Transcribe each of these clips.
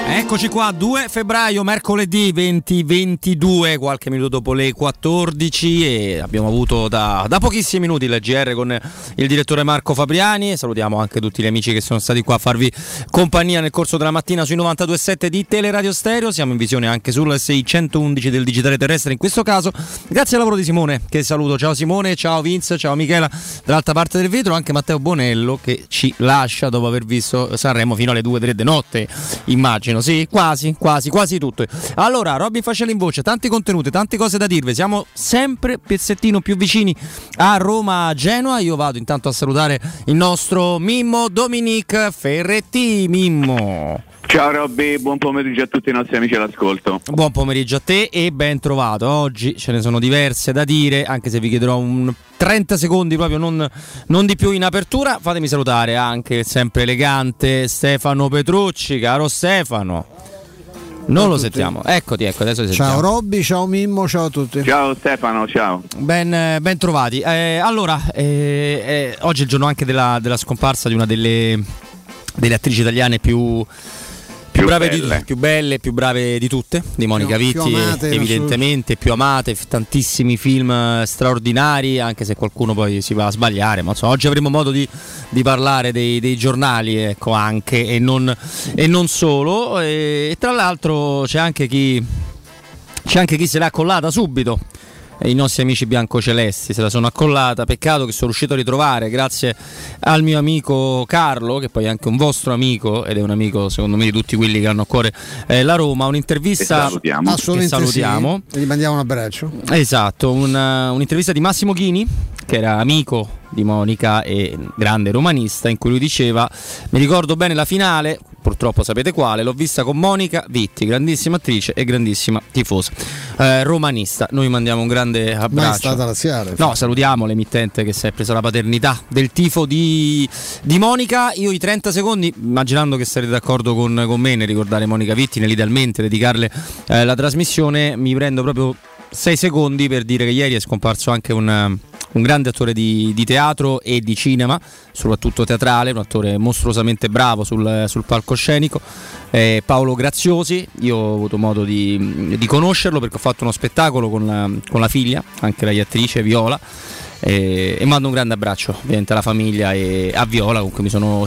Eccoci qua, 2 febbraio, mercoledì 2022, qualche minuto dopo le 14 e abbiamo avuto da pochissimi minuti il GR con il direttore Marco Fabriani. Salutiamo anche tutti gli amici che sono stati qua a farvi compagnia nel corso della mattina sui 92.7 di Teleradio Stereo. Siamo in visione anche sul 611 del digitale terrestre in questo caso, grazie al lavoro di Simone, che saluto. Ciao Simone, ciao Vince, ciao Michela dall'altra parte del vetro, anche Matteo Bonello che ci lascia dopo aver visto Sanremo fino alle 2-3 di notte, immagino. Sì, quasi tutto. Allora, Robby Fascelli in voce, tanti contenuti, tante cose da dirvi. Siamo sempre pezzettino più vicini a Roma-Genoa. Io vado intanto a salutare il nostro Mimmo Dominic Ferretti. Mimmo. Ciao Robby, buon pomeriggio a tutti i nostri amici all'ascolto. Buon pomeriggio a te e ben trovato. Oggi ce ne sono diverse da dire, anche se vi chiederò un 30 secondi proprio, non di più in apertura. Fatemi salutare anche il sempre elegante Stefano Petrucci. Caro Stefano, non lo sentiamo. Eccoti, ecco, adesso ti sentiamo. Ciao Robby, ciao Mimmo, ciao a tutti. Ciao Stefano, ciao. Ben trovati. Allora, oggi è il giorno anche della scomparsa di una delle attrici italiane più brave, più belle, più brave di tutte, di Monica Vitti, più amate, evidentemente più amate, tantissimi film straordinari, anche se qualcuno poi si va a sbagliare, ma insomma, oggi avremo modo di parlare dei giornali, ecco, anche e non solo, e tra l'altro c'è anche chi se l'ha accollata subito. I nostri amici biancocelesti se la sono accollata. Peccato che sono riuscito a ritrovare, grazie al mio amico Carlo, che poi è anche un vostro amico ed è un amico secondo me di tutti quelli che hanno a cuore la Roma, un'intervista che salutiamo, sì. Gli mandiamo un abbraccio. Esatto, un'intervista di Massimo Chini, che era amico di Monica e grande romanista, in cui lui diceva: mi ricordo bene la finale, purtroppo sapete quale, l'ho vista con Monica Vitti, grandissima attrice e grandissima tifosa romanista. Noi mandiamo un grande abbraccio. Ma è stata laziale. No, salutiamo l'emittente che si è presa la paternità del tifo di Monica. Io i 30 secondi, immaginando che sarete d'accordo con me nel ricordare Monica Vitti, nell'idealmente dedicarle la trasmissione, mi prendo proprio 6 secondi per dire che ieri è scomparso anche un grande attore di teatro e di cinema, soprattutto teatrale, un attore mostruosamente bravo sul palcoscenico, Paolo Graziosi. Io ho avuto modo di conoscerlo perché ho fatto uno spettacolo con la figlia, anche lei attrice, Viola, e mando un grande abbraccio ovviamente alla famiglia e a Viola, con cui mi sono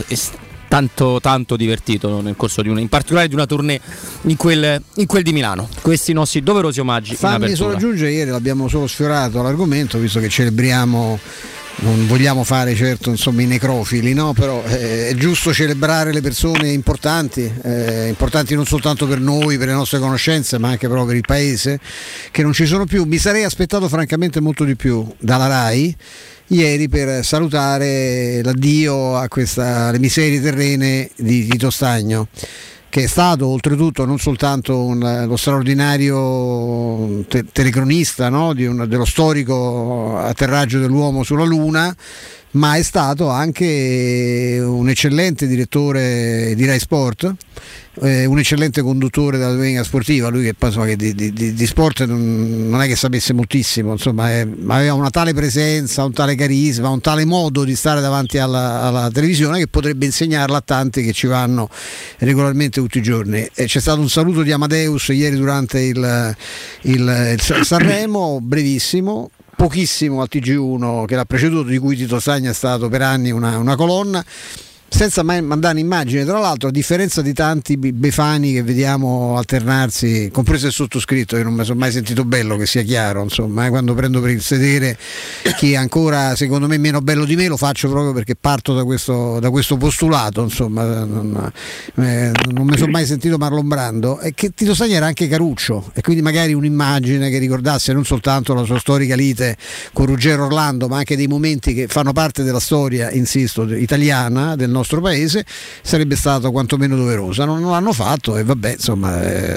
tanto divertito nel corso in particolare di una tournée in quel di Milano. Questi nostri doverosi omaggi. Fammi solo aggiungere, ieri l'abbiamo solo sfiorato l'argomento, visto che celebriamo, non vogliamo fare certo insomma i necrofili, no? Però è giusto celebrare le persone importanti non soltanto per noi, per le nostre conoscenze, ma anche proprio per il paese, che non ci sono più. Mi sarei aspettato francamente molto di più dalla RAI ieri per salutare l'addio a alle miserie terrene di Tito Stagno, che è stato oltretutto non soltanto lo straordinario telecronista, no? Dello storico atterraggio dell'uomo sulla Luna, ma è stato anche un eccellente direttore di Rai Sport, un eccellente conduttore della domenica sportiva. Lui che poi insomma, che di sport non è che sapesse moltissimo, insomma, aveva una tale presenza, un tale carisma, un tale modo di stare davanti alla televisione che potrebbe insegnarla a tanti che ci vanno regolarmente tutti i giorni. C'è stato un saluto di Amadeus ieri durante il Sanremo, brevissimo, pochissimo al TG1 che l'ha preceduto, di cui Tito Stagno è stato per anni una colonna, senza mai mandare immagine. Tra l'altro, a differenza di tanti befani che vediamo alternarsi, compreso il sottoscritto, che non mi sono mai sentito bello, che sia chiaro, insomma, quando prendo per il sedere chi è ancora secondo me meno bello di me, lo faccio proprio perché parto da questo postulato, insomma, non mi sono mai sentito Marlon Brando, e che Tito Stagno era anche caruccio, e quindi magari un'immagine che ricordasse non soltanto la sua storica lite con Ruggero Orlando, ma anche dei momenti che fanno parte della storia, insisto, italiana, del nostro paese, sarebbe stato quantomeno doverosa. Non l'hanno fatto, e vabbè, insomma,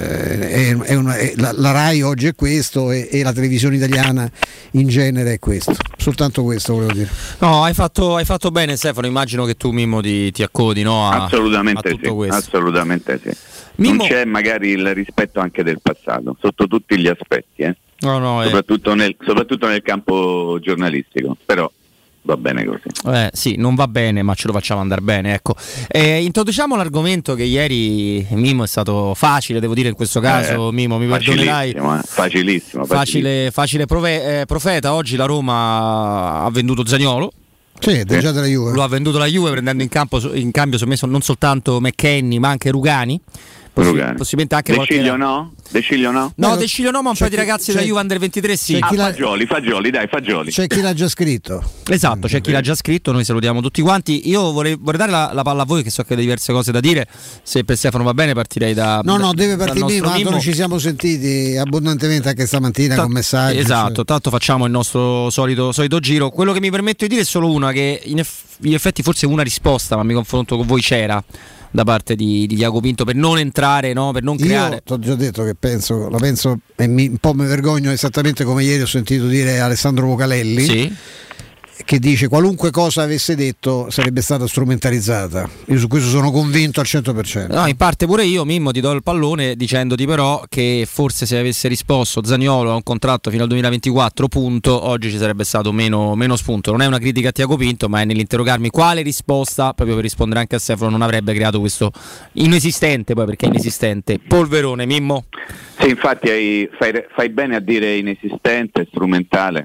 la RAI oggi è questo, e la televisione italiana in genere è questo. Soltanto questo volevo dire. No, hai fatto bene, Stefano. Immagino che tu, Mimmo, ti accodi, no? Assolutamente tutto sì, questo. Assolutamente sì. Mimmo... Non c'è magari il rispetto anche del passato, sotto tutti gli aspetti, No, soprattutto nel campo giornalistico, però va bene così. Sì, non va bene, ma ce lo facciamo andare bene, ecco. Introduciamo l'argomento che ieri, Mimmo, è stato facile, devo dire in questo caso, Mimmo, mi perdonerai. Facilissimo. Facile profeta. Oggi la Roma ha venduto Zaniolo. Sì, già della Juve. Lo ha venduto la Juve prendendo in cambio sommesso non soltanto McKennie ma anche Rugani. Possibilmente anche De Sciglio no? De Sciglio no? No, De Sciglio no, ma un paio di ragazzi della Juve Under 23 sì. Fagioli. C'è chi l'ha già scritto. Esatto, c'è chi l'ha già scritto, noi salutiamo tutti quanti. Io vorrei dare la palla a voi, che so che avete diverse cose da dire. Se per Stefano va bene partirei da... No, deve partire Mimmo, noi ci siamo sentiti abbondantemente anche stamattina con messaggi. Esatto, tanto facciamo il nostro solito giro. Quello che mi permetto di dire è solo una, che in effetti forse una risposta, ma mi confronto con voi, c'era da parte di Tiago Pinto per non entrare, no? Per non creare. Io ti ho già detto che la penso e un po' mi vergogno, esattamente come ieri ho sentito dire Alessandro Vocalelli. Sì. Che dice qualunque cosa avesse detto sarebbe stata strumentalizzata. Io su questo sono convinto al 100%. No, in parte pure io, Mimmo, ti do il pallone dicendoti però che forse se avesse risposto Zaniolo a un contratto fino al 2024, punto, oggi ci sarebbe stato meno spunto. Non è una critica a Tiago Pinto, ma è nell'interrogarmi quale risposta, proprio per rispondere anche a Stefano, non avrebbe creato questo inesistente, poi perché è inesistente, polverone. Mimmo? Sì, infatti fai bene a dire inesistente, strumentale.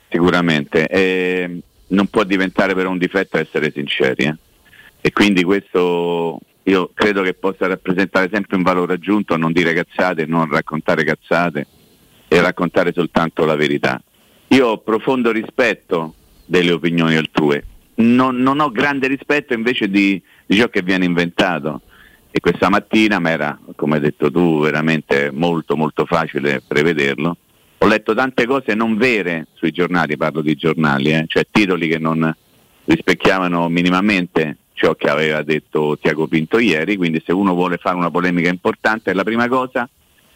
Sicuramente non può diventare però un difetto essere sinceri, e quindi questo io credo che possa rappresentare sempre un valore aggiunto, non dire cazzate, non raccontare cazzate e raccontare soltanto la verità. Io ho profondo rispetto delle opinioni altrui, non ho grande rispetto invece di ciò che viene inventato, e questa mattina mi era, come hai detto tu, veramente molto molto facile prevederlo. Ho letto tante cose non vere sui giornali, parlo di giornali, cioè titoli che non rispecchiavano minimamente ciò che aveva detto Tiago Pinto ieri, quindi se uno vuole fare una polemica importante, la prima cosa,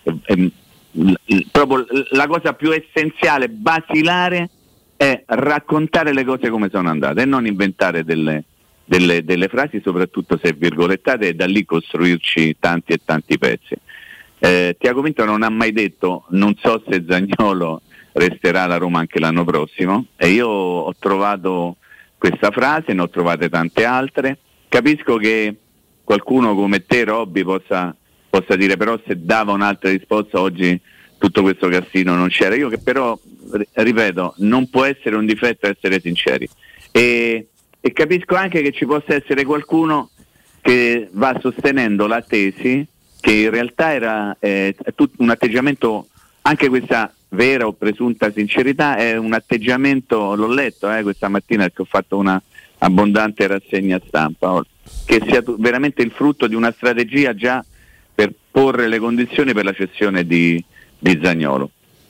proprio la cosa più essenziale, basilare, è raccontare le cose come sono andate e non inventare delle frasi, soprattutto se virgolettate, e da lì costruirci tanti e tanti pezzi. Tiago Pinto non ha mai detto non so se Zaniolo resterà alla Roma anche l'anno prossimo, e io ho trovato questa frase, ne ho trovate tante altre. Capisco che qualcuno come te, Robby, possa dire però se dava un'altra risposta oggi tutto questo casino non c'era. Io che però, ripeto, non può essere un difetto essere sinceri, e capisco anche che ci possa essere qualcuno che va sostenendo la tesi che in realtà era tutto un atteggiamento, anche questa vera o presunta sincerità è un atteggiamento, l'ho letto questa mattina perché ho fatto una abbondante rassegna stampa, che sia veramente il frutto di una strategia già per porre le condizioni per la cessione di Zaniolo.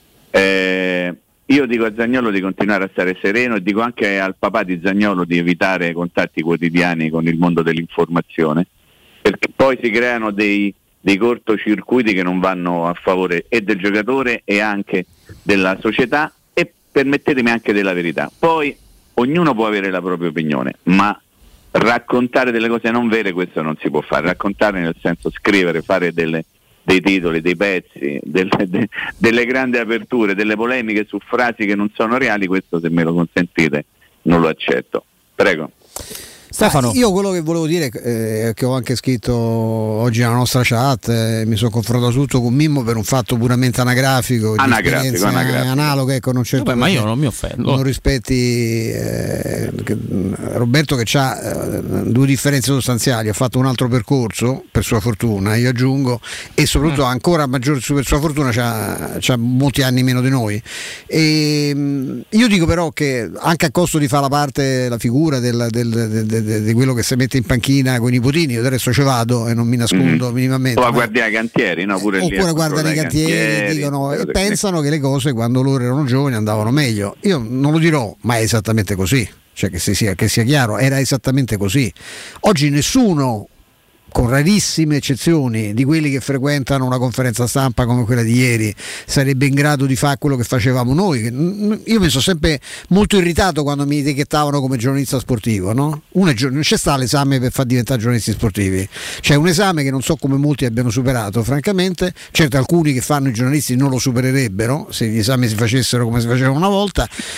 Io dico a Zaniolo di continuare a stare sereno, e dico anche al papà di Zaniolo di evitare contatti quotidiani con il mondo dell'informazione, perché poi si creano dei cortocircuiti che non vanno a favore e del giocatore e anche della società, e permettetemi anche della verità. Poi ognuno può avere la propria opinione, ma raccontare delle cose non vere, questo non si può fare. Raccontare nel senso scrivere, fare dei titoli, dei pezzi, delle grandi aperture, delle polemiche su frasi che non sono reali, questo, se me lo consentite, non lo accetto. Prego. Stefano. Io quello che volevo dire, che ho anche scritto oggi nella nostra chat, mi sono confrontato tutto con Mimmo per un fatto puramente anagrafico. Analoga, ecco, non certo. Ma io non mi offendo. Non rispetti Roberto, che ha due differenze sostanziali: ha fatto un altro percorso per sua fortuna, io aggiungo, e soprattutto ancora maggiore per sua fortuna c'ha molti anni meno di noi. E io dico però che anche a costo di fare la figura di quello che si mette in panchina con i nipotini, io adesso ci vado e non mi nascondo minimamente. O a guardare i cantieri, no? Oppure guardano i cantieri, dicono, e pensano che le cose quando loro erano giovani andavano meglio. Io non lo dirò, ma è esattamente così, cioè che sia chiaro, era esattamente così. Oggi nessuno, con rarissime eccezioni, di quelli che frequentano una conferenza stampa come quella di ieri, sarebbe in grado di fare quello che facevamo noi. Io mi sono sempre molto irritato quando mi etichettavano come giornalista sportivo, no? Non c'è sta l'esame per far diventare giornalisti sportivi, c'è un esame che non so come molti abbiano superato, francamente. Certo, alcuni che fanno i giornalisti non lo supererebbero se gli esami si facessero come si facevano una volta.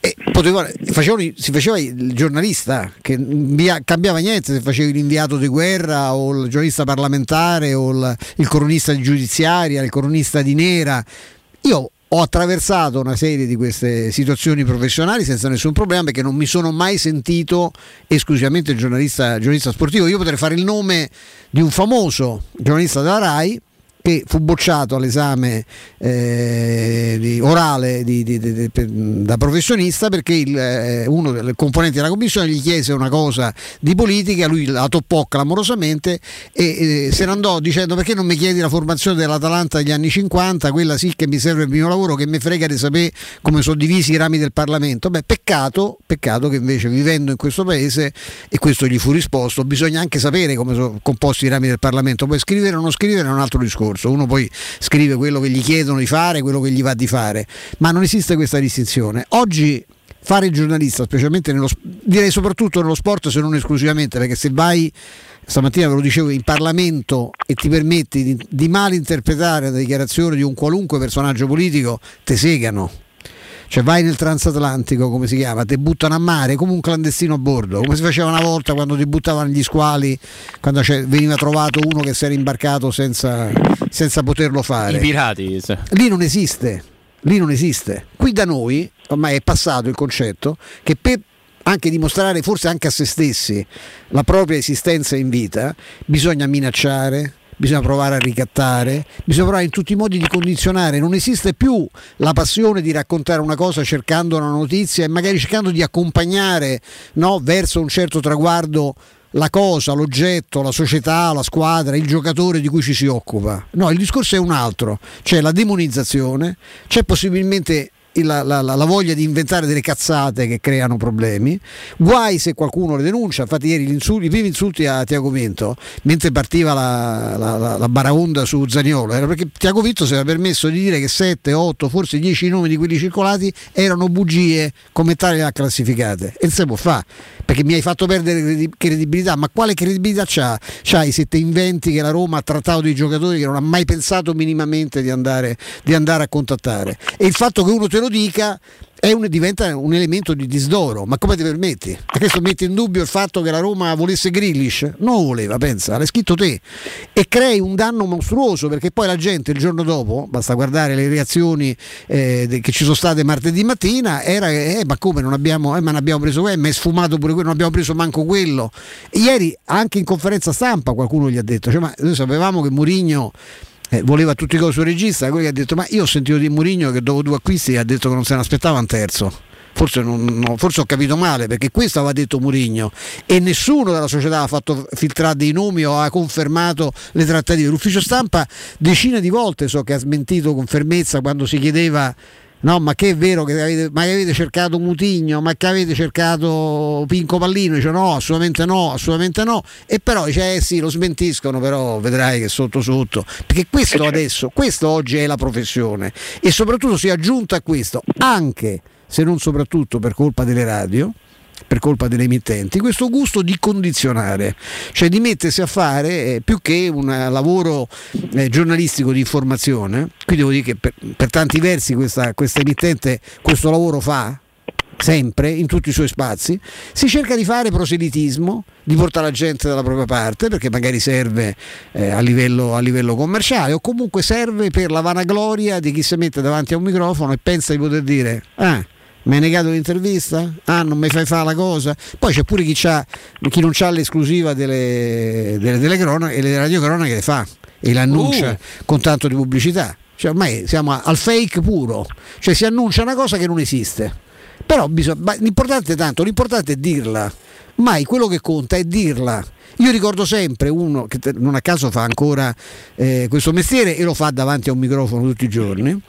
Si faceva il giornalista che cambiava niente se facevi l'inviato di guerra o il giornalista parlamentare o il cronista di giudiziaria, il cronista di nera. Io ho attraversato una serie di queste situazioni professionali senza nessun problema, perché non mi sono mai sentito esclusivamente giornalista sportivo. Io potrei fare il nome di un famoso giornalista della RAI che fu bocciato all'esame orale da professionista perché uno dei componenti della commissione gli chiese una cosa di politica, lui la toppò clamorosamente e se ne andò dicendo: perché non mi chiedi la formazione dell'Atalanta degli anni 50, quella sì che mi serve il mio lavoro, che mi frega di sapere come sono divisi i rami del Parlamento. Peccato che invece, vivendo in questo paese, e questo gli fu risposto, bisogna anche sapere come sono composti i rami del Parlamento. Poi scrivere o non scrivere è un altro discorso. Uno poi scrive quello che gli chiedono di fare, quello che gli va di fare, ma non esiste questa distinzione. Oggi fare il giornalista, specialmente direi soprattutto nello sport, se non esclusivamente, perché se vai, stamattina ve lo dicevo, in Parlamento e ti permetti di malinterpretare la dichiarazione di un qualunque personaggio politico, te segano. Cioè vai nel transatlantico, come si chiama, ti buttano a mare come un clandestino a bordo, come si faceva una volta quando ti buttavano gli squali, quando veniva trovato uno che si era imbarcato senza poterlo fare. I pirati. Sì. Lì non esiste. Qui da noi ormai è passato il concetto che per anche dimostrare, forse anche a se stessi, la propria esistenza in vita, bisogna minacciare, bisogna provare a ricattare, bisogna provare in tutti i modi di condizionare. Non esiste più la passione di raccontare una cosa cercando una notizia e magari cercando di accompagnare, no, verso un certo traguardo la cosa, l'oggetto, la società, la squadra, il giocatore di cui ci si occupa. No, il discorso è un altro: c'è la demonizzazione, c'è possibilmente la voglia di inventare delle cazzate che creano problemi. Guai se qualcuno le denuncia. Infatti ieri i primi insulti a Tiago Pinto, mentre partiva la baraonda su Zaniolo, era perché Tiago Pinto si era permesso di dire che 7, 8, forse 10 nomi di quelli circolati erano bugie, come tali le ha classificate, e non si può fare, perché mi hai fatto perdere credibilità. Ma quale credibilità c'hai se te inventi che la Roma ha trattato dei giocatori che non ha mai pensato minimamente di andare a contattare? E il fatto che uno te lo dica diventa un elemento di disdoro. Ma come ti permetti? Adesso metti in dubbio il fatto che la Roma volesse Grealish? Non lo voleva, pensa, l'hai scritto te, e crei un danno mostruoso, perché poi la gente il giorno dopo, basta guardare le reazioni che ci sono state martedì mattina, era ma come non abbiamo preso quello, ma è sfumato pure quello, non abbiamo preso manco quello. E ieri anche in conferenza stampa qualcuno gli ha detto, cioè, ma noi sapevamo che Mourinho voleva a tutti i costi un regista. Quello che ha detto: ma io ho sentito di Mourinho che dopo 2 acquisti ha detto che non se ne aspettava un terzo. Forse ho capito male, perché questo aveva detto Mourinho e nessuno della società ha fatto filtrare dei nomi o ha confermato le trattative. L'ufficio stampa decine di volte so che ha smentito con fermezza quando si chiedeva: no, ma che è vero che avete cercato Moutinho, ma che avete cercato Pinco Pallino? Dice no, assolutamente no. E però dice sì, lo smentiscono, però vedrai che sotto, perché questo oggi è la professione. E soprattutto si è aggiunta a questo, anche se non soprattutto per colpa delle radio, per colpa delle emittenti, questo gusto di condizionare, cioè di mettersi a fare più che un lavoro giornalistico di informazione. Qui devo dire che per tanti versi questa emittente questo lavoro fa sempre, in tutti i suoi spazi. Si cerca di fare proselitismo, di portare la gente dalla propria parte, perché magari serve a livello commerciale, o comunque serve per la vanagloria di chi si mette davanti a un microfono e pensa di poter dire: mi hai negato l'intervista? Non mi fai fare la cosa? Poi c'è pure chi non c'ha l'esclusiva delle cronache e le radiocronache le fa e le annuncia con tanto di pubblicità. Cioè ormai siamo al fake puro, cioè si annuncia una cosa che non esiste. Però l'importante è dirla. Mai quello che conta è dirla. Io ricordo sempre uno che non a caso fa ancora questo mestiere e lo fa davanti a un microfono tutti i giorni,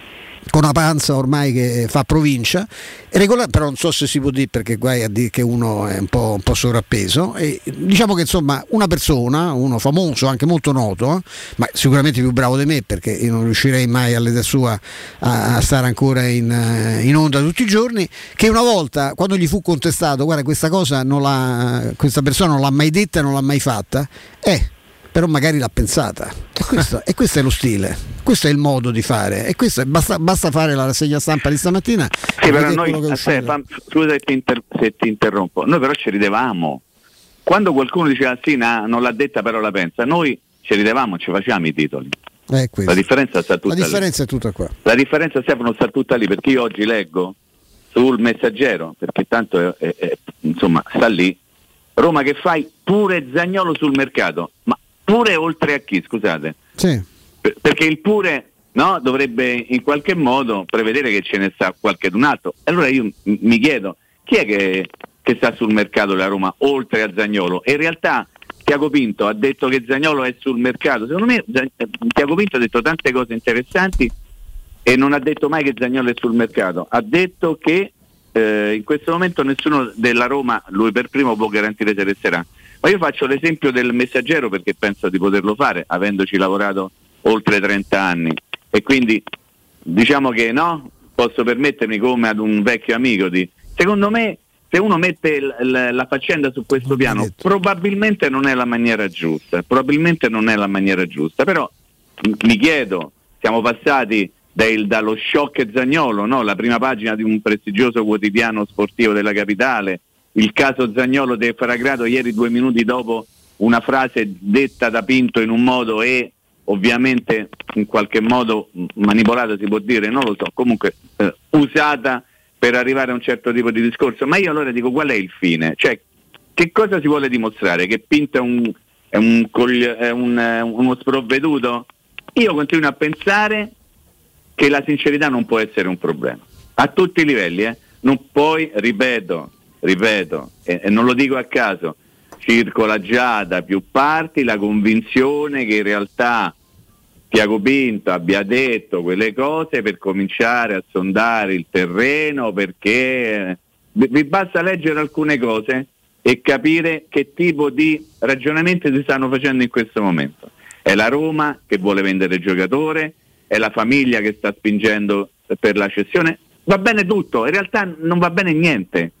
con una panza ormai che fa provincia, però non so se si può dire, perché guai a dire che uno è un po' sovrappeso. E diciamo che insomma una persona, uno famoso, anche molto noto, ma sicuramente più bravo di me, perché io non riuscirei mai all'età sua a stare ancora in onda tutti i giorni, che una volta, quando gli fu contestato: guarda, questa cosa questa persona non l'ha mai detta, non l'ha mai fatta, però magari l'ha pensata. E questo è lo stile, questo è il modo di fare, e questo basta fare la rassegna stampa di stamattina. Sì, però noi, scusa se ti interrompo, noi però ci ridevamo quando qualcuno diceva sì, non l'ha detta però la pensa, noi ci ridevamo, ci facevamo i titoli. La differenza sta tutta è tutta qua. La differenza, Stefano, sta tutta lì, perché io oggi leggo sul Messaggero, perché tanto insomma sta lì, Roma che fai, pure Zaniolo sul mercato, ma pure oltre a chi, scusate? Sì. Perché il pure, no, dovrebbe in qualche modo prevedere che ce ne sta qualcun altro. Allora io mi chiedo, chi è che sta sul mercato della Roma oltre a Zaniolo? E in realtà Tiago Pinto ha detto che Zaniolo è sul mercato. Secondo me Tiago Pinto ha detto tante cose interessanti e non ha detto mai che Zaniolo è sul mercato. Ha detto che in questo momento nessuno della Roma, lui per primo, può garantire se resterà. Ma io faccio l'esempio del Messaggero perché penso di poterlo fare, avendoci lavorato oltre 30 anni, e quindi diciamo che no, posso permettermi, come ad un vecchio amico, secondo me se uno mette la faccenda su questo piano probabilmente non è la maniera giusta, però mi chiedo, siamo passati dallo shock Zaniolo, no? La prima pagina di un prestigioso quotidiano sportivo della capitale, il caso Zaniolo del Faragrato ieri 2 minuti dopo una frase detta da Pinto in un modo e ovviamente in qualche modo manipolata, si può dire, non lo so, comunque usata per arrivare a un certo tipo di discorso. Ma io allora dico, qual è il fine? Cioè, che cosa si vuole dimostrare? Che Pinto è uno sprovveduto? Io continuo a pensare che la sincerità non può essere un problema, a tutti i livelli, non puoi, ripeto, e non lo dico a caso, circola già da più parti la convinzione che in realtà Tiago Pinto abbia detto quelle cose per cominciare a sondare il terreno, perché vi basta leggere alcune cose e capire che tipo di ragionamenti si stanno facendo in questo momento. È la Roma che vuole vendere il giocatore, è la famiglia che sta spingendo per la cessione, va bene tutto, in realtà non va bene niente,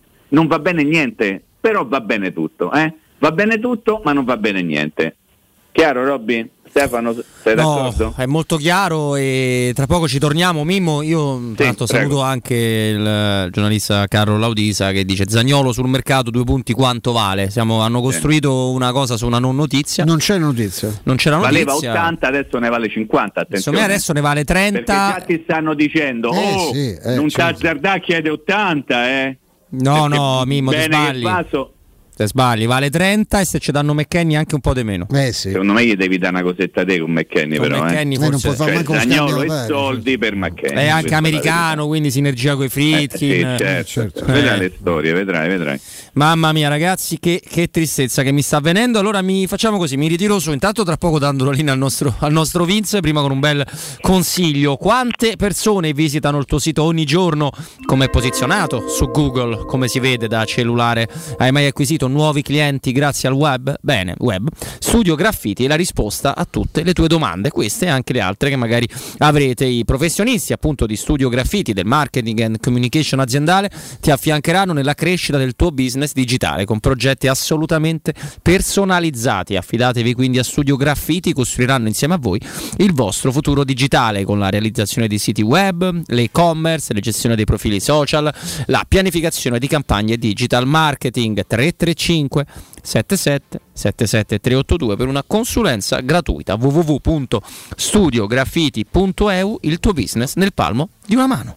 però va bene tutto, va bene tutto ma non va bene niente. Chiaro, Robby? Stefano, sei d'accordo? È molto chiaro, e tra poco ci torniamo. Mimmo, io tra l'altro saluto anche il giornalista Carlo Laudisa che dice: Zaniolo sul mercato, 2 punti, quanto vale? Hanno costruito una cosa su una non notizia. Non c'è notizia. Valeva 80, adesso ne vale 50, attenzione. Secondo me adesso ne vale 30. Perché già ti stanno dicendo non t'azzardà, chiede 80, No, Mimmo, ti sbagli. Te sbagli, vale 30, e se ci danno McKennie anche un po' di meno. Sì. Secondo me gli devi dare una cosetta te con McKennie, però McKennie non puoi fare manco Zaniolo e soldi per McKennie. È anche americano, quindi sinergia coi Friedkin. Certo. Vedrai le storie, vedrai. Mamma mia, ragazzi, che tristezza che mi sta avvenendo. Allora facciamo così, mi ritiro su, intanto tra poco dando la linea al nostro Vince, prima con un bel consiglio. Quante persone visitano il tuo sito ogni giorno? Come è posizionato su Google? Come si vede da cellulare? Hai mai acquisito nuovi clienti grazie al web? Bene, web. Studio Graffiti è la risposta a tutte le tue domande, queste e anche le altre che magari avrete. I professionisti appunto di Studio Graffiti, del marketing and communication aziendale, ti affiancheranno nella crescita del tuo business digitale con progetti assolutamente personalizzati. Affidatevi quindi a Studio Graffiti, costruiranno insieme a voi il vostro futuro digitale con la realizzazione di siti web, l'e-commerce, la gestione dei profili social, la pianificazione di campagne digital marketing. 335 77 77 382 per una consulenza gratuita. www.studiograffiti.eu, il tuo business nel palmo di una mano.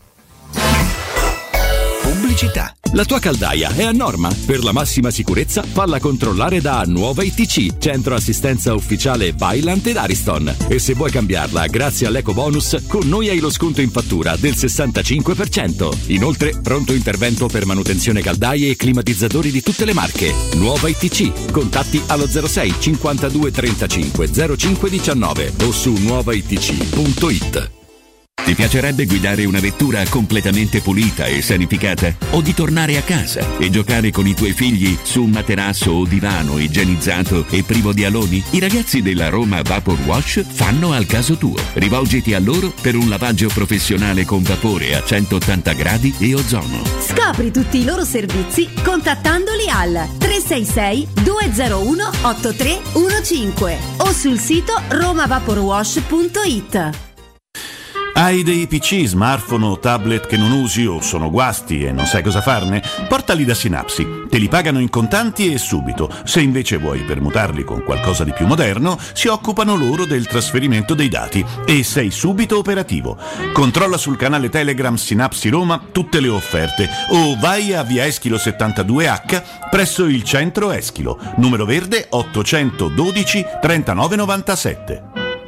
Pubblicità. La tua caldaia è a norma? Per la massima sicurezza falla controllare da Nuova ITC, centro assistenza ufficiale Vaillant ed Ariston. E se vuoi cambiarla grazie all'eco bonus, con noi hai lo sconto in fattura del 65%. Inoltre, pronto intervento per manutenzione caldaie e climatizzatori di tutte le marche. Nuova ITC. Contatti allo 06 52 35 05 19 o su nuovaitc.it. Ti piacerebbe guidare una vettura completamente pulita e sanificata? O di tornare a casa e giocare con i tuoi figli su un materasso o divano igienizzato e privo di aloni? I ragazzi della Roma Vapor Wash fanno al caso tuo. Rivolgiti a loro per un lavaggio professionale con vapore a 180 gradi e ozono. Scopri tutti i loro servizi contattandoli al 366 201 8315 o sul sito romavaporwash.it. Hai dei PC, smartphone o tablet che non usi o sono guasti e non sai cosa farne? Portali da Synapsi, te li pagano in contanti e subito. Se invece vuoi permutarli con qualcosa di più moderno, si occupano loro del trasferimento dei dati e sei subito operativo. Controlla sul canale Telegram Synapsi Roma tutte le offerte o vai a via Eschilo 72H presso il centro Eschilo, numero verde 812 3997.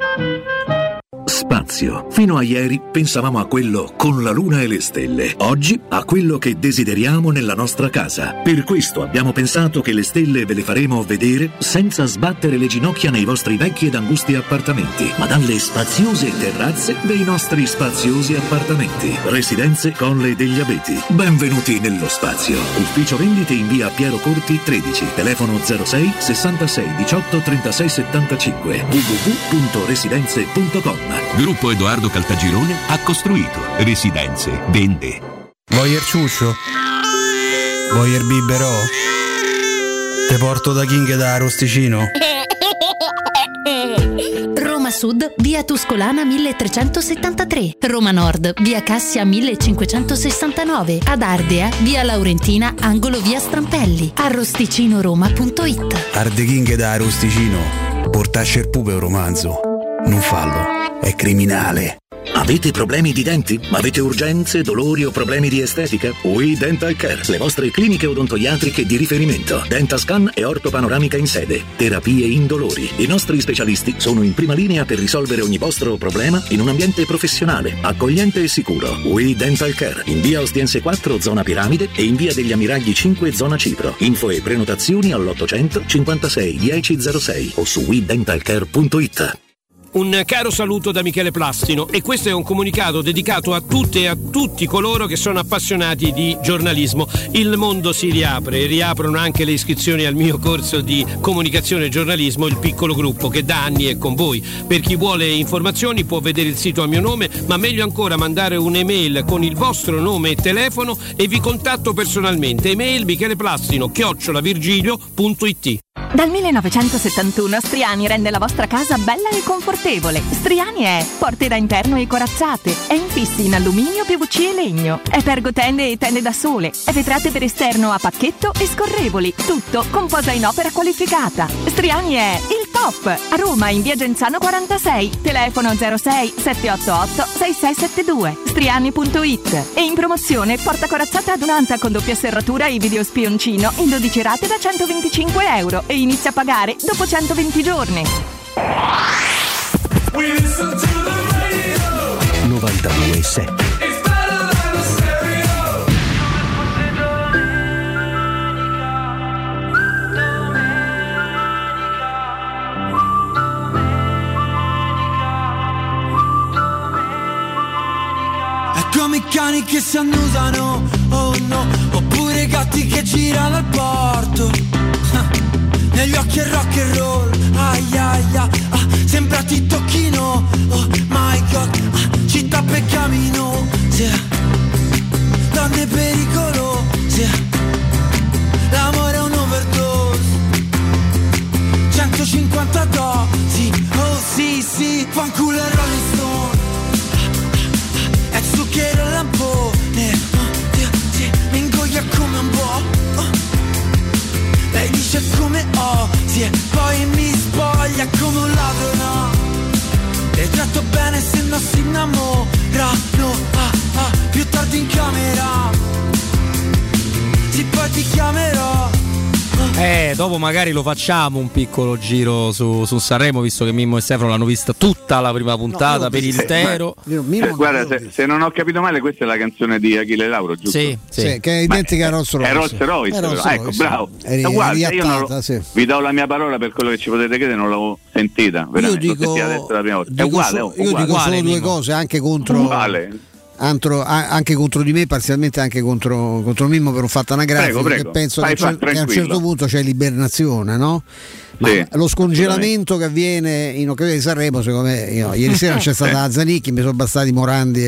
Spazio. Fino a ieri pensavamo a quello con la luna e le stelle. Oggi a quello che desideriamo nella nostra casa. Per questo abbiamo pensato che le stelle ve le faremo vedere senza sbattere le ginocchia nei vostri vecchi ed angusti appartamenti, ma dalle spaziose terrazze dei nostri spaziosi appartamenti. Residenze Colle degli Abeti. Benvenuti nello spazio. Ufficio vendite in via Piero Corti 13. Telefono 06 66 18 36 75. www.residenze.com. Gruppo Edoardo Caltagirone ha costruito, residenze, vende. Voyer ciuscio? Voyer biberò? Te porto da King da Arosticino? Roma Sud, via Tuscolana 1373. Roma Nord, via Cassia 1569. Ad Ardea, via Laurentina, angolo via Strampelli. Arrosticinoroma.it. Arde King da Arosticino. Portasce il pupe un romanzo. Non fallo, è criminale. Avete problemi di denti? Avete urgenze, dolori o problemi di estetica? We Dental Care, le vostre cliniche odontoiatriche di riferimento. Dentascan e ortopanoramica in sede. Terapie indolori. I nostri specialisti sono in prima linea per risolvere ogni vostro problema in un ambiente professionale, accogliente e sicuro. We Dental Care, in via Ostiense 4, zona Piramide, e in via degli Ammiragli 5, zona Cipro. Info e prenotazioni all'800 56 1006 o su wedentalcare.it. Un caro saluto da Michele Plastino, e questo è un comunicato dedicato a tutte e a tutti coloro che sono appassionati di giornalismo. Il mondo si riapre e riaprono anche le iscrizioni al mio corso di comunicazione e giornalismo, Il Piccolo Gruppo, che da anni è con voi. Per chi vuole informazioni può vedere il sito a mio nome, ma meglio ancora mandare un'email con il vostro nome e telefono e vi contatto personalmente. Email micheleplastino@virgilio.it. Dal 1971 Striani rende la vostra casa bella e confortevole. Striani è porte da interno e corazzate, è infissi in alluminio, PVC e legno, è pergotende e tende da sole, è vetrate per esterno a pacchetto e scorrevoli, tutto con posa in opera qualificata. Striani è il top! A Roma in via Genzano 46, telefono 06 788 6672, striani.it. E in promozione porta corazzata adunata con doppia serratura e video spioncino in 12 rate da €125 e inizia a pagare dopo 120 giorni. 92.7. È come cani che si annusano, oh no, oppure gatti che girano al porto. Negli occhi è rock and roll, ai ai ai, sembra ti tocchino, oh my god, città peccamino, sì. Donne pericolose, l'amore è un overdose, 150 dosi, oh sì sì, fanculo e Rolling Stone, è zucchero e lampone, sì, mi ingoia come un po'. Lei dice come sì, e poi mi spoglia come un ladro, no? Le tratto bene se non si innamorano, più tardi in camera. Sì, poi ti chiamerò, Dopo magari lo facciamo un piccolo giro su Sanremo, visto che Mimmo e Stefano l'hanno vista tutta la prima puntata per intero. Guarda, se non ho capito male, questa è la canzone di Achille Lauro, giusto? Sì. Che è identica a Rolls Royce. È Rolls Royce, ecco, bravo. Vi do la mia parola per quello che ci potete credere, non l'avevo sentita. Io dico, la prima volta. È uguale. Io dico solo due cose, anche contro. Anche contro di me, parzialmente anche contro Mimmo per un fatto anagrafico. Prego. Che penso che a un certo punto c'è l'ibernazione, no? Ma lo scongelamento che avviene in occasione di Sanremo, secondo me, ieri sera c'è stata Zanicchi, mi sono bastati Morandi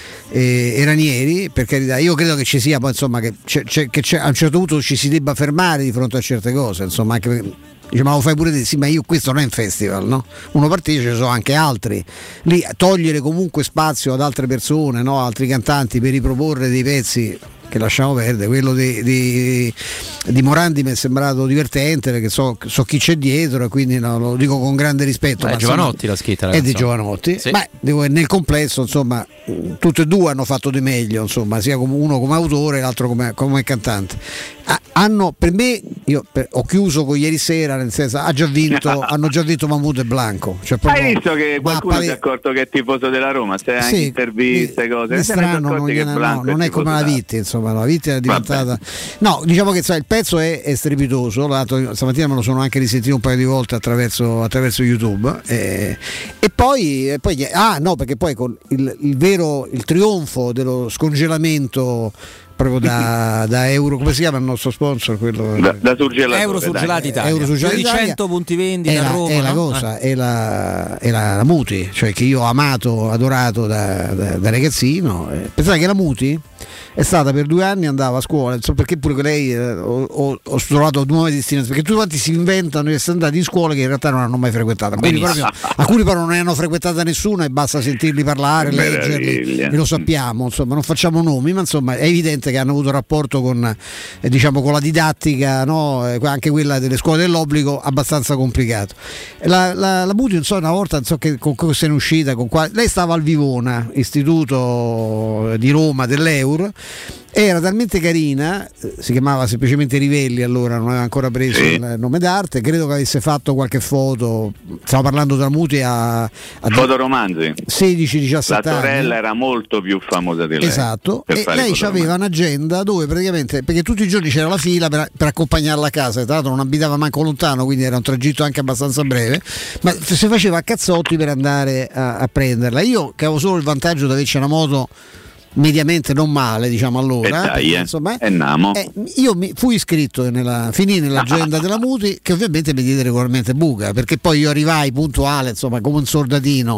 e Ranieri, per carità. Io credo che ci sia poi, insomma, che a un certo punto ci si debba fermare di fronte a certe cose, insomma, anche perché ma lo fai pure te, sì, ma io questo non è un festival, no? Uno partecipa, ci sono anche altri. Lì togliere comunque spazio ad altre persone, no? Altri cantanti per riproporre dei pezzi che lasciamo perdere. Quello di Morandi mi è sembrato divertente perché so chi c'è dietro e quindi lo dico con grande rispetto. Ma Giovanotti l'ha scritta, è di Giovanotti, sì. Ma nel complesso, insomma, tutti e due hanno fatto di meglio, insomma, sia uno come autore e l'altro come cantante. Per me, io ho chiuso con ieri sera, nel senso hanno già vinto Mahmood e Blanco. Cioè, hai visto che qualcuno si è accorto che è tifoso della Roma? Se anche interviste, cose. Strano, non è come la Vitti, insomma, la Vitti è diventata. No, diciamo che il pezzo è strepitoso. Stamattina me lo sono anche risentito un paio di volte attraverso YouTube. E poi perché poi con il trionfo dello scongelamento proprio da Euro, come si chiama il nostro sponsor? Quello da Surgelati Euro Surgelati Italia. Di 100 punti vendita a Roma. È la cosa, è la Muti, cioè che io ho amato, adorato da ragazzino. Pensate che la Muti è stata per 2 anni, andava a scuola, perché pure lei ho trovato nuove destinazioni, perché tutti quanti si inventano di essere andati in scuola che in realtà non hanno mai frequentato, alcuni però non ne hanno frequentata nessuna e basta sentirli parlare, leggerli, e lo sappiamo, insomma, non facciamo nomi, ma insomma è evidente che hanno avuto rapporto con la didattica, no? Anche quella delle scuole dell'obbligo abbastanza complicato. La Muti, una volta con cosa se ne è uscita, lei stava al Vivona, istituto di Roma dell'Eur. Era talmente carina, si chiamava semplicemente Rivelli, allora non aveva ancora preso il nome d'arte, credo che avesse fatto qualche foto, stavo parlando della Muti a fotoromanzi 16-17 anni. La sorella era molto più famosa di lei. Esatto, e lei aveva un'agenda dove praticamente, perché tutti i giorni c'era la fila per accompagnarla a casa, tra l'altro non abitava manco lontano, quindi era un tragitto anche abbastanza breve, ma si faceva a cazzotti per andare a prenderla. Io che avevo solo il vantaggio di averci una moto mediamente non male, diciamo, allora, perché, insomma, io fui iscritto finì nell'agenda della Muti, che ovviamente mi diede regolarmente buca, perché poi io arrivai puntuale, insomma, come un soldatino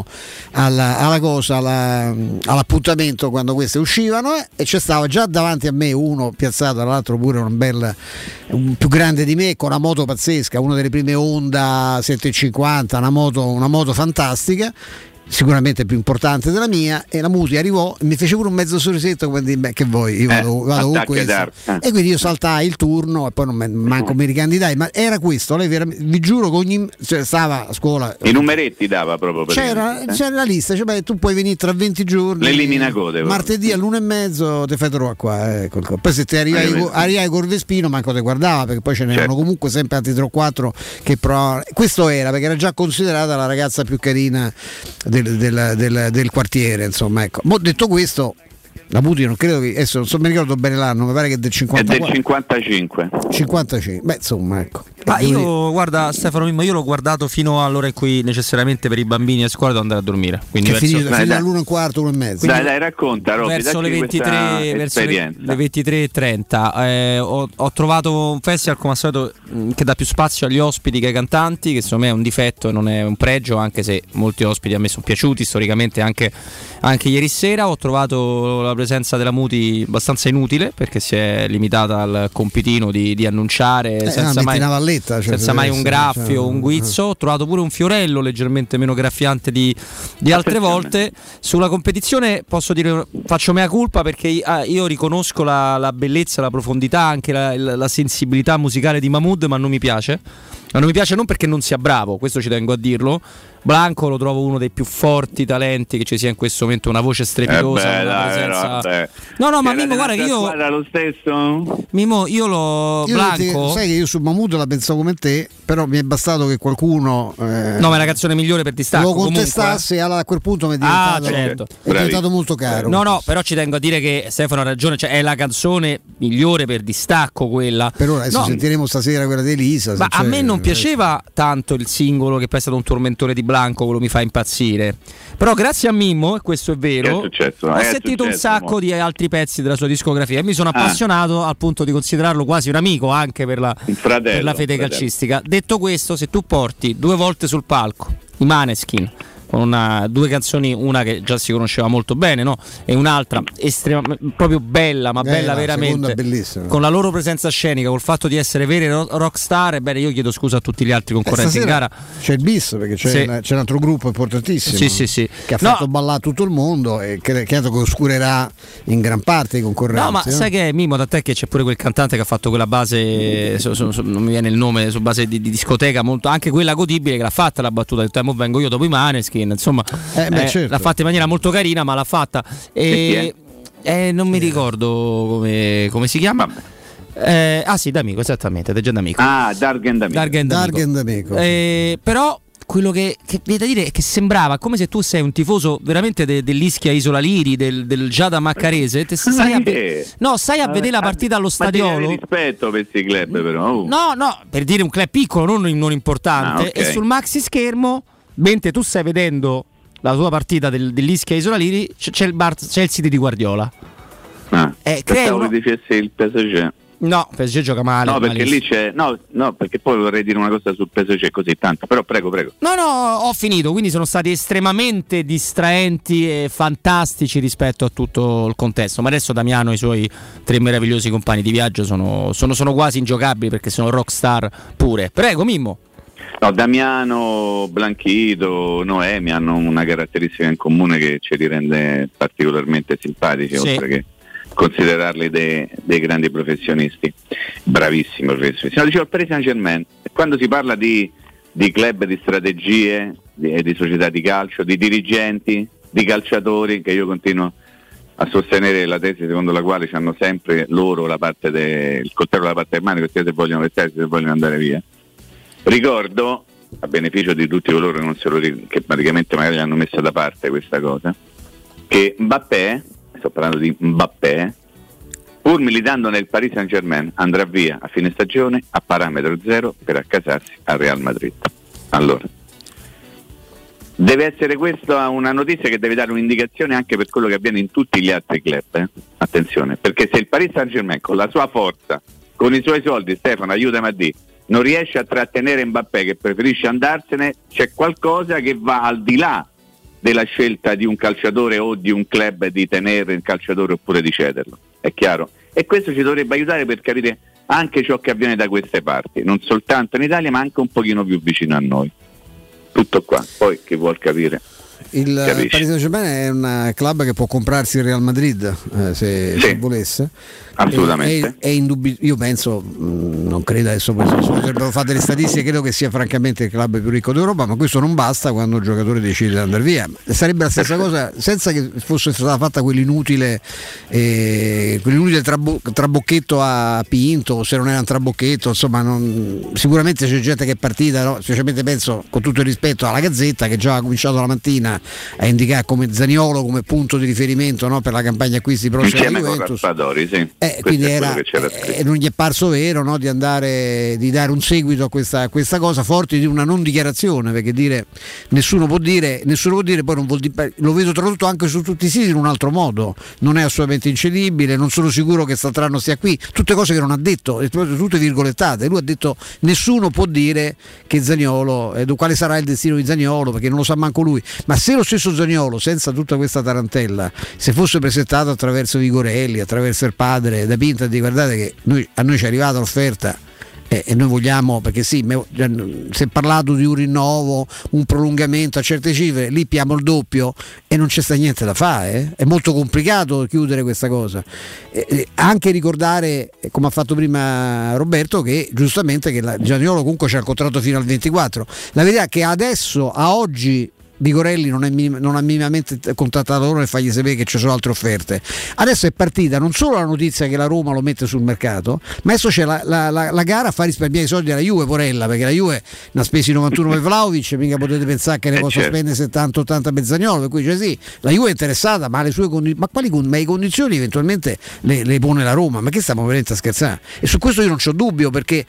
all'appuntamento quando queste uscivano, e c'è stava già davanti a me uno piazzato, dall'altro pure un più grande di me, con una moto pazzesca, una delle prime Honda 750, una moto fantastica, sicuramente più importante della mia, e la Muti arrivò e mi fece pure un mezzo sorrisetto come dire, che vuoi, io vado con questo, e quindi io saltai il turno e poi manco mi ricandidai, ma era questo, lei vi giuro che stava a scuola, i numeretti dava proprio per c'era la lista, cioè, tu puoi venire tra 20 giorni, l'eliminacode martedì all'1:30 ti fai trovare qua, poi se ti arrivai col Vespino manco te guardava, perché poi ce n'erano comunque sempre altri 3 o 4 che provavano. Questo era perché era già considerata la ragazza più carina del quartiere, insomma, ecco. Detto questo, la Muti non credo che adesso non mi ricordo bene l'anno, mi pare che è del 54. È del 55. Beh, insomma, ecco. Ma io, guarda, Stefano Mimmo, io l'ho guardato fino all'ora in cui necessariamente per i bambini a scuola devo andare a dormire, quindi fino all'1:15, 1:30. Dai, racconta, Robby, verso le 23, verso le 23:30 ho trovato un festival come al solito che dà più spazio agli ospiti che ai cantanti, che secondo me è un difetto e non è un pregio, anche se molti ospiti a me sono piaciuti storicamente, anche ieri sera. Ho trovato la presenza della Muti abbastanza inutile, perché si è limitata al compitino di annunciare senza mai un graffio o un guizzo. Ho trovato pure un fiorello leggermente meno graffiante di altre volte. Sulla competizione posso dire, faccio mea culpa, perché io riconosco la bellezza, la profondità, anche la sensibilità musicale di Mahmood, ma non mi piace. Ma non mi piace non perché non sia bravo, questo ci tengo a dirlo, Blanco lo trovo uno dei più forti talenti che ci sia in questo momento, una voce strepitosa, una presenza. No, ma Mimmo, guarda che io lo stesso. Mimmo, io Blanco, sai che io su Mahmood la pensavo come te, però mi è bastato che qualcuno no, ma è la canzone migliore per distacco, lo contestasse e a quel punto mi è diventato, certo. È diventato molto caro. No, però ci tengo a dire che Stefano ha ragione, cioè è la canzone migliore per distacco quella. Per ora adesso sentiremo stasera quella di Elisa. Ma a me non piaceva tanto il singolo, che poi è stato un tormentore di Blanco, quello mi fa impazzire. Però grazie a Mimmo, e questo è vero, ho sentito un sacco di altri pezzi della sua discografia e mi sono appassionato al punto di considerarlo quasi un amico anche per la fede calcistica. Detto questo, se tu porti 2 volte sul palco i Maneskin con 2 canzoni, una che già si conosceva molto bene, no? E un'altra proprio bella, ma bella veramente, con la loro presenza scenica, col fatto di essere veri rockstar, ebbene io chiedo scusa a tutti gli altri concorrenti in gara. C'è il bis, perché c'è un altro gruppo importantissimo che ha fatto ballare tutto il mondo e credo che oscurerà in gran parte i concorrenti. No, ma sai che Mimmo, da te che c'è pure quel cantante che ha fatto quella base, non mi viene il nome, su base di discoteca, molto, anche quella godibile, che l'ha fatta la battuta, ha detto mo vengo io dopo i Maneskin. Insomma, certo. L'ha fatta in maniera molto carina, ma l'ha fatta. Non mi ricordo come si chiama. Sì, D'Amico, esattamente, è già D'Amico. D'Amico. Però quello che viene da dire è che sembrava come se tu sei un tifoso veramente dell'Ischia Isola Liri, del Giada Maccarese, stai a vedere la partita allo stadiolo. Ma rispetto per questi club, però. No, per dire un club piccolo, non importante, okay. E sul maxi schermo, mentre tu stai vedendo la tua partita dell'Ischia Isola Liri, c'è il Chelsea di Guardiola. Pensavo dicessi il PSG. No, PSG gioca male. No, perché lì c'è. No, perché poi vorrei dire una cosa sul PSG così tanto. Però prego. No, ho finito. Quindi sono stati estremamente distraenti e fantastici rispetto a tutto il contesto. Ma adesso Damiano e i suoi 3 meravigliosi compagni di viaggio sono quasi ingiocabili, perché sono rockstar pure. Prego, Mimmo. No, Damiano, Blanchito, Noemi hanno una caratteristica in comune che ce li rende particolarmente simpatici, oltre che considerarli dei grandi professionisti. Bravissimo il resto. Dicevo il Paris Saint-Germain, quando si parla di club, di strategie, di società di calcio, di dirigenti, di calciatori, che io continuo a sostenere la tesi secondo la quale hanno sempre loro la parte il coltello dalla parte del manico, se vogliono restare, se vogliono andare via. Ricordo, a beneficio di tutti coloro che praticamente magari hanno messo da parte questa cosa, che Mbappé, sto parlando di Mbappé, pur militando nel Paris Saint-Germain, andrà via a fine stagione a parametro zero per accasarsi al Real Madrid. Allora, deve essere questa una notizia che deve dare un'indicazione anche per quello che avviene in tutti gli altri club. Attenzione, perché se il Paris Saint-Germain con la sua forza, con i suoi soldi, Stefano, aiutami a dire, non riesce a trattenere Mbappé, che preferisce andarsene, c'è qualcosa che va al di là della scelta di un calciatore o di un club di tenere il calciatore oppure di cederlo, è chiaro? E questo ci dovrebbe aiutare per capire anche ciò che avviene da queste parti, non soltanto in Italia ma anche un pochino più vicino a noi. Tutto qua, poi chi vuol capire. Il Paris Saint-Germain è un club che può comprarsi il Real Madrid se volesse. Assolutamente. È io penso, non credo, adesso potrebbero fare delle statistiche, credo che sia francamente il club più ricco d'Europa, ma questo non basta quando il giocatore decide di andare via. Sarebbe la stessa cosa senza che fosse stata fatta quell'inutile trabocchetto a Pinto, se non era un trabocchetto, insomma sicuramente c'è gente che è partita, no? Specialmente penso, con tutto il rispetto, alla Gazzetta, che già ha cominciato la mattina a indicare come Zaniolo come punto di riferimento, no? Per la campagna acquisti prossima insieme con Raspadori, sì. Quindi non gli è parso vero, no, di dare un seguito a questa cosa, forte di una non dichiarazione, perché dire nessuno può dire poi non vuol dire, lo vedo tradotto anche su tutti i siti in un altro modo, non è assolutamente incedibile, non sono sicuro che Statranno stia qui, tutte cose che non ha detto, tutte virgolettate. Lui ha detto nessuno può dire che Zaniolo, quale sarà il destino di Zaniolo, perché non lo sa manco lui. Ma se lo stesso Zaniolo, senza tutta questa tarantella, se fosse presentato attraverso Vigorelli, attraverso il padre da Pinto, di guardate che a noi ci è arrivata l'offerta E noi vogliamo, perché sì, si è parlato di un rinnovo, un prolungamento a certe cifre, lì piamo il doppio e non c'è sta niente da fare, è molto complicato chiudere questa cosa. Anche ricordare, come ha fatto prima Roberto, che giustamente che Zaniolo comunque c'ha il contratto fino al 24. La verità è che adesso, a oggi, Vigorelli non ha minimamente contattato loro e fargli sapere che ci sono altre offerte. Adesso è partita non solo la notizia che la Roma lo mette sul mercato, ma adesso c'è la gara a far risparmiare i soldi alla Juve, Porella, perché la Juve ne ha spesi 91 per Vlahovic, mica potete pensare che ne possa spendere 70-80 per Zaniolo, per cui cioè la Juve è interessata, ma le sue ma le condizioni eventualmente le pone la Roma, ma che stiamo veramente a scherzare? E su questo io non c'ho dubbio, perché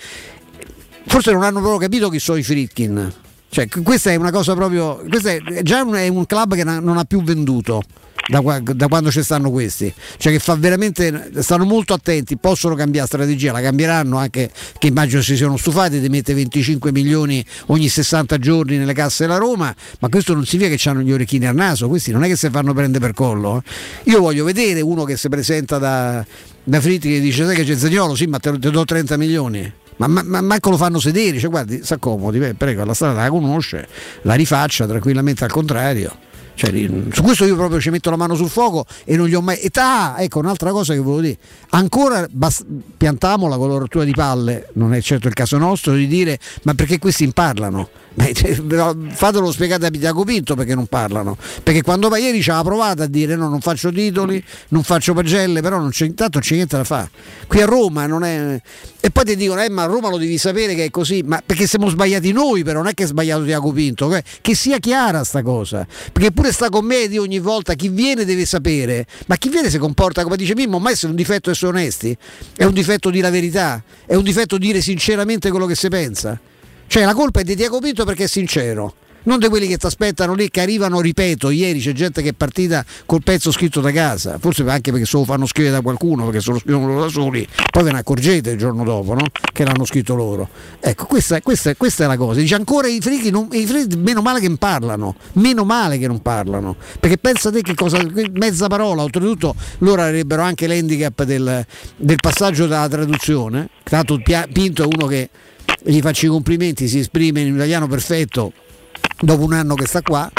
forse non hanno proprio capito chi sono i Friedkin. Cioè, questa è una cosa proprio. Questo è già un club che non ha più venduto da quando ci stanno questi. Cioè, che fa veramente. Stanno molto attenti, possono cambiare strategia, la cambieranno, anche che immagino si siano stufati di mettere 25 milioni ogni 60 giorni nelle casse della Roma, ma questo non significa che hanno gli orecchini al naso, questi non è che si fanno prendere per collo. Io voglio vedere uno che si presenta da Fritti che dice: sai che c'è Zaniolo? Sì, ma te do 30 milioni. Ma manco lo fanno sedere, cioè guardi, si accomodi, prego, la strada la conosce, la rifaccia tranquillamente al contrario. Cioè, su questo io proprio ci metto la mano sul fuoco e non gli ho mai. Ecco un'altra cosa che volevo dire. Ancora piantamola con la rottura di palle, non è certo il caso nostro di dire ma perché questi imparlano? Fatelo spiegare a Tiago Pinto perché non parlano, perché quando ieri ci aveva provato a dire no, non faccio titoli, non faccio pagelle, però intanto c'è niente da fare qui a Roma, non è. E poi ti dicono ma a Roma lo devi sapere che è così, ma perché siamo sbagliati noi, però non è che è sbagliato Tiago Pinto, che sia chiara sta cosa, perché pure sta commedia ogni volta chi viene deve sapere, ma chi viene si comporta come dice Mimmo, ma è un difetto essere onesti, è un difetto di la verità, è un difetto dire sinceramente quello che si pensa. Cioè la colpa è di Tiago Pinto perché è sincero, non di quelli che ti aspettano lì, che arrivano, ripeto, ieri c'è gente che è partita col pezzo scritto da casa, forse anche perché se lo fanno scrivere da qualcuno, perché se lo scrivono loro da soli, poi ve ne accorgete il giorno dopo, no? Che l'hanno scritto loro. Ecco, questa è la cosa. Dice ancora i frighi meno male che non parlano, perché pensa te che cosa, mezza parola, oltretutto loro avrebbero anche l'handicap del passaggio dalla traduzione, tanto Pinto è uno che gli faccio i complimenti, si esprime in italiano perfetto dopo un anno che sta qua,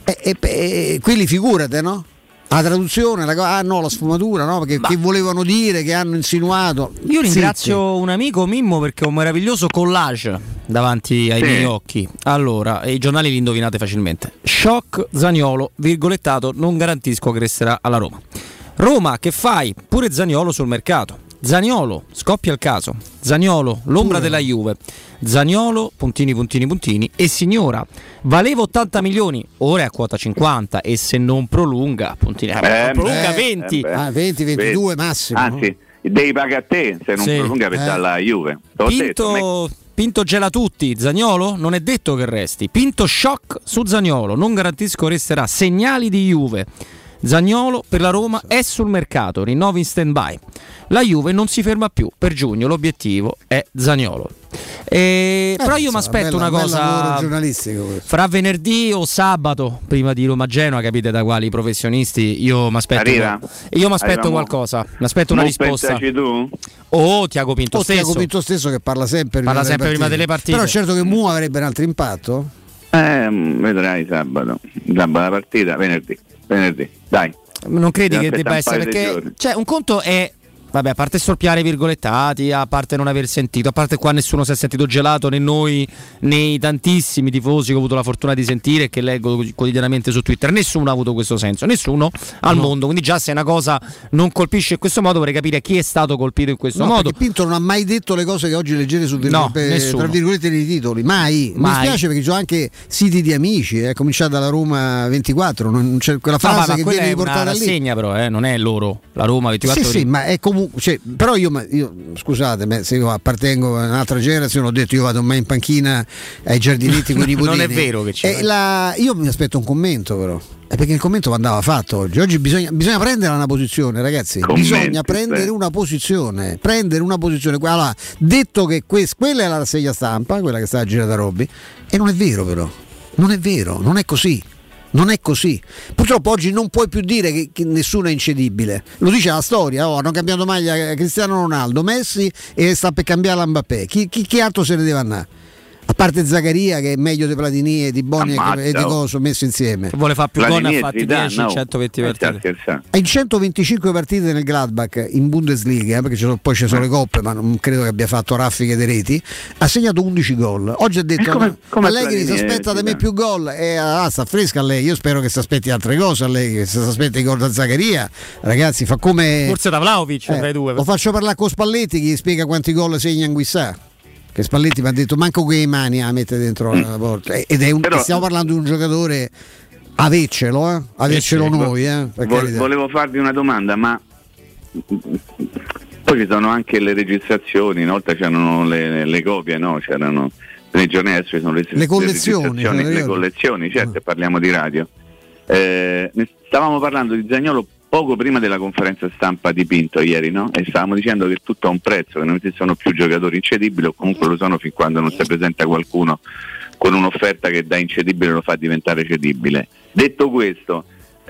e quelli figurate, no? La traduzione, la sfumatura, no? Perché che volevano dire, che hanno insinuato. Io ringrazio un amico Mimmo perché ho un meraviglioso collage davanti ai miei occhi. Allora, i giornali li indovinate facilmente. Shock Zaniolo, virgolettato, non garantisco che resterà alla Roma. Roma, che fai? Pure Zaniolo sul mercato. Zaniolo, scoppia il caso. Zaniolo, l'ombra della Juve. Zaniolo, puntini, e signora, valeva 80 milioni, ora è a quota 50 e se non prolunga, prolunga 20. 20, 22 massimo. Anzi, devi pagare a te se non prolunga per dare alla Juve. Pinto gela tutti, Zaniolo non è detto che resti. Pinto shock su Zaniolo, non garantisco resterà. Segnali di Juve. Zaniolo per la Roma è sul mercato, rinnovi in stand-by. La Juve non si ferma più, per giugno l'obiettivo è Zaniolo. Però io mi aspetto una cosa fra venerdì o sabato prima di Roma-Genoa, capite da quali professionisti io mi aspetto qualcosa, mi aspetto una risposta. Tu? Tiago Pinto stesso. Tiago Pinto stesso che parla sempre prima delle partite. Però certo che Mu avrebbe un altro impatto. Vedrai sabato la partita venerdì, dai. Non credi che debba essere, perché cioè un conto è vabbè, a parte storpiare i virgolettati, a parte non aver sentito, a parte qua nessuno si è sentito gelato, né noi né i tantissimi tifosi che ho avuto la fortuna di sentire e che leggo quotidianamente su Twitter, nessuno ha avuto questo senso, nessuno al mondo, quindi già se una cosa non colpisce in questo modo vorrei capire chi è stato colpito in questo modo. Perché Pinto non ha mai detto le cose che oggi leggete su tra virgolette nei titoli, mai. Mi spiace perché ci sono anche siti di amici, è cominciata dalla Roma 24, non c'è quella frase che viene riportata lì. Rassegna però, non è loro, la Roma 24. Sì, ma è comunque. Però io scusate, se io appartengo a un'altra generazione, ho detto io vado mai in panchina ai giardinetti con i nipotini. Non è vero che c'è. Io mi aspetto un commento, però. Perché il commento andava fatto oggi. Oggi bisogna prendere una posizione, ragazzi. Bisogna prendere una posizione. Allora, detto che quella è la rassegna stampa, quella che sta a girare da Robby, e non è vero, però. Non è vero, non è così. Non è così. Purtroppo oggi non puoi più dire che nessuno è incedibile. Lo dice la storia, hanno cambiato maglia Cristiano Ronaldo, Messi e sta per cambiare la Mbappé. Chi altro se ne deve andare? A parte Zaccaria che è meglio di Platini e di Boni e di Coso messi insieme. Vuole fare più gol, ha fatti 10 in 120 partite. In 125 partite nel Gladbach in Bundesliga, perché poi ci sono le coppe, ma non credo che abbia fatto raffiche di reti, ha segnato 11 gol. Oggi ha detto Allegri si aspetta da me più gol e sta fresca a lei. Io spero che si aspetti altre cose a lei, che si aspetti i gol da Zaccaria. Ragazzi, fa come forse da Vlahovic tra i due. Lo faccio parlare con Spalletti che spiega quanti gol segna Anguissà. Che Spalletti mi ha detto manco quei mani a mettere dentro la porta, ed è stiamo parlando di un giocatore, avercelo noi. Volevo farvi una domanda, ma poi ci sono anche le registrazioni, una volta c'erano le copie, no? C'erano nei giorni, adesso ci sono le collezioni, certo, parliamo di radio. Stavamo parlando di Zaniolo poco prima della conferenza stampa di Pinto ieri, no? E stavamo dicendo che tutto ha un prezzo, che non esistono più giocatori incedibili, o comunque lo sono fin quando non si presenta qualcuno con un'offerta che da incedibile lo fa diventare cedibile. Detto questo,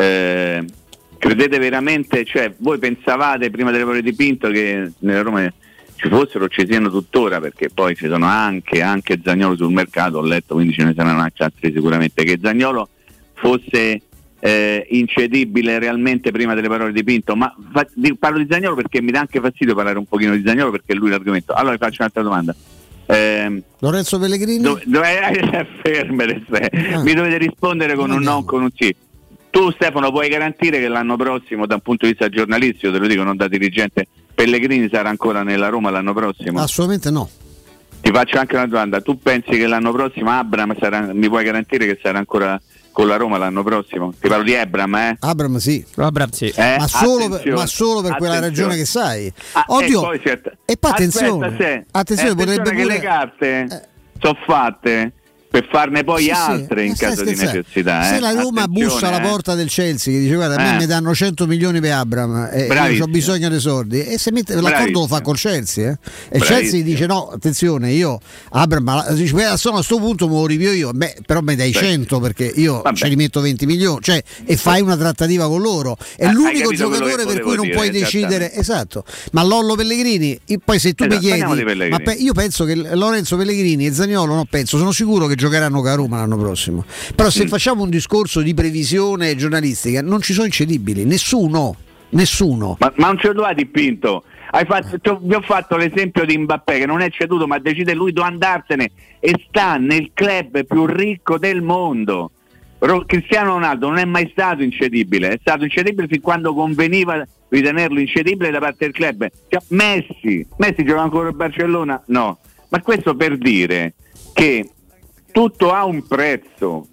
credete veramente, cioè voi pensavate prima delle parole di Pinto che nella Roma ci fossero, ci siano tuttora, perché poi ci sono anche Zaniolo sul mercato, ho letto, quindi ce ne saranno anche altri sicuramente, che Zaniolo fosse incedibile realmente prima delle parole di Pinto, ma parlo di Zaniolo perché mi dà anche fastidio parlare un pochino di Zaniolo, perché è lui l'argomento. Allora vi faccio un'altra domanda. Lorenzo Pellegrini? Fermere, mi dovete rispondere con un no o con un sì. Tu Stefano puoi garantire che l'anno prossimo, da un punto di vista giornalistico, te lo dico non da dirigente, Pellegrini sarà ancora nella Roma l'anno prossimo? Assolutamente no. Ti faccio anche una domanda, tu pensi che l'anno prossimo Abraham mi puoi garantire che sarà ancora con la Roma l'anno prossimo? Ti parlo di Abraham, Abraham sì. Ma solo per quella ragione che sai. Oddio. E poi attenzione, potrebbe che le carte sono fatte per farne poi altre in caso di necessità. Se la Roma bussa alla porta del Chelsea che dice guarda a me mi danno 100 milioni per Abraham e io ho bisogno dei soldi, e se mette l'accordo lo fa col Chelsea e il Chelsea dice no, attenzione, io Abraham dice a sto punto me lo rivio io, però mi dai 100 perché io ce li metto 20 milioni, cioè, e fai una trattativa con loro. È l'unico giocatore per cui non puoi decidere, esatto. Ma Lollo Pellegrini, poi se tu mi chiedi, ma io penso che Lorenzo Pellegrini e Zaniolo sono sicuro che giocheranno con la Roma l'anno prossimo. Però se facciamo un discorso di previsione giornalistica, non ci sono incedibili, nessuno. Ma non ce lo ha di Pinto. Vi ho fatto l'esempio di Mbappé che non è ceduto, ma decide lui di andarsene e sta nel club più ricco del mondo. Cristiano Ronaldo non è mai stato incedibile, è stato incedibile fin quando conveniva ritenerlo incedibile da parte del club. Messi gioca ancora in Barcellona? No. Ma questo per dire che tutto ha un prezzo,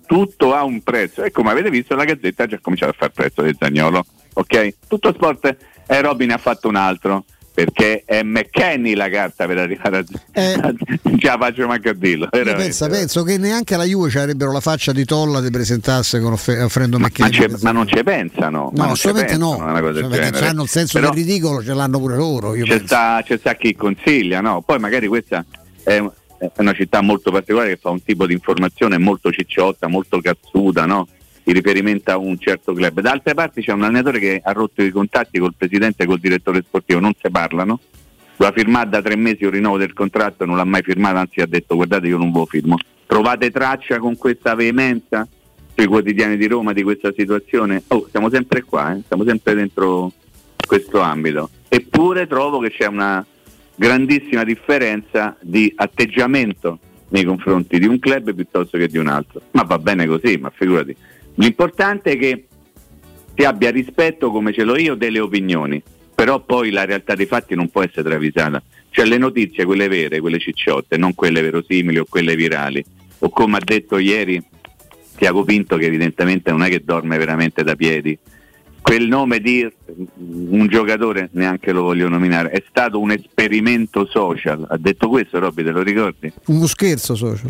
e come avete visto la Gazzetta ha già cominciato a fare prezzo del Zaniolo, ok? Tutto sport e Robin ha fatto un altro, perché è McKennie la carta per arrivare a ce la faccio manco a dirlo. Penso che neanche alla Juve ci avrebbero la faccia di Tolla di presentarsi offrendo McKennie. Ma non ci pensano. No, assolutamente no. Perché hanno il senso del ridicolo, ce l'hanno pure loro. C'è sta chi consiglia, no? Poi magari questa è una città molto particolare che fa un tipo di informazione molto cicciotta, molto cazzuta, no? In riferimento a un certo club. Da altre parti c'è un allenatore che ha rotto i contatti col presidente e col direttore sportivo, non si parlano, lo ha firmato da 3 mesi un rinnovo del contratto, non l'ha mai firmato, anzi ha detto guardate io non ve lo firmo. Trovate traccia con questa veemenza sui quotidiani di Roma di questa situazione? Siamo sempre qua, siamo sempre dentro questo ambito. Eppure trovo che c'è una grandissima differenza di atteggiamento nei confronti di un club piuttosto che di un altro, ma va bene così, ma figurati, l'importante è che si abbia rispetto, come ce l'ho io, delle opinioni, però poi la realtà dei fatti non può essere travisata, cioè le notizie, quelle vere, quelle cicciotte, non quelle verosimili o quelle virali, o come ha detto ieri Tiago Pinto, che evidentemente non è che dorme veramente da piedi, quel nome di un giocatore, neanche lo voglio nominare, è stato un esperimento social. Ha detto questo, Robby, te lo ricordi? Uno scherzo social,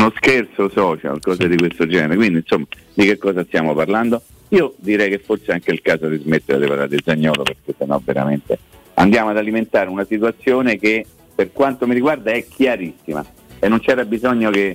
cose di questo genere. Quindi insomma, di che cosa stiamo parlando? Io direi che forse è anche il caso di smettere di parlare di Zaniolo, perché sennò veramente andiamo ad alimentare una situazione che per quanto mi riguarda è chiarissima e non c'era bisogno che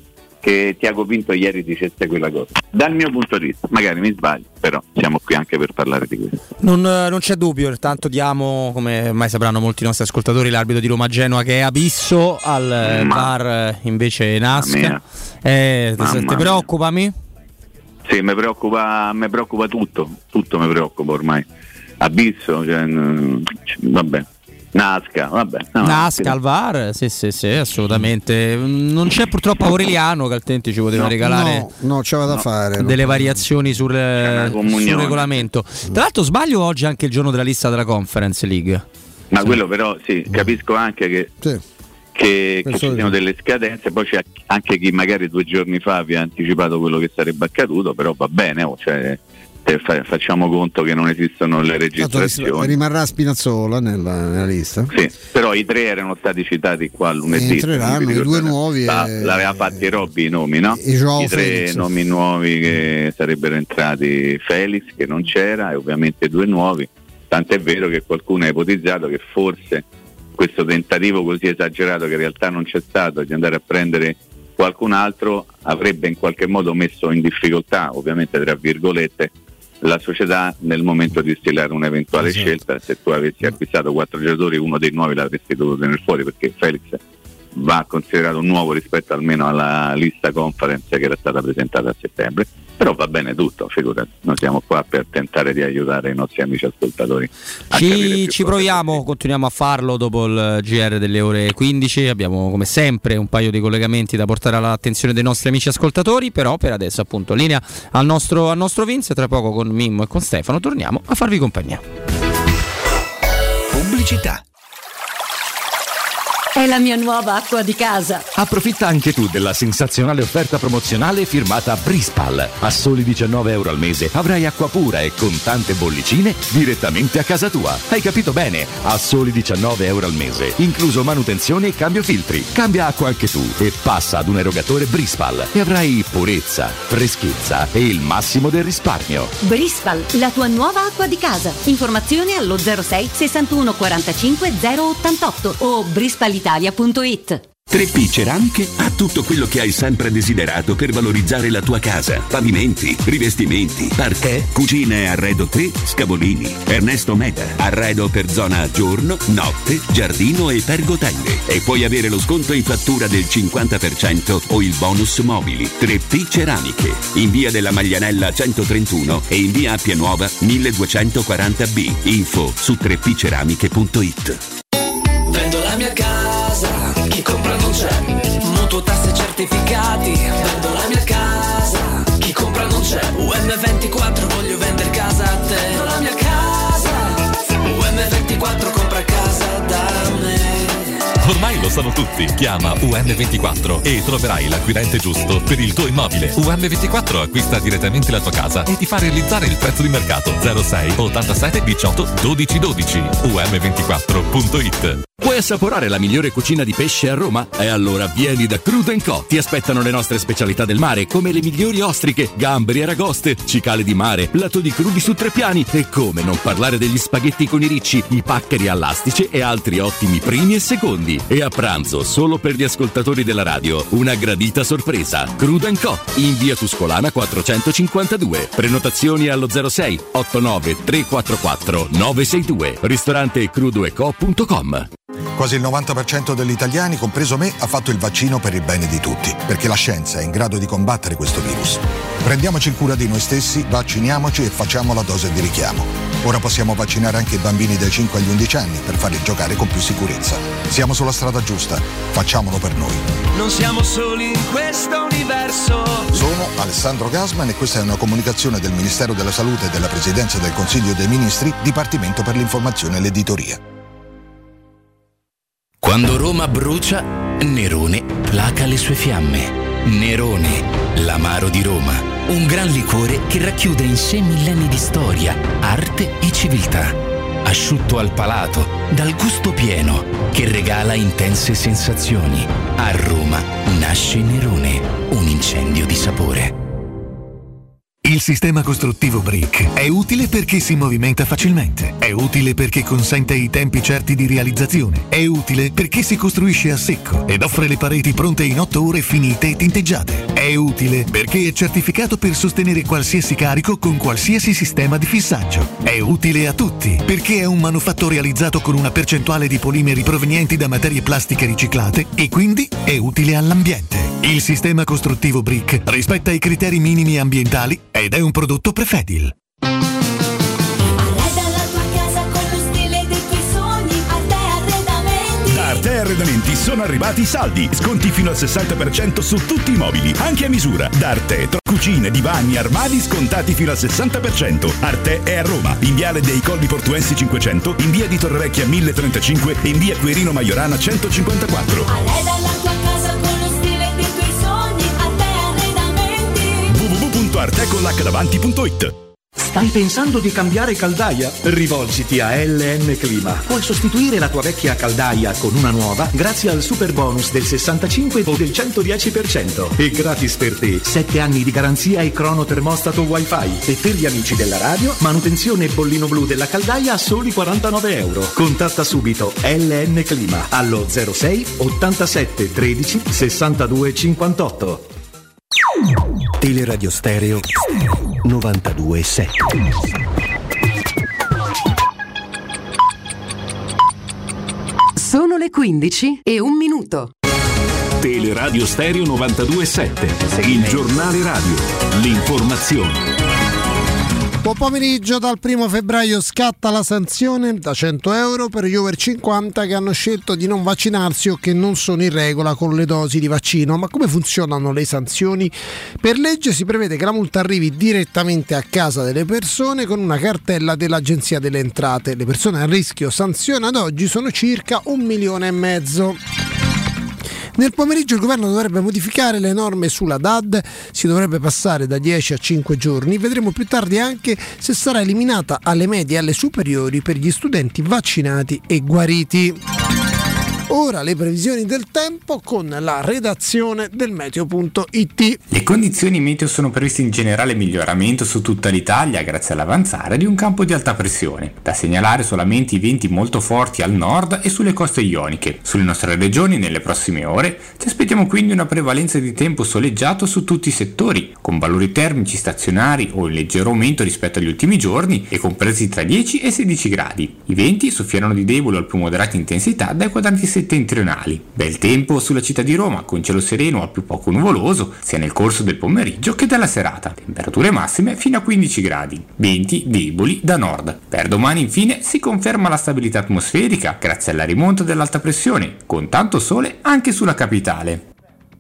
che Tiago Pinto ieri dicesse quella cosa. Dal mio punto di vista, magari mi sbaglio, però siamo qui anche per parlare di questo. Non c'è dubbio, intanto diamo, come mai sapranno molti nostri ascoltatori, l'arbitro di Roma Genoa che è Abisso, al VAR invece Nasca. Ti preoccupami? Sì, mi preoccupa tutto mi preoccupa ormai. Abisso, vabbè. Nasca al VAR, sì, assolutamente. Non c'è purtroppo Aureliano, che altrimenti ci poteva regalare c'era da fare delle variazioni sul regolamento. Tra l'altro sbaglio, oggi è anche il giorno della lista della Conference League. Ma quello però capisco anche che ci siano delle scadenze, poi c'è anche chi magari 2 giorni fa vi ha anticipato quello che sarebbe accaduto, però va bene, facciamo conto che non esistono le registrazioni. Rimarrà Spinazzola nella lista. Sì, però i 3 erano stati citati qua lunedì. Entreranno i 2 nuovi. L'aveva fatti Robby i nomi, no? I 3 Felix. Nomi nuovi che sarebbero entrati: Felix, che non c'era, e ovviamente 2 nuovi. Tant'è vero che qualcuno ha ipotizzato che forse questo tentativo così esagerato, che in realtà non c'è stato, di andare a prendere qualcun altro, avrebbe in qualche modo messo in difficoltà, ovviamente tra virgolette, la società nel momento di stilare un'eventuale scelta. Se tu avessi acquistato 4 giocatori, uno dei 9 l'avresti dovuto tenere fuori, perché Felix va considerato un nuovo rispetto almeno alla lista Conference che era stata presentata a settembre. Però va bene tutto, figurati, noi siamo qua per tentare di aiutare i nostri amici ascoltatori. Ci proviamo, continuiamo a farlo dopo il GR delle ore 15, abbiamo come sempre un paio di collegamenti da portare all'attenzione dei nostri amici ascoltatori, però per adesso appunto linea al nostro Vince, tra poco con Mimmo e con Stefano torniamo a farvi compagnia. Pubblicità. È la mia nuova acqua di casa. Approfitta anche tu della sensazionale offerta promozionale firmata Brispal. A soli €19 al mese avrai acqua pura e con tante bollicine direttamente a casa tua. Hai capito bene? A soli €19 al mese, incluso manutenzione e cambio filtri. Cambia acqua anche tu e passa ad un erogatore Brispal e avrai purezza, freschezza e il massimo del risparmio. Brispal, la tua nuova acqua di casa. Informazioni allo 06 61 45 088 o brispalitalia.it. 3P Ceramiche ha tutto quello che hai sempre desiderato per valorizzare la tua casa: pavimenti, rivestimenti, parquet, cucina e arredo 3, Scavolini. Ernesto Meda, arredo per zona giorno, notte, giardino e pergotelle. E puoi avere lo sconto in fattura del 50% o il bonus mobili. 3P Ceramiche, in via della Maglianella 131 e in via Appia Nuova 1240B. Info su 3pceramiche.it. Vendo la mia casa, chi compra non c'è. Mutuo, tasse, certificati. Vendo la mia casa, chi compra non c'è. UM24, voglio vendere casa a te. Vendo la mia casa, UM24, compra casa da me. Ormai lo sanno tutti. Chiama UM24 e troverai l'acquirente giusto per il tuo immobile. UM24 acquista direttamente la tua casa e ti fa realizzare il prezzo di mercato. 06 87 18 12 12. UM24.it. Vuoi assaporare la migliore cucina di pesce a Roma? E allora vieni da Crudo & Co. Ti aspettano le nostre specialità del mare, come le migliori ostriche, gamberi, aragoste, cicale di mare, piatto di crudi su 3 piani e come non parlare degli spaghetti con i ricci, i paccheri all'astice e altri ottimi primi e secondi. E a pranzo, solo per gli ascoltatori della radio, una gradita sorpresa. Crudo & Co. in via Tuscolana 452. Prenotazioni allo 06 89 344 962. Ristorante crudoeco.com. Quasi il 90% degli italiani, compreso me, ha fatto il vaccino per il bene di tutti, perché la scienza è in grado di combattere questo virus. Prendiamoci cura di noi stessi, vacciniamoci e facciamo la dose di richiamo. Ora possiamo vaccinare anche i bambini dai 5 agli 11 anni per farli giocare con più sicurezza. Siamo sulla strada giusta, facciamolo per noi. Non siamo soli in questo universo. Sono Alessandro Gasman e questa è una comunicazione del Ministero della Salute e della Presidenza del Consiglio dei Ministri, Dipartimento per l'Informazione e l'Editoria. Quando Roma brucia, Nerone placa le sue fiamme. Nerone, l'amaro di Roma. Un gran liquore che racchiude in sé millenni di storia, arte e civiltà. Asciutto al palato, dal gusto pieno, che regala intense sensazioni. A Roma nasce Nerone, un incendio di sapore. Il sistema costruttivo Brick è utile perché si movimenta facilmente, è utile perché consente i tempi certi di realizzazione, è utile perché si costruisce a secco ed offre le pareti pronte in 8 ore finite e tinteggiate, è utile perché è certificato per sostenere qualsiasi carico con qualsiasi sistema di fissaggio, è utile a tutti perché è un manufatto realizzato con una percentuale di polimeri provenienti da materie plastiche riciclate e quindi è utile all'ambiente. Il sistema costruttivo Brick rispetta i criteri minimi ambientali ed è un prodotto Prefedil. Da Arte Arredamenti sono arrivati i saldi, sconti fino al 60% su tutti i mobili, anche a misura. Da Arte, cucine, divani, armadi scontati fino al 60%. Arte è a Roma, in viale dei Colli Portuensi 500, in via di Torrevecchia 1035 e in via Quirino Maiorana 154. Arreda la tua casa con lo stile dei tuoi sogni, Arte Arredamenti. www.artecollacdavanti.it. Stai pensando di cambiare caldaia? Rivolgiti a LN Clima. Puoi sostituire la tua vecchia caldaia con una nuova grazie al super bonus del 65 o del 110%. E gratis per te 7 anni di garanzia e cronotermostato wifi. E per gli amici della radio, manutenzione e bollino blu della caldaia a soli €49. Contatta subito LN Clima allo 06 87 13 62 58. Teleradio Stereo 92.7. Sono le 15:01. Teleradio Stereo 92.7, il giornale radio, l'informazione. Buon pomeriggio. Dal 1 febbraio scatta la sanzione da €100 per gli over 50 che hanno scelto di non vaccinarsi o che non sono in regola con le dosi di vaccino. Ma come funzionano le sanzioni? Per legge si prevede che la multa arrivi direttamente a casa delle persone con una cartella dell'Agenzia delle Entrate. Le persone a rischio sanzione ad oggi sono circa 1,5 milioni. Nel pomeriggio il governo dovrebbe modificare le norme sulla DAD, si dovrebbe passare da 10 a 5 giorni, vedremo più tardi anche se sarà eliminata alle medie e alle superiori per gli studenti vaccinati e guariti. Ora le previsioni del tempo con la redazione del Meteo.it. Le condizioni meteo sono previste in generale miglioramento su tutta l'Italia grazie all'avanzare di un campo di alta pressione. Da segnalare solamente i venti molto forti al nord e sulle coste ioniche. Sulle nostre regioni nelle prossime ore ci aspettiamo quindi una prevalenza di tempo soleggiato su tutti i settori, con valori termici stazionari o in leggero aumento rispetto agli ultimi giorni e compresi tra 10 e 16 gradi. I venti soffieranno di debole o più moderata intensità dai quadranti settentrionali. Bel tempo sulla città di Roma con cielo sereno a più poco nuvoloso sia nel corso del pomeriggio che della serata. Temperature massime fino a 15 gradi. Venti deboli da nord. Per domani infine si conferma la stabilità atmosferica grazie alla rimonta dell'alta pressione con tanto sole anche sulla capitale.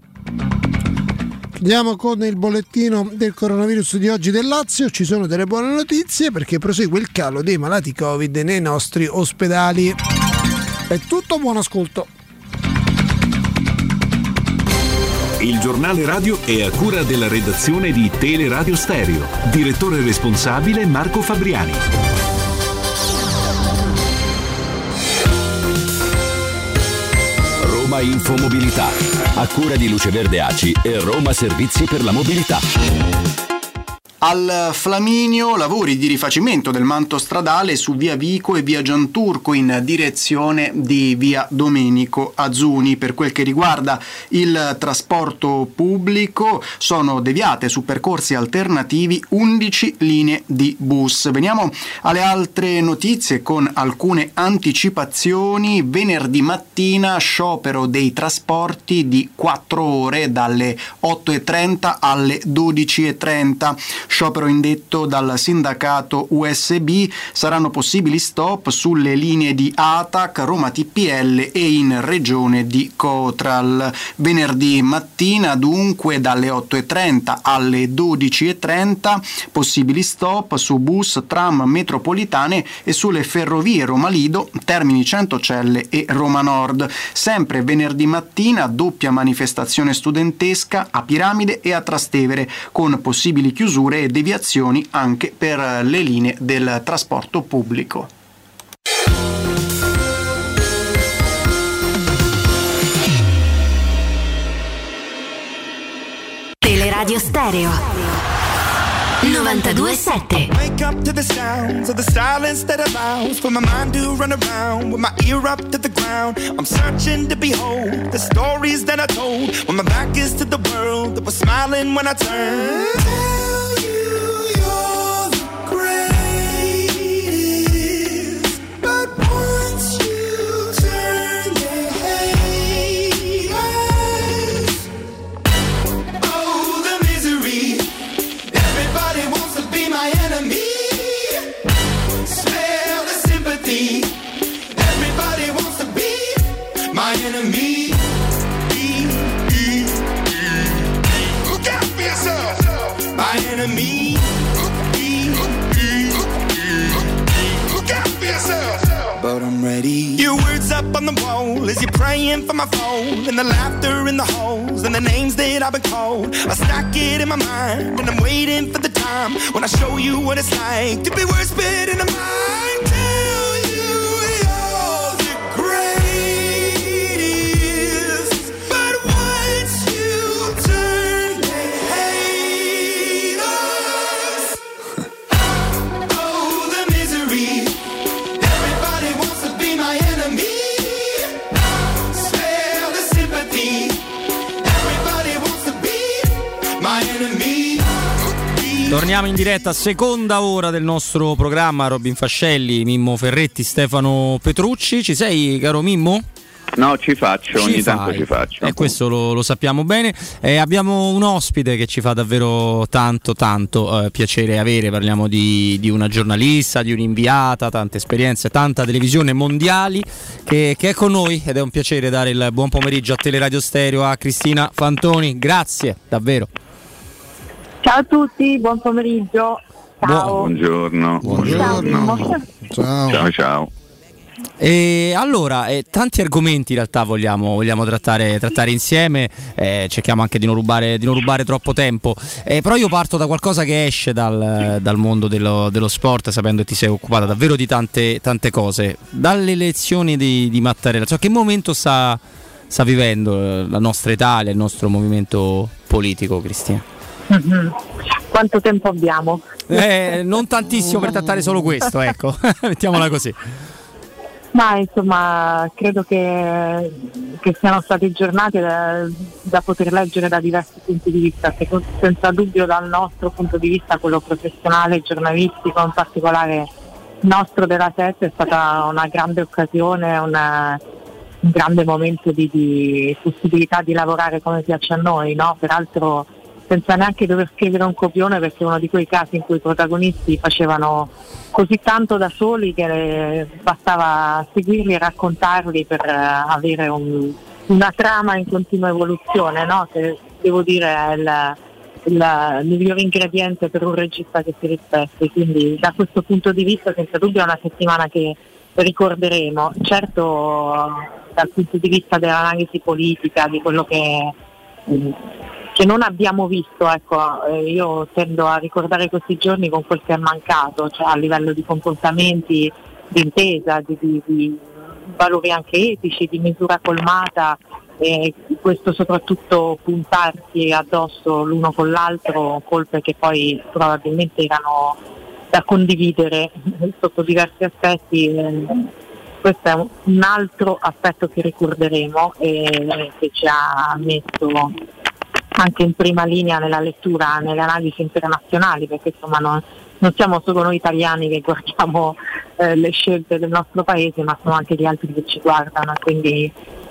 Andiamo con il bollettino del coronavirus di oggi del Lazio. Ci sono delle buone notizie perché prosegue il calo dei malati Covid nei nostri ospedali. È tutto, buon ascolto. Il giornale radio è a cura della redazione di Teleradio Stereo. Direttore responsabile Marco Fabriani. Roma Infomobilità, a cura di Luce Verde ACI e Roma Servizi per la Mobilità. Al Flaminio, lavori di rifacimento del manto stradale su via Vico e via Gianturco in direzione di via Domenico Azzuni. Per quel che riguarda il trasporto pubblico sono deviate su percorsi alternativi 11 linee di bus. Veniamo alle altre notizie con alcune anticipazioni. Venerdì mattina sciopero dei trasporti di 4 ore dalle 8:30 alle 12:30. Sciopero indetto dal sindacato USB. Saranno possibili stop sulle linee di ATAC, Roma TPL e in regione di Cotral. Venerdì mattina dunque dalle 8:30 alle 12:30 possibili stop su bus, tram, metropolitane e sulle ferrovie Roma Lido, Termini Centocelle e Roma Nord. Sempre venerdì mattina doppia manifestazione studentesca a Piramide e a Trastevere con possibili chiusure e deviazioni anche per le linee del trasporto pubblico. Teleradio Stereo 92.7. 92.7. Wake up to the sounds of the silence that allows for my mind to run around with my ear up to the ground. I'm searching to behold the stories that I told when my back is to the world that was smiling when I turned. Tell you you're the greatest, but once you turn they hate us. Oh, the misery. Everybody wants to be my enemy. Smell the sympathy. Everybody wants to be my enemy. Look out for yourself. My enemy. Look out for yourself. But I'm ready. Your words up on the wall as you're praying for my phone, and the laughter in the holes and the names that I've been called. I stack it in my mind and I'm waiting for the time when I show you what it's like to be worse fit in the mind. Tell you you're the greatest, but once you turn they hate us. Oh, the misery. Everybody wants to be my enemy. Spare the sympathy. Everybody wants to be my enemy. Torniamo in diretta, seconda ora del nostro programma. Robin Fascelli, Mimmo Ferretti, Stefano Petrucci. Ci sei, caro Mimmo? No, ci faccio, ogni tanto ci faccio. E questo lo sappiamo bene. Abbiamo un ospite che ci fa davvero tanto piacere avere. Parliamo di una giornalista, di un'inviata, tante esperienze, tanta televisione mondiali che è con noi, ed è un piacere dare il buon pomeriggio a Teleradio Stereo a Cristina Fantoni. Grazie, davvero. Ciao a tutti, buon pomeriggio. Ciao. Buongiorno. Ciao. E allora, tanti argomenti in realtà vogliamo trattare insieme, cerchiamo anche di non rubare troppo tempo, però io parto da qualcosa che esce dal mondo dello sport, sapendo che ti sei occupata davvero di tante cose, dalle elezioni di Mattarella. Cioè, che momento sta vivendo la nostra Italia, il nostro movimento politico, Cristina? Mm-hmm. Quanto tempo abbiamo? Non tantissimo per trattare solo questo, ecco. Mettiamola così. Ma insomma, credo che siano state giornate da poter leggere da diversi punti di vista, senza dubbio dal nostro punto di vista, quello professionale, giornalistico, in particolare nostro della 7, è stata una grande occasione, un grande momento di possibilità di lavorare come piace a noi, no? Peraltro senza neanche dover scrivere un copione, perché è uno di quei casi in cui i protagonisti facevano così tanto da soli che bastava seguirli e raccontarli per avere una trama in continua evoluzione, no? Che devo dire è il migliore ingrediente per un regista che si rispetti, quindi da questo punto di vista senza dubbio è una settimana che ricorderemo. Certo, dal punto di vista dell'analisi politica, di quello che non abbiamo visto, ecco, io tendo a ricordare questi giorni con quel che è mancato, cioè a livello di comportamenti, di intesa, di valori anche etici, di misura colmata, e questo soprattutto puntarsi addosso l'uno con l'altro, colpe che poi probabilmente erano da condividere sotto diversi aspetti. Questo è un altro aspetto che ricorderemo e che ci ha messo anche in prima linea nella lettura, nelle analisi internazionali, perché insomma non siamo solo noi italiani che guardiamo le scelte del nostro paese, ma sono anche gli altri che ci guardano, quindi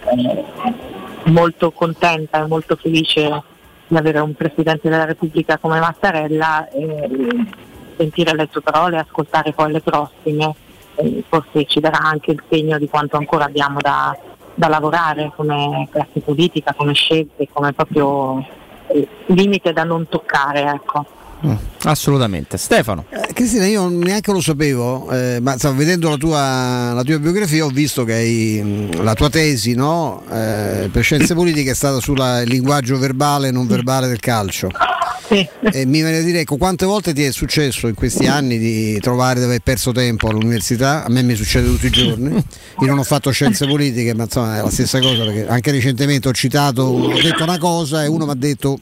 molto contenta e molto felice di avere un Presidente della Repubblica come Mattarella, e sentire le sue parole, ascoltare poi le prossime, forse ci darà anche il segno di quanto ancora abbiamo da lavorare come classe politica, come scelte, come proprio limite da non toccare, ecco. Assolutamente. Stefano. Cristina, io neanche lo sapevo, ma stavo vedendo la tua biografia, ho visto che hai la tua tesi, no? Per scienze politiche è stata sul linguaggio verbale e non verbale del calcio. Mi viene a dire, ecco, quante volte ti è successo in questi anni di trovare di aver perso tempo all'università? A me mi succede tutti i giorni. Io non ho fatto scienze politiche, ma insomma è la stessa cosa, perché anche recentemente ho detto una cosa e uno mi ha detto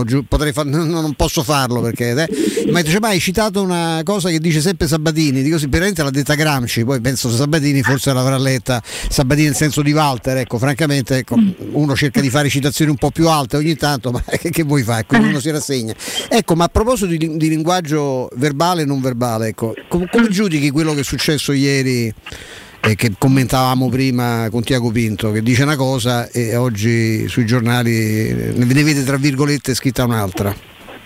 non posso farlo perché ma dice, ma hai citato una cosa che dice sempre Sabatini, dico sì, veramente l'ha detta Gramsci, poi penso Sabatini forse l'avrà letta Sabatini nel senso di Walter, ecco, francamente, ecco, uno cerca di fare citazioni un po' più alte ogni tanto, ma che vuoi fare? Quindi uno si rassegna. Ecco, ma a proposito di linguaggio verbale e non verbale, ecco, come giudichi quello che è successo ieri, che commentavamo prima con Tiago Pinto, che dice una cosa e oggi sui giornali ne vede tra virgolette scritta un'altra?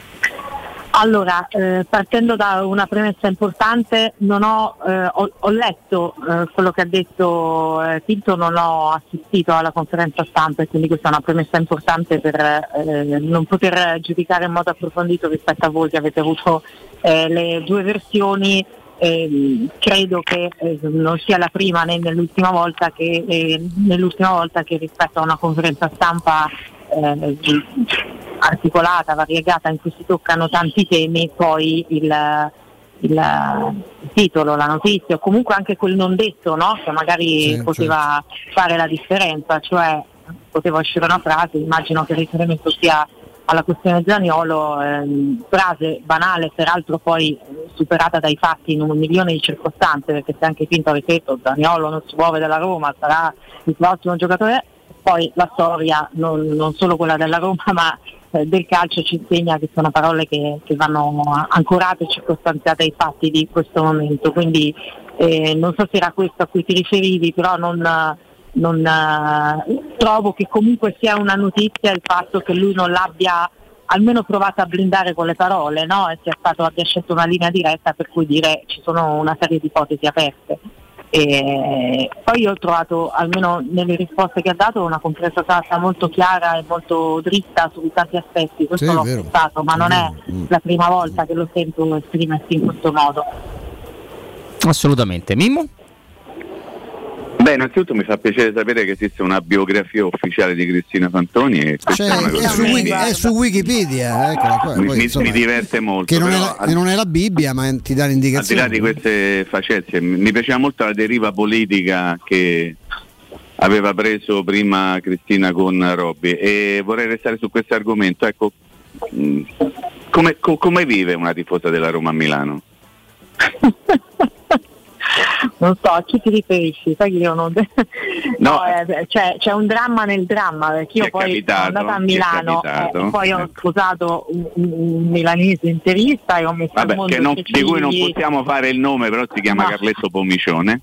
Allora, partendo da una premessa importante, ho letto quello che ha detto Pinto, non ho assistito alla conferenza stampa e quindi questa è una premessa importante per non poter giudicare in modo approfondito rispetto a voi che avete avuto le due versioni. Credo che non sia la prima né nell'ultima volta che rispetto a una conferenza stampa articolata, variegata, in cui si toccano tanti temi, poi il titolo, la notizia o comunque anche quel non detto, no? Che magari poteva fare la differenza, cioè poteva uscire una frase, immagino che il riferimento sia alla questione Zaniolo, frase banale, peraltro poi superata dai fatti in 1 milione di circostanze, perché se anche Pinto avesse detto Zaniolo non si muove dalla Roma, sarà il prossimo giocatore, poi la storia, non solo quella della Roma ma del calcio, ci insegna che sono parole che vanno ancorate e circostanziate ai fatti di questo momento, quindi non so se era questo a cui ti riferivi, però non trovo che comunque sia una notizia il fatto che lui non l'abbia almeno provato a blindare con le parole, no? E abbia scelto una linea diretta per cui dire ci sono una serie di ipotesi aperte. E poi io ho trovato, almeno nelle risposte che ha dato, una conferenza stampa molto chiara e molto dritta su tanti aspetti, questo l'ho pensato, ma non è la prima volta che lo sento esprimersi in questo modo. Assolutamente. Mimmo? Beh, innanzitutto mi fa piacere sapere che esiste una biografia ufficiale di Cristina Fantoni e è su Wikipedia, eccola qua. Mi diverte molto. Che non è la Bibbia, ma ti dà l'indicazione. Al di là di queste facezie, mi piaceva molto la deriva politica che aveva preso prima Cristina con Robby, e vorrei restare su questo argomento. Ecco, come vive una tifosa della Roma a Milano? Non so, a chi ti riferisci? Sai che io non... c'è un dramma nel dramma, perché io poi sono andata a Milano e poi ho sposato un milanese interista e ho messo al mondo di cui non possiamo fare il nome, però si chiama Carletto Pomicione.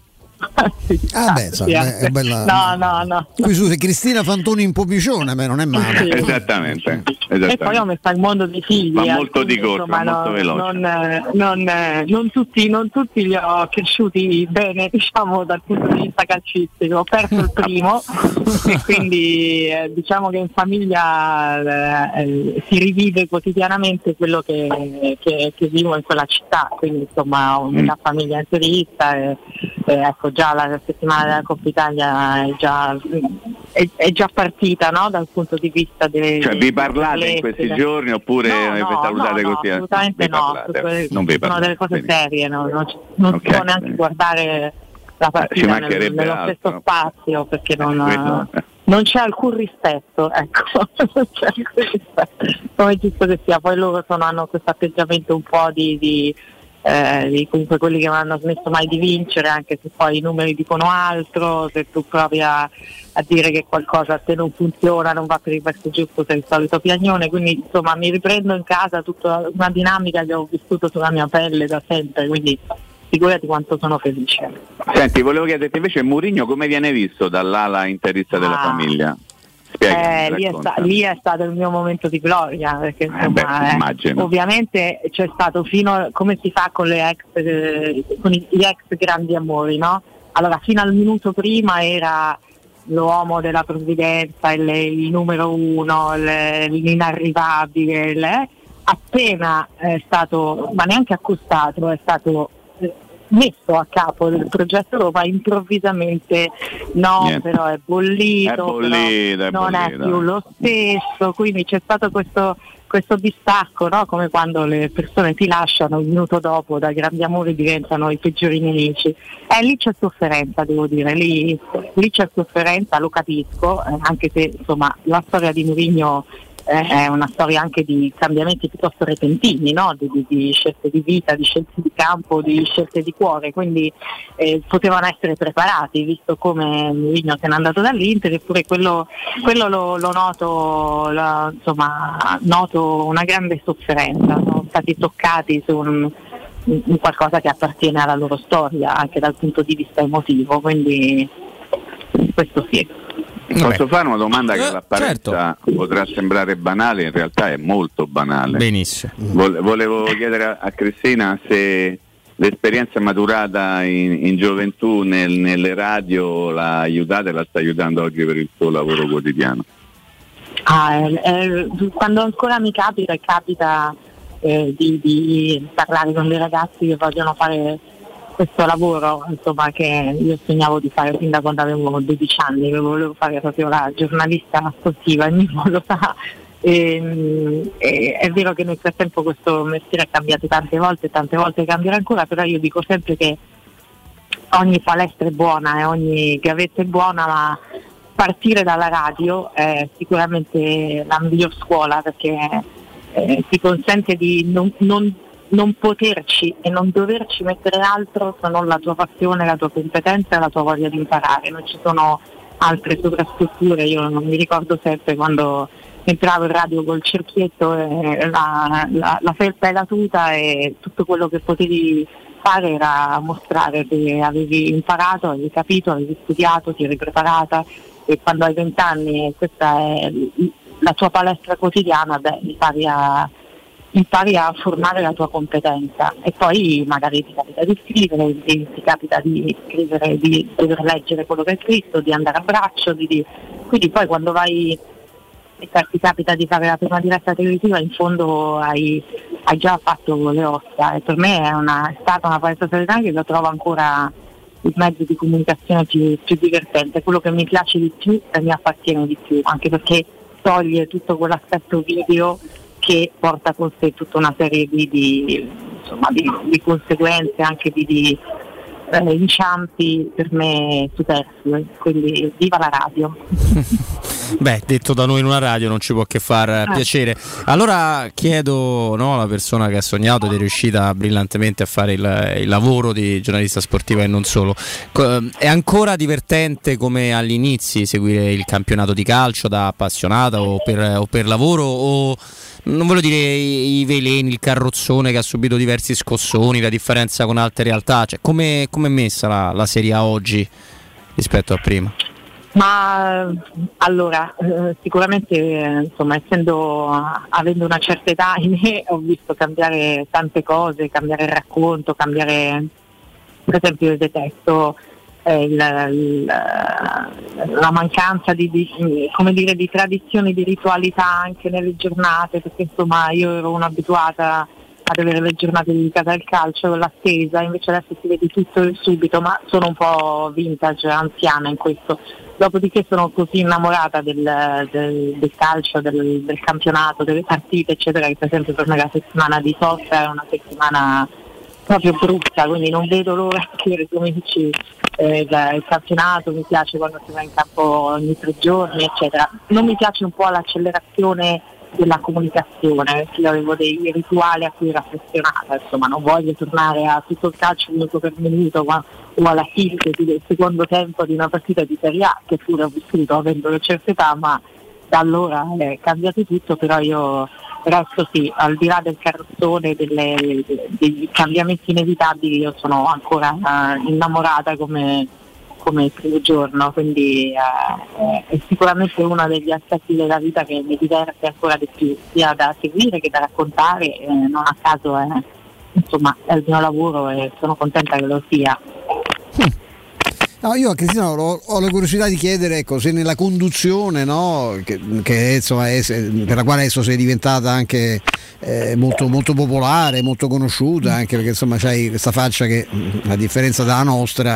È bella. No. Qui su Cristina Fantoni in Pomicione, a me non è male. Sì. Esattamente. E poi ho messo al mondo dei figli. Va molto di corsa, molto veloce. Non tutti li ho cresciuti bene, diciamo, dal punto di vista calcistico. Ho perso il primo e quindi diciamo che in famiglia si rivive quotidianamente quello che vivo in quella città. Quindi insomma ho una famiglia interista ecco, già la settimana della Coppa Italia è già partita, no? Dal punto di vista cioè vi parlate in questi giorni oppure avete salutato così? Assolutamente non vi parlate. Sono delle cose serie, non si può neanche guardare la partita nello stesso spazio, perché non c'è alcun rispetto, ecco. Non c'è alcun rispetto, come giusto che sia. Poi loro hanno questo atteggiamento un po' di comunque quelli che non hanno smesso mai di vincere, anche se poi i numeri dicono altro. Se tu provi a dire che qualcosa a te non funziona, non va per il verso giusto, sei il solito piagnone. Quindi insomma mi riprendo in casa tutta una dinamica che ho vissuto sulla mia pelle da sempre, quindi figurati quanto sono felice. Senti, volevo chiederti invece Mourinho come viene visto dall'ala interista della famiglia? Lì è stato il mio momento di gloria, perché insomma, ovviamente c'è stato come si fa con con gli ex grandi amori, no? Allora fino al minuto prima era l'uomo della provvidenza, il numero uno, l'inarrivabile, appena è stato, ma neanche accostato, è stato messo a capo del progetto Roma, improvvisamente però è bollito, non è più lo stesso, quindi c'è stato questo questo distacco, no? Come quando le persone ti lasciano, un minuto dopo da grandi amori diventano i peggiori nemici. Lì c'è sofferenza, devo dire, lì c'è sofferenza, lo capisco, anche se insomma la storia di Mourinho è una storia anche di cambiamenti piuttosto repentini, no? Di scelte di vita, di scelte di campo, di scelte di cuore, quindi potevano essere preparati, visto come Mourinho se n'è andato dall'Inter, eppure quello lo noto, noto una grande sofferenza, sono stati toccati su un qualcosa che appartiene alla loro storia anche dal punto di vista emotivo, quindi questo sì. Posso fare una domanda che all'apparenza potrà sembrare banale, in realtà è molto banale. Benissimo. Volevo chiedere a Cristina se l'esperienza maturata in gioventù nelle radio l'ha aiutata e la sta aiutando oggi per il suo lavoro quotidiano. Quando ancora mi capita di parlare con dei ragazzi che vogliono fare questo lavoro, insomma, che io sognavo di fare fin da quando avevo 12 anni, che volevo fare proprio la giornalista sportiva, ognuno lo sa. È vero che nel frattempo questo mestiere è cambiato tante volte cambierà ancora, però io dico sempre che ogni palestra è buona e ogni gavetta è buona, ma partire dalla radio è sicuramente la miglior scuola, perché ti consente di non poterci e non doverci mettere altro se non la tua passione, la tua competenza e la tua voglia di imparare. Non ci sono altre sovrastrutture. Io non mi ricordo sempre quando entravo in radio col cerchietto, la felpa e la tuta, e tutto quello che potevi fare era mostrare che avevi imparato, avevi capito, avevi studiato, ti eri preparata, e quando hai 20 anni e questa è la tua palestra quotidiana, impari a formare la tua competenza, e poi magari ti capita di scrivere, ti capita di scrivere, di dover leggere quello che hai scritto, di andare a braccio, quindi poi quando vai e ti capita di fare la prima diretta televisiva, in fondo hai già fatto le ossa, e per me è stata una palestra solitaria che lo trovo ancora il mezzo di comunicazione più divertente, quello che mi piace di più e mi appartiene di più, anche perché toglie tutto quell'aspetto video che porta con sé tutta una serie di conseguenze, anche di inciampi per me superflui, quindi viva la radio. Beh, detto da noi in una radio non ci può che far piacere. Allora chiedo, alla persona che ha sognato ed è riuscita brillantemente a fare il lavoro di giornalista sportiva e non solo, è ancora divertente come agli inizi seguire il campionato di calcio da appassionata o per lavoro, o non voglio dire i veleni, il carrozzone che ha subito diversi scossoni, la differenza con altre realtà, cioè come è messa la Serie A oggi rispetto a prima? Ma allora, sicuramente avendo una certa età in me, ho visto cambiare tante cose, cambiare il racconto, cambiare, per esempio io detesto la mancanza di tradizioni, di ritualità anche nelle giornate, perché io ero un'abituata ad avere le giornate dedicate al calcio con l'attesa, invece adesso si vede tutto e subito, ma sono un po' vintage, anziana in questo. Dopodiché sono così innamorata del calcio, del campionato, delle partite eccetera, che per esempio per me la settimana di sosta è una settimana proprio brutta, quindi non vedo l'ora che ricominci il campionato. Mi piace quando si va in campo ogni 3 giorni eccetera. Non mi piace un po' l'accelerazione della comunicazione, perché io avevo dei rituali a cui ero affezionata, non voglio tornare a tutto il calcio minuto per minuto o alla sintesi del secondo tempo di una partita di Serie A, che pure ho vissuto avendo una certa età, ma da allora è cambiato tutto. Però io resto al di là del carrozzone, dei cambiamenti inevitabili, io sono ancora innamorata come il primo giorno, quindi è sicuramente uno degli aspetti della vita che mi diverte ancora di più, sia da seguire che da raccontare, non a caso è il mio lavoro e sono contenta che lo sia. No, io a Cristiano ho la curiosità di chiedere, ecco, se nella conduzione, no, che insomma per la quale adesso sei diventata anche molto, molto popolare, molto conosciuta, anche perché insomma c'hai questa faccia che, a differenza dalla nostra,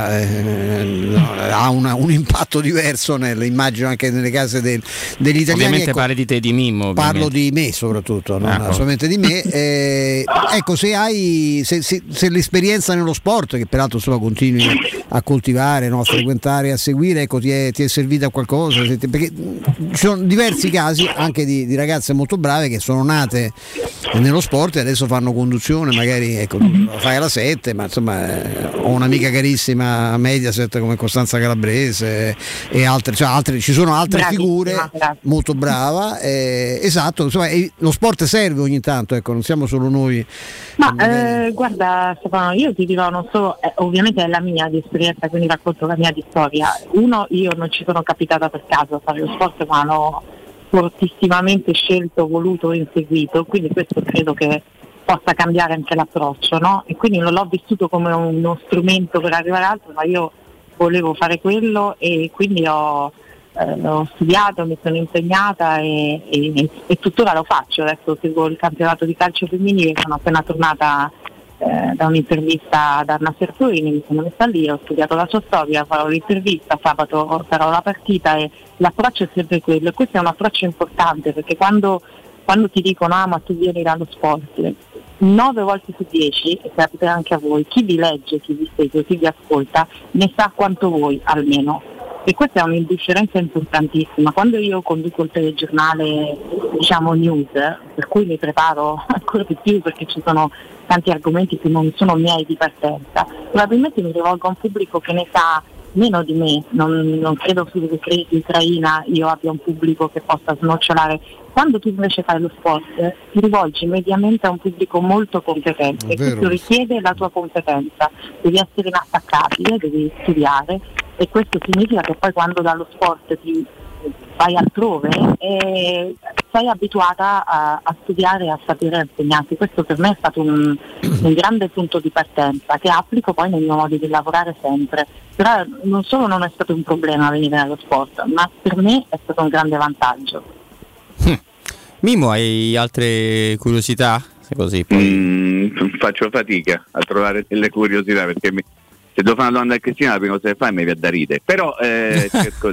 ha un impatto diverso, immagino anche nelle case degli italiani. Ovviamente ecco, parli di te, di Mimmo. Parlo di me soprattutto, non solamente di me. Ecco, se l'esperienza nello sport, che peraltro insomma continui a coltivare, no, a frequentare, a seguire, ecco, ti è servita a qualcosa? Perché ci sono diversi casi anche di ragazze molto brave che sono nate nello sport e adesso fanno conduzione, magari, ecco, lo fai alla 7, ma insomma ho un'amica carissima a Mediaset come Costanza Calabrese e altre, ci sono altre figure, molto brava, esatto, insomma lo sport serve ogni tanto, ecco, non siamo solo noi. Ma guarda Stefano, io ti dirò, non solo, ovviamente è la mia di esperienza, quindi racconto la mia di storia. Io non ci sono capitata per caso a fare lo sport, ma l'ho fortissimamente scelto, voluto e inseguito, quindi questo credo che possa cambiare anche l'approccio, no? E quindi non l'ho vissuto come uno strumento per arrivare a altro, ma io volevo fare quello e quindi ho studiato, mi sono impegnata e tuttora lo faccio. Adesso seguo il campionato di calcio femminile, sono appena tornata da un'intervista da Anna Sertorini, mi sono messa lì, ho studiato la sua storia, farò l'intervista, sabato farò la partita e l'approccio è sempre quello, e questo è un approccio importante, perché quando ti dicono ma tu vieni dallo sport, 9 volte su 10, e capita anche a voi, chi vi legge, chi vi segue, chi vi ascolta ne sa quanto voi almeno, e questa è un'indifferenza importantissima. Quando io conduco il telegiornale, diciamo news, per cui mi preparo ancora di più perché ci sono tanti argomenti che non sono miei di partenza, probabilmente mi rivolgo a un pubblico che ne sa meno di me, non credo sulle crisi ucraina io abbia un pubblico che possa snocciolare. Quando tu invece fai lo sport ti rivolgi mediamente a un pubblico molto competente, e questo richiede la tua competenza, devi essere inattaccabile, devi studiare, e questo significa che poi quando dallo sport ti vai altrove sei abituata a studiare e a sapere insegnarti. Questo per me è stato un grande punto di partenza che applico poi nei miei modi di lavorare sempre. Però non solo non è stato un problema venire dallo sport, ma per me è stato un grande vantaggio. Mimmo, hai altre curiosità? Se così poi... faccio fatica a trovare delle curiosità, perché se devo fare una domanda a Cristina la prima cosa che fa è mi viene da ridere, però cerco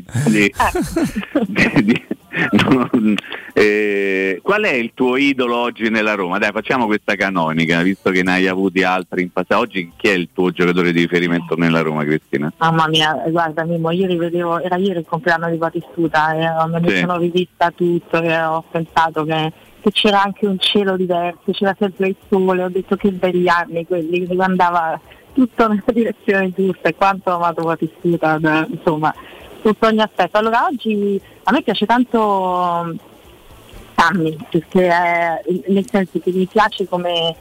qual è il tuo idolo oggi nella Roma? Dai, facciamo questa canonica, visto che ne hai avuti altri in passato. Oggi chi è il tuo giocatore di riferimento nella Roma, Cristina? Mamma mia, guarda Mimmo, io rivedevo, era ieri il compleanno di Batistuta e me ne sono rivista tutto e ho pensato che c'era anche un cielo diverso, c'era sempre il sole, ho detto che belli anni quelli, che andava tutto nella direzione giusta, e quanto ho amato Batistuta, insomma, sotto ogni aspetto. Allora oggi a me piace tanto Sammy, perché nel senso che mi piace come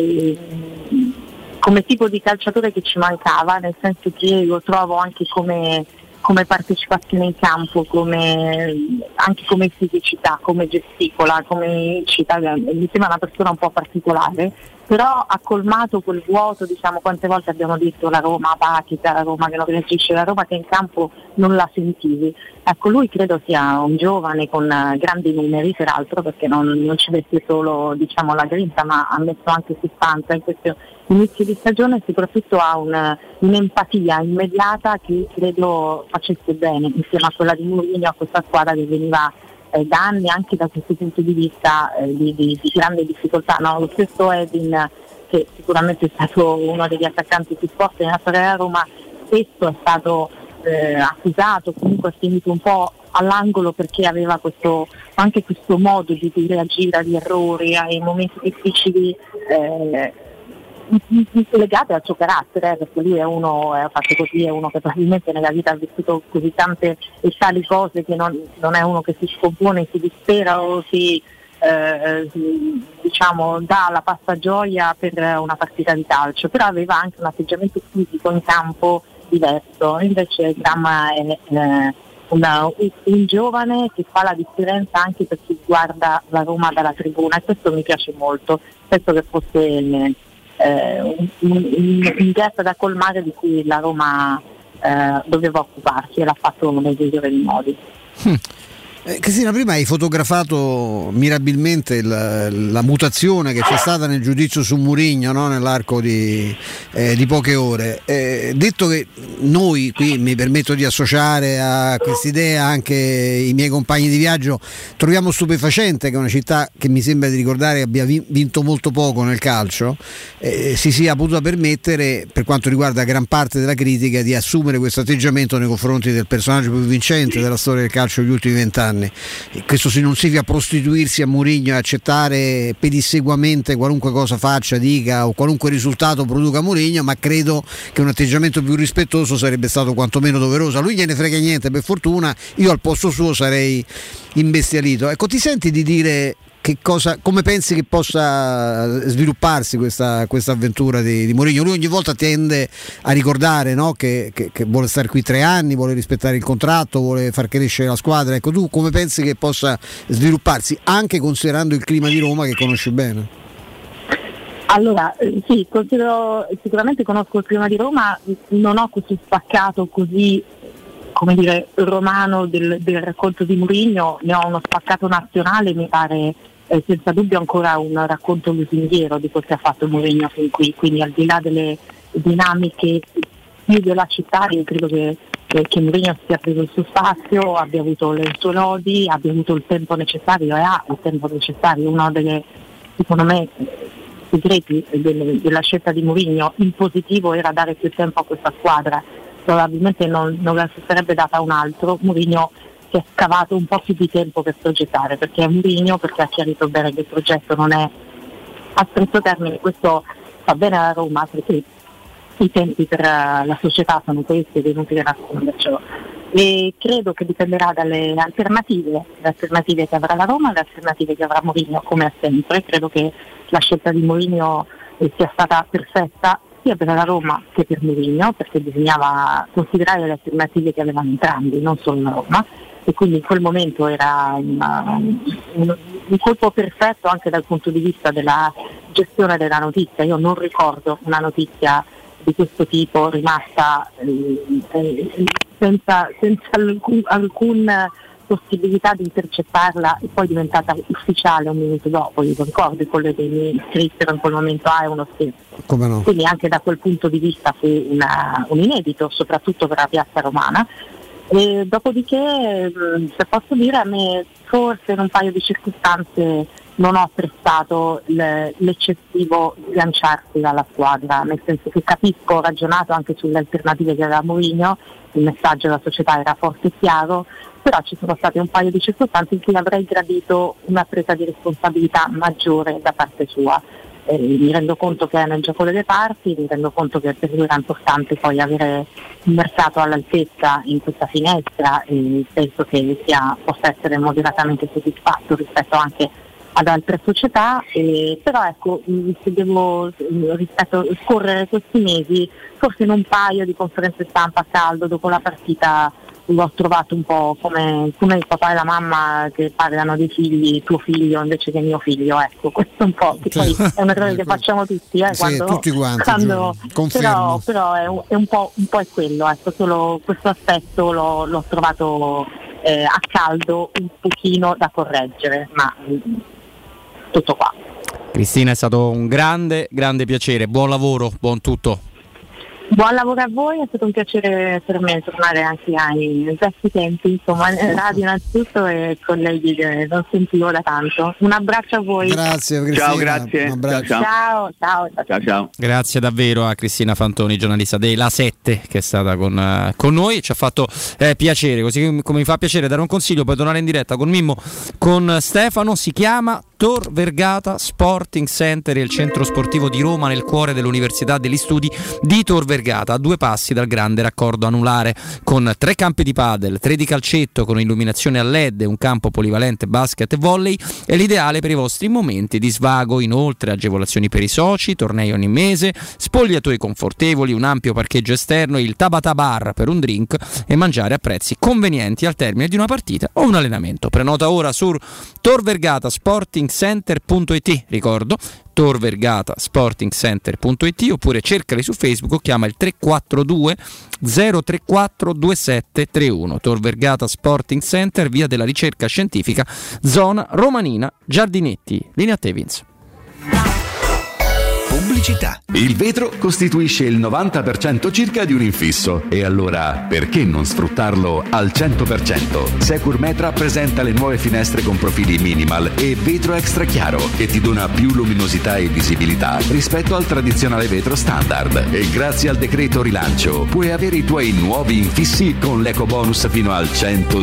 tipo di calciatore che ci mancava, nel senso che lo trovo anche come partecipazione in campo, anche come fisicità, come gesticola, come incita, mi sembra una persona un po' particolare, però ha colmato quel vuoto, diciamo, quante volte abbiamo detto la Roma apatica, la Roma che non reagisce, la Roma che in campo non la sentivi. Ecco, lui credo sia un giovane con grandi numeri, peraltro, perché non ci mette solo, diciamo, la grinta, ma ha messo anche sostanza in questo inizio di stagione, e soprattutto ha un'empatia immediata che credo facesse bene insieme a quella di Mourinho a questa squadra che veniva da anni anche da questo punto di vista di grande difficoltà, no? Lo stesso Edin, che sicuramente è stato uno degli attaccanti più forti nella storia della Roma, spesso è stato accusato, comunque è finito un po' all'angolo perché aveva anche questo modo di reagire agli errori, ai momenti difficili legate al suo carattere, perché lui è uno fatto così, è uno che probabilmente nella vita ha vissuto così tante e tali cose che non è uno che si scompone, si dispera o si diciamo dà la passagioia per una partita di calcio, però aveva anche un atteggiamento fisico in campo diverso. Invece Graham è un giovane che fa la differenza anche per chi guarda la Roma dalla tribuna, e questo mi piace molto. Penso che fosse un gap da colmare di cui la Roma doveva occuparsi, e l'ha fatto nel migliore dei modi. Cristina, prima hai fotografato mirabilmente la mutazione che c'è stata nel giudizio su Mourinho, no? Nell'arco di poche ore. Detto che noi qui, mi permetto di associare a quest'idea anche i miei compagni di viaggio, troviamo stupefacente che una città che mi sembra di ricordare abbia vinto molto poco nel calcio si sia potuta permettere, per quanto riguarda gran parte della critica, di assumere questo atteggiamento nei confronti del personaggio più vincente della storia del calcio degli ultimi 20 anni. Questo non significa prostituirsi a Mourinho e accettare pedissequamente qualunque cosa faccia, dica o qualunque risultato produca Mourinho, ma credo che un atteggiamento più rispettoso sarebbe stato quantomeno doveroso. A lui gliene frega niente, per fortuna. Io al posto suo sarei imbestialito. Ecco, ti senti di dire come pensi che possa svilupparsi questa avventura di Mourinho? Lui ogni volta tende a ricordare, no, che vuole stare qui 3 anni, vuole rispettare il contratto, vuole far crescere la squadra. Ecco, tu come pensi che possa svilupparsi, anche considerando il clima di Roma che conosci bene? Allora, sì, sicuramente conosco il clima di Roma, non ho così spaccato, così, come dire, romano del racconto di Mourinho, ne ho uno spaccato nazionale, mi pare senza dubbio ancora un racconto lusinghiero di quel che ha fatto Mourinho fin qui, quindi al di là delle dinamiche più della città, io credo che Mourinho sia preso il suo spazio, abbia avuto le sue lodi, abbia avuto il tempo necessario e ha il tempo necessario. Uno delle, secondo me, segreti della scelta di Mourinho in positivo era dare più tempo a questa squadra, probabilmente non la si sarebbe data a un altro. Mourinho si è scavato un po' più di tempo per progettare, perché è Mourinho, perché ha chiarito bene che il progetto non è a stretto termine. Questo fa bene alla Roma, perché i tempi per la società sono questi ed è inutile nascondercelo. E credo che dipenderà dalle alternative che avrà la Roma, le alternative che avrà Mourinho, come è sempre. Credo che la scelta di Mourinho sia stata perfetta sia per la Roma che per Mourinho, perché bisognava considerare le alternative che avevano entrambi, non solo la Roma, e quindi in quel momento era un colpo perfetto anche dal punto di vista della gestione della notizia. Io non ricordo una notizia di questo tipo rimasta senza alcun possibilità di intercettarla e poi diventata ufficiale un minuto dopo. Io ricordo i colleghi mi scrissero in quel momento è uno scherzo. Come no? Quindi anche da quel punto di vista fu un inedito, soprattutto per la piazza romana. E dopodiché, se posso dire, a me forse in un paio di circostanze non ho apprezzato l'eccessivo sganciarsi dalla squadra, nel senso che capisco, ho ragionato anche sulle alternative che aveva Mourinho, il messaggio della società era forte e chiaro, però ci sono state un paio di circostanze in cui avrei gradito una presa di responsabilità maggiore da parte sua. Mi rendo conto che è nel gioco delle parti, mi rendo conto che per lui era importante poi avere un mercato all'altezza in questa finestra e penso che possa essere moderatamente soddisfatto rispetto anche ad altre società, però ecco, se devo scorrere questi mesi, forse in un paio di conferenze stampa a caldo dopo la partita l'ho trovato un po' come il papà e la mamma che parlano dei figli, tuo figlio invece che mio figlio, ecco, questo un po', che poi è un errore che facciamo tutti, sì, tutti quanti, però è un po' è quello, ecco, solo questo aspetto l'ho trovato a caldo un pochino da correggere, ma tutto qua. Cristina, è stato un grande piacere, buon lavoro, buon tutto. Buon lavoro a voi, è stato un piacere per me tornare anche ai vecchi tempi, insomma, radio innanzitutto e colleghi che non sentivo da tanto. Un abbraccio a voi. Grazie Cristina. Ciao, grazie. Un abbraccio. Ciao. Grazie davvero a Cristina Fantoni, giornalista della 7, che è stata con noi, ci ha fatto piacere, così come mi fa piacere dare un consiglio, poi tornare in diretta con Mimmo, con Stefano. Si chiama Tor Vergata Sporting Center, il centro sportivo di Roma nel cuore dell'Università degli Studi di Tor Vergata, a 2 passi dal grande raccordo anulare, con 3 campi di padel, 3 di calcetto con illuminazione a LED, un campo polivalente basket e volley, è l'ideale per i vostri momenti di svago. Inoltre agevolazioni per i soci, tornei ogni mese, spogliatoi confortevoli, un ampio parcheggio esterno, il Tabata Bar per un drink e mangiare a prezzi convenienti al termine di una partita o un allenamento. Prenota ora su Tor Vergata Sporting torvergatasportingcenter.it, ricordo, torvergatasportingcenter.it, oppure cercali su Facebook o chiama il 342 034 2731. Tor Vergata Sporting Center, via della ricerca scientifica, zona Romanina Giardinetti. Linea a te, Vince. Pubblicità. Il vetro costituisce il 90% circa di un infisso e allora perché non sfruttarlo al 100%? Securmetra presenta le nuove finestre con profili minimal e vetro extra chiaro che ti dona più luminosità e visibilità rispetto al tradizionale vetro standard, e grazie al decreto rilancio puoi avere i tuoi nuovi infissi con l'ecobonus fino al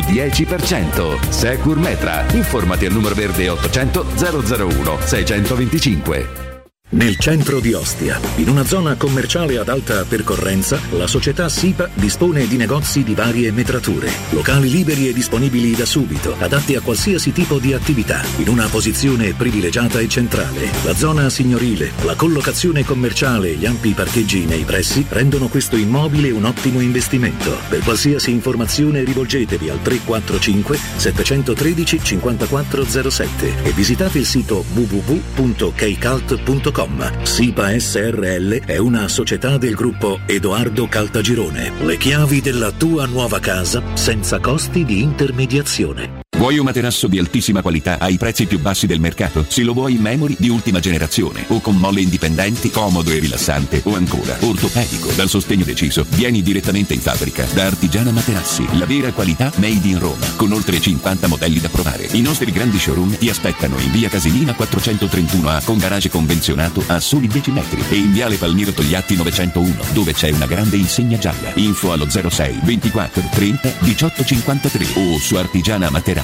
110%. Securmetra, informati al numero verde 800 001 625. Nel centro di Ostia, in una zona commerciale ad alta percorrenza, la società SIPA dispone di negozi di varie metrature, locali liberi e disponibili da subito, adatti a qualsiasi tipo di attività, in una posizione privilegiata e centrale. La zona signorile, la collocazione commerciale e gli ampi parcheggi nei pressi rendono questo immobile un ottimo investimento. Per qualsiasi informazione rivolgetevi al 345 713 5407 e visitate il sito www.keicalt.com. SIPA SRL è una società del gruppo Edoardo Caltagirone. Le chiavi della tua nuova casa senza costi di intermediazione. Vuoi un materasso di altissima qualità ai prezzi più bassi del mercato? Se lo vuoi in memory di ultima generazione o con molle indipendenti, comodo e rilassante, o ancora ortopedico dal sostegno deciso, vieni direttamente in fabbrica da Artigiana Materassi, la vera qualità made in Roma, con oltre 50 modelli da provare. I nostri grandi showroom ti aspettano in via Casilina 431A con garage convenzionato a soli 10 metri e in viale Palmiro Togliatti 901, dove c'è una grande insegna gialla. Info allo 06 24 30 18 53 o su artigianamaterassi.com.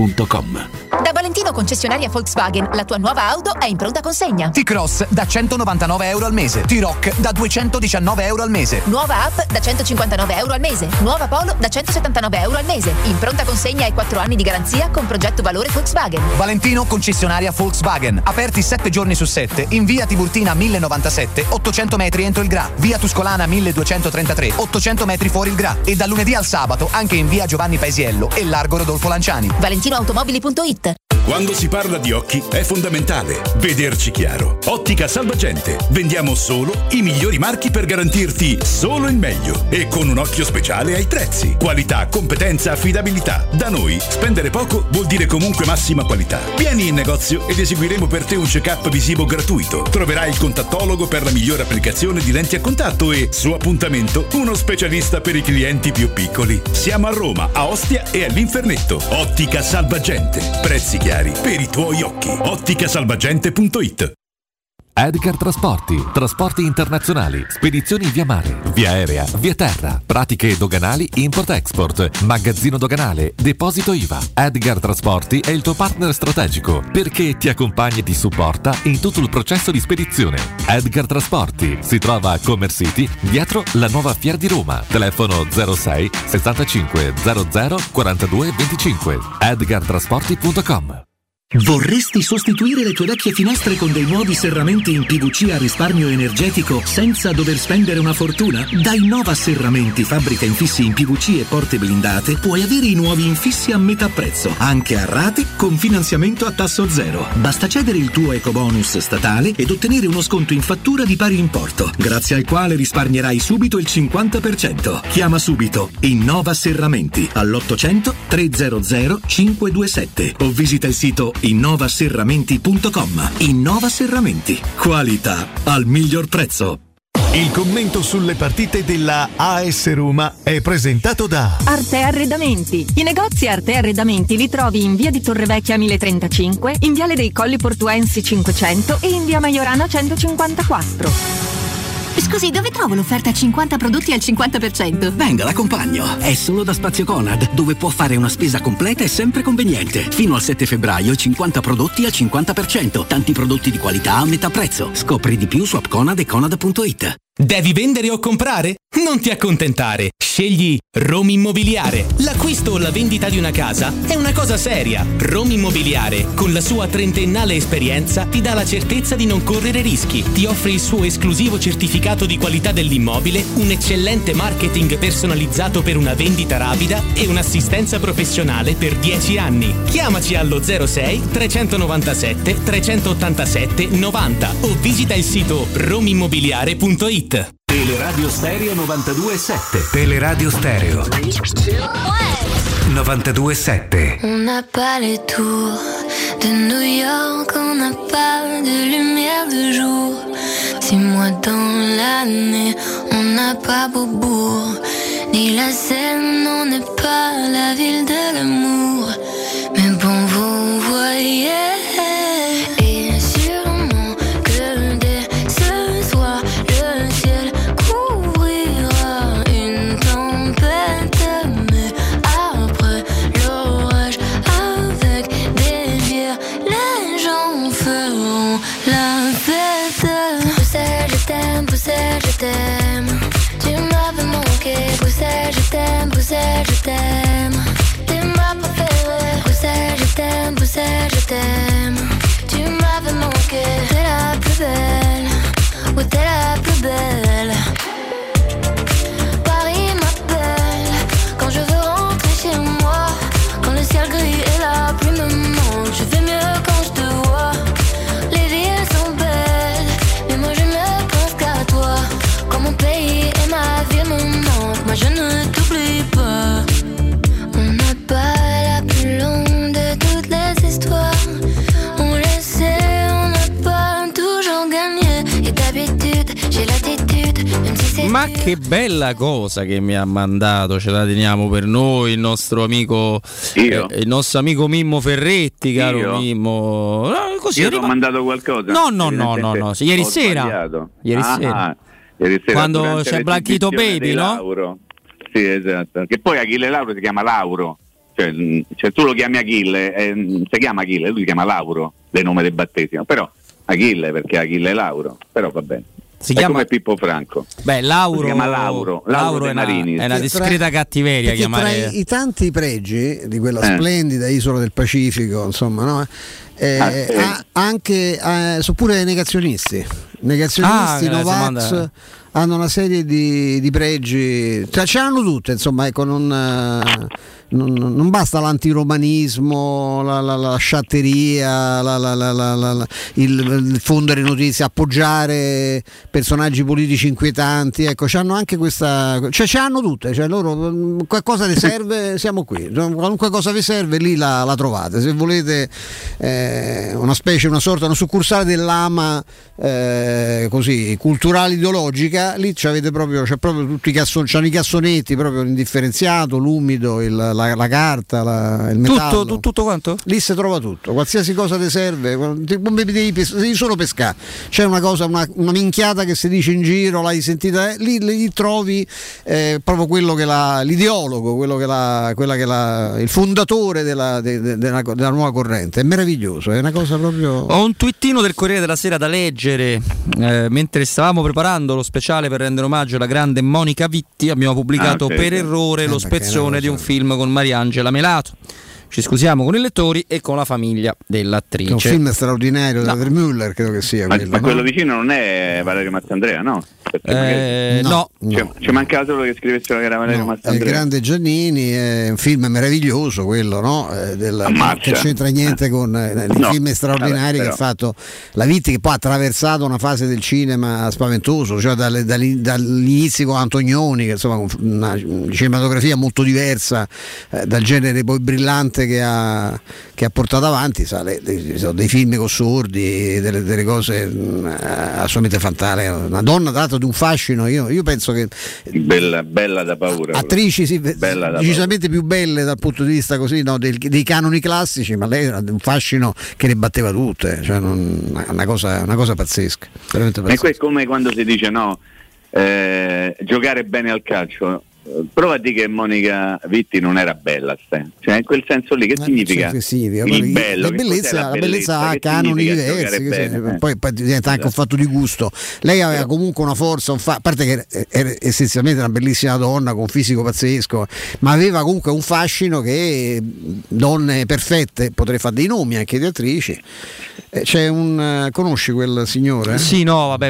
Da Valentino concessionaria Volkswagen, la tua nuova auto è in pronta consegna. T-Cross da 199 euro al mese, T-Rock da 219 euro al mese, nuova App da 159 euro al mese, nuova Polo da 179 euro al mese, in pronta consegna e 4 anni di garanzia con progetto valore Volkswagen. Valentino concessionaria Volkswagen, aperti 7 giorni su 7, in via Tiburtina 1097, 800 metri entro il Gra, via Tuscolana 1233, 800 metri fuori il Gra, e dal lunedì al sabato anche in via Giovanni Paesiello e largo Rodolfo Lanciani. ValentinoAutomobili.it. Quando si parla di occhi è fondamentale vederci chiaro. Ottica Salvagente. Vendiamo solo i migliori marchi per garantirti solo il meglio e con un occhio speciale ai prezzi. Qualità, competenza, affidabilità. Da noi spendere poco vuol dire comunque massima qualità. Vieni in negozio ed eseguiremo per te un check-up visivo gratuito. Troverai il contattologo per la migliore applicazione di lenti a contatto e, su appuntamento, uno specialista per i clienti più piccoli. Siamo a Roma, a Ostia e all'Infernetto. Ottica Salvagente. Prezzi chiari per i tuoi occhi. Otticasalvagente.it. Edgar trasporti internazionali, spedizioni via mare, via aerea, via terra, pratiche doganali import-export, magazzino doganale, deposito IVA. Edgar Trasporti è il tuo partner strategico perché ti accompagna e ti supporta in tutto il processo di spedizione. Edgar Trasporti si trova a Commerce City, dietro la nuova Fiera di Roma. Telefono 06 65 00 42 25. edgartrasporti.com. Vorresti sostituire le tue vecchie finestre con dei nuovi serramenti in PVC a risparmio energetico senza dover spendere una fortuna? Da Innova Serramenti, fabbrica infissi in PVC e porte blindate, puoi avere i nuovi infissi a metà prezzo, anche a rate con finanziamento a tasso zero. Basta cedere il tuo ecobonus statale ed ottenere uno sconto in fattura di pari importo, grazie al quale risparmierai subito il 50%. Chiama subito Innova Serramenti all'800 300 527 o visita il sito innovaserramenti.com. Innova Serramenti, qualità al miglior prezzo. Il commento sulle partite della AS Roma è presentato da Arte Arredamenti. I negozi Arte Arredamenti li trovi in via di Torrevecchia 1035, in viale dei Colli Portuensi 500 e in via Maiorana 154. Scusi, dove trovo l'offerta 50 prodotti al 50%? Venga, l'accompagno. È solo da Spazio Conad, dove può fare una spesa completa e sempre conveniente. Fino al 7 febbraio 50 prodotti al 50%. Tanti prodotti di qualità a metà prezzo. Scopri di più su appconad e conad.it. Devi vendere o comprare? Non ti accontentare. Scegli Roma Immobiliare. L'acquisto o la vendita di una casa è una cosa seria. Roma Immobiliare, con la sua trentennale esperienza, ti dà la certezza di non correre rischi. Ti offre il suo esclusivo certificato di qualità dell'immobile, un eccellente marketing personalizzato per una vendita rapida e un'assistenza professionale per 10 anni. Chiamaci allo 06 397 387 90 o visita il sito romimmobiliare.it. Teleradio Stereo 92.7. Teleradio Stereo 92.7. On n'a pas les tours de New York, on n'a pas de lumière de jour. 6 mois dans l'année, on n'a pas Beaubourg, ni la Seine, on n'est pas la ville de l'amour. Mais bon, vous voyez. Je t'aime, tu m'avais manqué. Bruxelles, je t'aime, Bruxelles, je t'aime. T'es ma préférée. Bruxelles, je t'aime, Bruxelles, je t'aime. Tu m'avais manqué. T'es la plus belle, oui t'es la plus belle. Paris m'appelle quand je veux rentrer chez moi. Quand le ciel gris et la pluie me manquent, je fais mieux quand je te vois. Les villes sont belles, mais moi je ne pense qu'à toi. Quand mon pays et ma vie me manquent, moi je ne t'oublie pas. On n'a pas la plus longue de toutes les histoires. On le sait, on n'a pas toujours gagné. Et d'habitude, j'ai l'attitude, même si c'est... Ma che bella cosa che mi ha mandato, ce la teniamo per noi il nostro amico il nostro amico Mimmo Ferretti, caro Io? Mimmo. Così io ti ho mandato qualcosa? No. Ieri sera. Ieri sera. Quando c'è Blanchito Baby, no? Lauro. Sì, esatto. Che poi Achille Lauro si chiama Lauro. Cioè tu lo chiami Achille, si chiama Achille, lui si chiama Lauro, del nome del battesimo. Però Achille perché Achille Lauro, però va bene. Si chiama come Pippo Franco. Beh, Lauro, si chiama Lauro è una discreta cattiveria chiamare. Tra i tanti pregi di quella splendida isola del Pacifico, insomma, no? Anche sono pure negazionisti, Novax hanno una serie di pregi, ce l'hanno tutte, insomma, ecco, non basta l'antiromanismo, la sciatteria, il diffondere notizie, appoggiare personaggi politici inquietanti, ecco, c'hanno anche questa, cioè ce l'hanno tutte, cioè loro qualcosa vi serve, siamo qui, qualunque cosa vi serve lì la trovate, se volete una succursale dell'AMA così culturale ideologica, lì c'avete proprio tutti c'hanno i cassonetti proprio l'indifferenziato, l'umido, la carta, il metallo, tutto quanto? Lì si trova tutto, qualsiasi cosa ti serve, devi solo pescare. C'è una cosa, una minchiata che si dice in giro, l'hai sentita, lì trovi proprio quello che l'ideologo, il fondatore della nuova corrente. È meraviglioso, è una cosa proprio. Ho un twittino del Corriere della Sera da leggere mentre stavamo preparando lo speciale per rendere omaggio alla grande Monica Vitti. Abbiamo pubblicato per errore lo spezzone di un film con Mariangela Melato. Ci scusiamo con i lettori e con la famiglia dell'attrice. È un film straordinario di Müller, credo che sia. Ma quello vicino non è Valerio Mazzandrea, no? No. Ci mancava solo che scrivessero che era Valerio Mazzandrea. Il grande Giannini, è un film meraviglioso quello, no? Che c'entra niente con i film straordinari che ha fatto la Vitti, che poi ha attraversato una fase del cinema spaventoso, cioè dagli inizi con Antonioni, che insomma una cinematografia molto diversa dal genere poi brillante che ha portato avanti, sono dei film con sordi, delle cose assolutamente fantastiche. Una donna tra l'altro di un fascino, io penso che bella da paura, attrici decisamente più belle dal punto di vista così, no, dei canoni classici, ma lei era un fascino che ne batteva tutte, cioè una cosa pazzesca, veramente pazzesca. È come quando si dice giocare bene al calcio prova a dire che Monica Vitti non era bella, cioè in quel senso lì che significa? Il bello, la bellezza ha canoni diversi, poi diventa anche un fatto di gusto. Lei aveva comunque una forza, a parte che era essenzialmente una bellissima donna con un fisico pazzesco, ma aveva comunque un fascino che donne perfette, potrei fare dei nomi anche di attrici. C'è conosci quel signore? Sì, no, vabbè,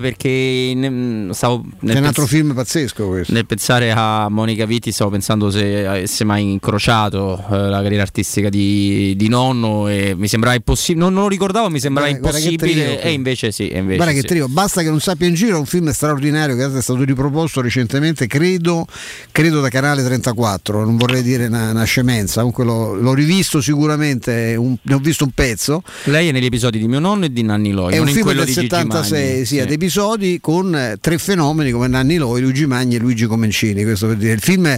perché stavo c'è un altro film pazzesco questo. Nel pensare a Monica Vitti stavo pensando se avesse mai incrociato la carriera artistica di nonno, e mi sembrava impossibile, non lo ricordavo, mi sembrava impossibile, e invece sì. Guarda che trio, basta che non sappia in giro, è un film straordinario che è stato riproposto recentemente, credo da Canale 34, non vorrei dire una scemenza, comunque l'ho rivisto sicuramente, ne ho visto un pezzo. Lei è negli episodi di Mio nonno e di Nanni Loi, è non un film quello del di 76, sì, ad episodi con tre fenomeni come Nanni Loi, Luigi Magni e Luigi Comencini. Questo per dire. Il film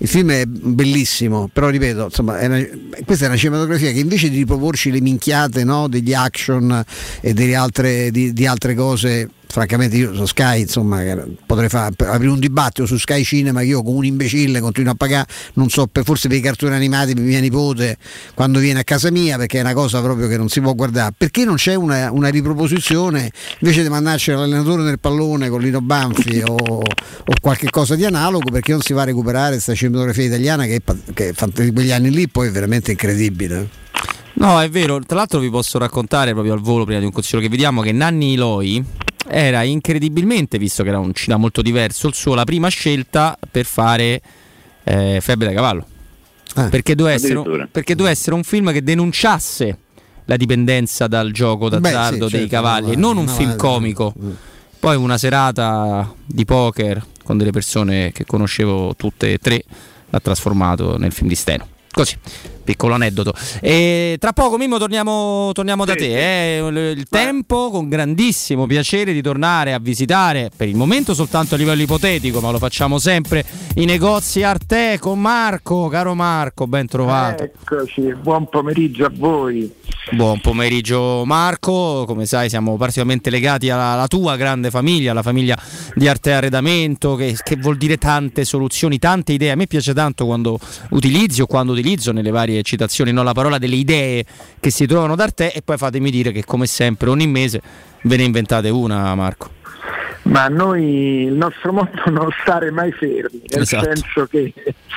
è bellissimo, però ripeto, insomma, questa è una cinematografia che invece di riproporci le minchiate, no, degli action e delle altre di altre cose. Francamente io su Sky, insomma, potrei aprire un dibattito su Sky Cinema, che io come un imbecille continuo a pagare, non so, forse per i cartoni animati per mia nipote quando viene a casa mia, perché è una cosa proprio che non si può guardare. Perché non c'è una riproposizione, invece di mandarci l'allenatore nel pallone con Lino Banfi o qualche cosa di analogo, perché non si va a recuperare questa cinematografia italiana che di quegli anni lì poi è veramente incredibile. No, è vero, tra l'altro vi posso raccontare proprio al volo, prima di un consiglio che vediamo, che Nanni Loi era incredibilmente, visto che era un cinema molto diverso, il suo la prima scelta per fare Febbre da cavallo, perché doveva essere un film che denunciasse la dipendenza dal gioco d'azzardo dei cavalli, non un film comico. Poi una serata di poker con delle persone che conoscevo tutte e tre l'ha trasformato nel film di Steno. Così, piccolo aneddoto. E tra poco, Mimmo, torniamo da te. Il tempo, con grandissimo piacere di tornare a visitare, per il momento soltanto a livello ipotetico, ma lo facciamo sempre, i negozi Arte con Marco. Caro Marco, ben trovato. Eccoci, buon pomeriggio a voi. Buon pomeriggio Marco, come sai siamo particolarmente legati alla tua grande famiglia, alla famiglia di Arte Arredamento, che vuol dire tante soluzioni, tante idee. A me piace tanto quando utilizzo nelle varie citazioni, no, la parola delle idee che si trovano da Arte, e poi fatemi dire che come sempre ogni mese ve ne inventate una, Marco. Ma noi, il nostro motto è non stare mai fermi, nel senso che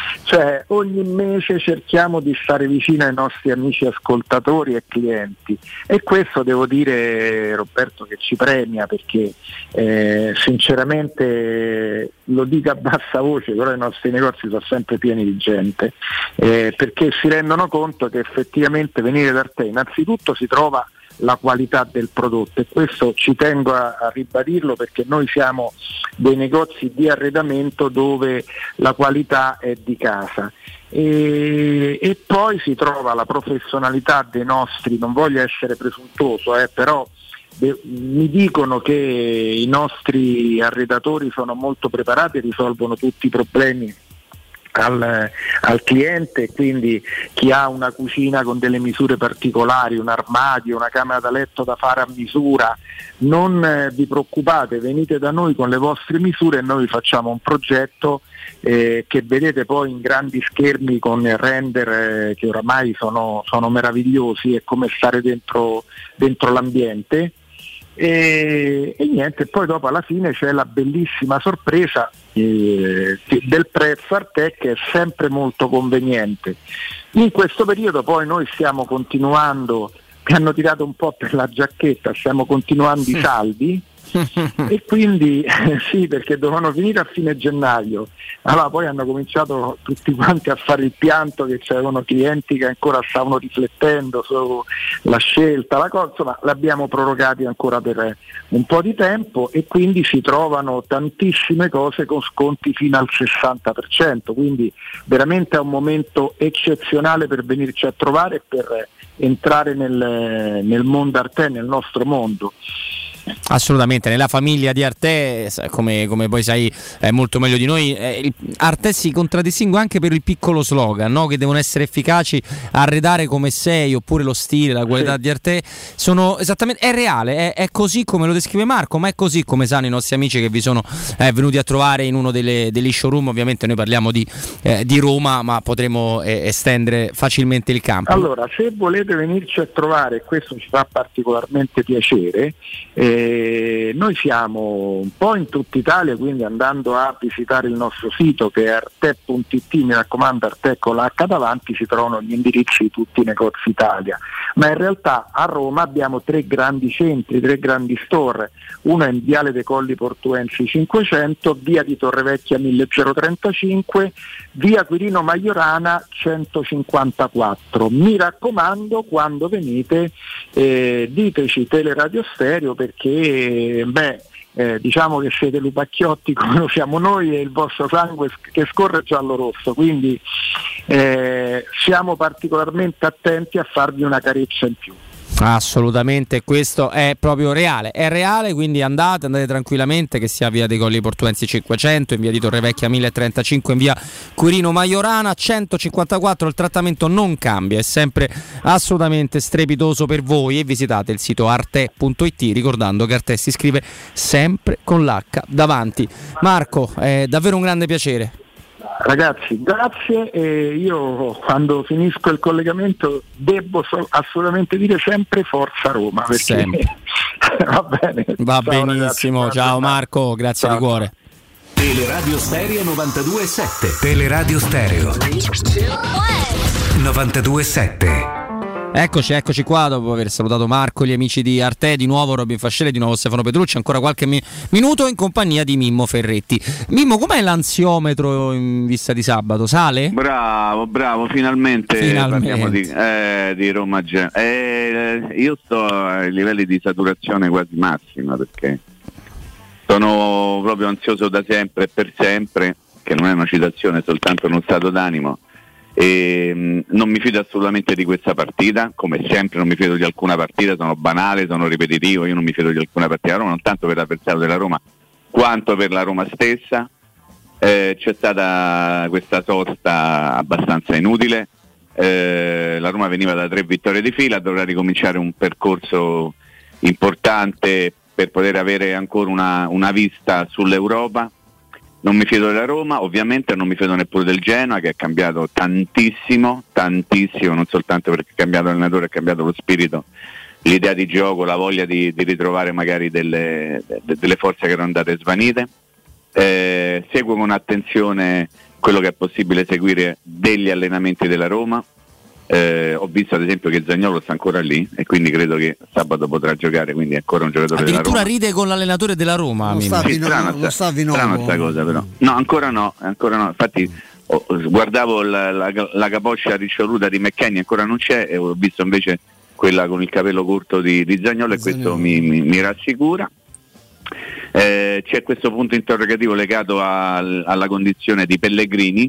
ogni mese cerchiamo di stare vicino ai nostri amici ascoltatori e clienti, e questo devo dire, Roberto, che ci premia, perché sinceramente lo dico a bassa voce, però i nostri negozi sono sempre pieni di gente, perché si rendono conto che effettivamente venire da te innanzitutto si trova la qualità del prodotto, e questo ci tengo a ribadirlo, perché noi siamo dei negozi di arredamento dove la qualità è di casa, e poi si trova la professionalità dei nostri, non voglio essere presuntuoso, però mi dicono che i nostri arredatori sono molto preparati e risolvono tutti i problemi al cliente, quindi chi ha una cucina con delle misure particolari, un armadio, una camera da letto da fare a misura, non vi preoccupate, venite da noi con le vostre misure e noi facciamo un progetto che vedete poi in grandi schermi con il render che oramai sono meravigliosi, è come stare dentro l'ambiente. E niente, poi dopo alla fine c'è la bellissima sorpresa del prezzo Arte, che è sempre molto conveniente. In questo periodo poi noi stiamo continuando, mi hanno tirato un po' per la giacchetta, stiamo continuando i saldi e quindi sì, perché dovevano finire a fine gennaio, allora poi hanno cominciato tutti quanti a fare il pianto che c'erano clienti che ancora stavano riflettendo sulla scelta, la cosa, insomma l'abbiamo prorogati ancora per un po' di tempo, e quindi si trovano tantissime cose con sconti fino al 60%, quindi veramente è un momento eccezionale per venirci a trovare e per entrare nel mondo Arte, nel nostro mondo. Assolutamente, nella famiglia di Arte, come poi sai molto meglio di noi, Arte si contraddistingue anche per il piccolo slogan, no? Che devono essere efficaci, arredare come sei, oppure lo stile, la qualità di Arte sono esattamente, è reale, è così come lo descrive Marco, ma è così come sanno i nostri amici che vi sono venuti a trovare in uno degli showroom. Ovviamente noi parliamo di Roma, ma potremo estendere facilmente il campo. Allora, se volete venirci a trovare, e questo ci fa particolarmente piacere, noi siamo un po' in tutta Italia, quindi andando a visitare il nostro sito che è arte.it, mi raccomando, Arte con l'H davanti, si trovano gli indirizzi di tutti i negozi Italia, ma in realtà a Roma abbiamo 3 grandi centri, 3 grandi store, uno è in Viale dei Colli Portuensi 500, via di Torrevecchia 1035, via Quirino Maiorana 154. Mi raccomando, quando venite diteci Teleradio Stereo, perché diciamo che siete lupacchiotti come lo siamo noi e il vostro sangue che scorre giallo-rosso, quindi siamo particolarmente attenti a farvi una carezza in più. Assolutamente, questo è proprio reale, quindi andate tranquillamente, che sia via dei Colli Portuensi 500, in via di Torrevecchia 1035, in via Quirino Maiorana 154. Il trattamento non cambia, è sempre assolutamente strepitoso per voi, e visitate il sito arte.it ricordando che Arte si scrive sempre con l'H davanti. Marco, è davvero un grande piacere. Ragazzi, grazie, e io quando finisco il collegamento devo assolutamente dire sempre Forza Roma, perché va bene. Va benissimo, ragazzi, ciao Marco, grazie di cuore. Teleradio Stereo 92.7. Teleradio Stereo 92.7. Eccoci qua, dopo aver salutato Marco, gli amici di Arte, di nuovo Robin Fascelli, di nuovo Stefano Petrucci, ancora qualche minuto in compagnia di Mimmo Ferretti. Mimmo, com'è l'ansiometro in vista di sabato? Sale? Bravo, finalmente. Parliamo di Roma. Io sto ai livelli di saturazione quasi massima, perché sono proprio ansioso da sempre e per sempre, che non è una citazione, è soltanto uno stato d'animo. E non mi fido assolutamente di questa partita, come sempre non mi fido di alcuna partita, sono banale, sono ripetitivo, io non mi fido di alcuna partita Roma, non tanto per l'avversario della Roma quanto per la Roma stessa. C'è stata questa sosta abbastanza inutile, la Roma veniva da 3 vittorie di fila, dovrà ricominciare un percorso importante per poter avere ancora una vista sull'Europa. Non mi fido della Roma, ovviamente non mi fido neppure del Genoa, che ha cambiato tantissimo, non soltanto perché è cambiato l'allenatore, è cambiato lo spirito, l'idea di gioco, la voglia di ritrovare magari delle forze che erano andate svanite. Seguo con attenzione quello che è possibile seguire degli allenamenti della Roma. Ho visto ad esempio che Zaniolo sta ancora lì e quindi credo che sabato potrà giocare, quindi è ancora un giocatore della Roma. Addirittura ride con l'allenatore della Roma. Strana sta cosa, però no, ancora no. Infatti guardavo la capoccia riccioluta di McKennie, ancora non c'è, e ho visto invece quella con il capello corto di Zaniolo, e questo mi rassicura. C'è questo punto interrogativo legato alla condizione di Pellegrini.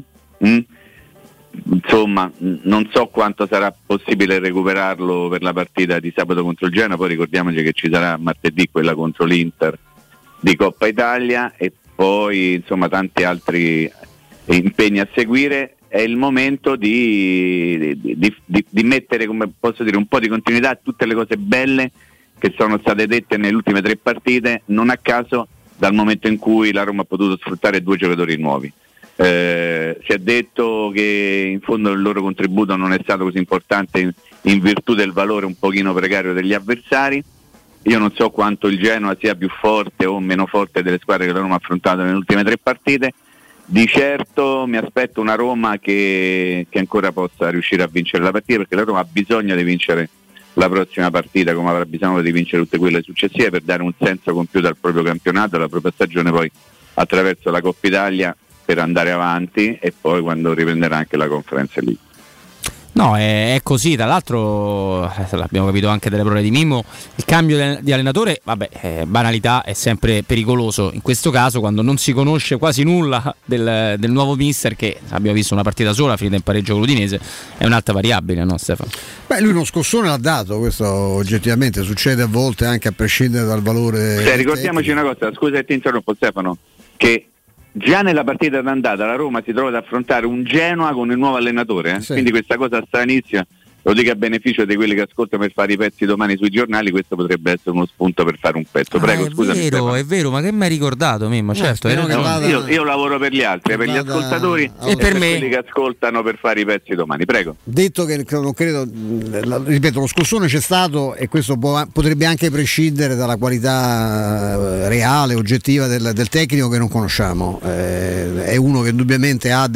Insomma, non so quanto sarà possibile recuperarlo per la partita di sabato contro il Genoa. Poi ricordiamoci che ci sarà martedì quella contro l'Inter di Coppa Italia, e poi insomma tanti altri impegni a seguire. È il momento di mettere, come posso dire, un po' di continuità a tutte le cose belle che sono state dette nelle ultime 3 partite, non a caso dal momento in cui la Roma ha potuto sfruttare 2 giocatori nuovi. Si è detto che in fondo il loro contributo non è stato così importante in virtù del valore un pochino precario degli avversari. Io non so quanto il Genoa sia più forte o meno forte delle squadre che la Roma ha affrontato nelle ultime 3 partite. Di certo mi aspetto una Roma che ancora possa riuscire a vincere la partita, perché la Roma ha bisogno di vincere la prossima partita, come avrà bisogno di vincere tutte quelle successive, per dare un senso compiuto al proprio campionato, alla propria stagione, poi attraverso la Coppa Italia, per andare avanti, e poi quando riprenderà anche la Conference League. No, è così, tra l'altro l'abbiamo capito anche dalle parole di Mimmo, il cambio di allenatore, banalità, è sempre pericoloso, in questo caso quando non si conosce quasi nulla del nuovo mister, che abbiamo visto una partita sola finita in pareggio con l'Udinese, è un'altra variabile, no Stefano? Lui uno scossone l'ha dato, questo oggettivamente succede a volte anche a prescindere dal valore. Ricordiamoci una cosa, scusa che ti interrompo Stefano, che già nella partita d'andata la Roma si trova ad affrontare un Genoa con il nuovo allenatore, Sì. Quindi questa cosa stranissima, lo dico a beneficio di quelli che ascoltano per fare i pezzi domani sui giornali, questo potrebbe essere uno spunto per fare un pezzo. Prego, scusami. È vero, ma che mi hai ricordato, Mimmo? Certo, io lavoro per gli altri, per gli ascoltatori e per me, quelli che ascoltano per fare i pezzi domani. Prego. Detto che non credo, ripeto, lo scossone c'è stato e questo potrebbe anche prescindere dalla qualità reale, oggettiva del tecnico che non conosciamo. È uno che indubbiamente ha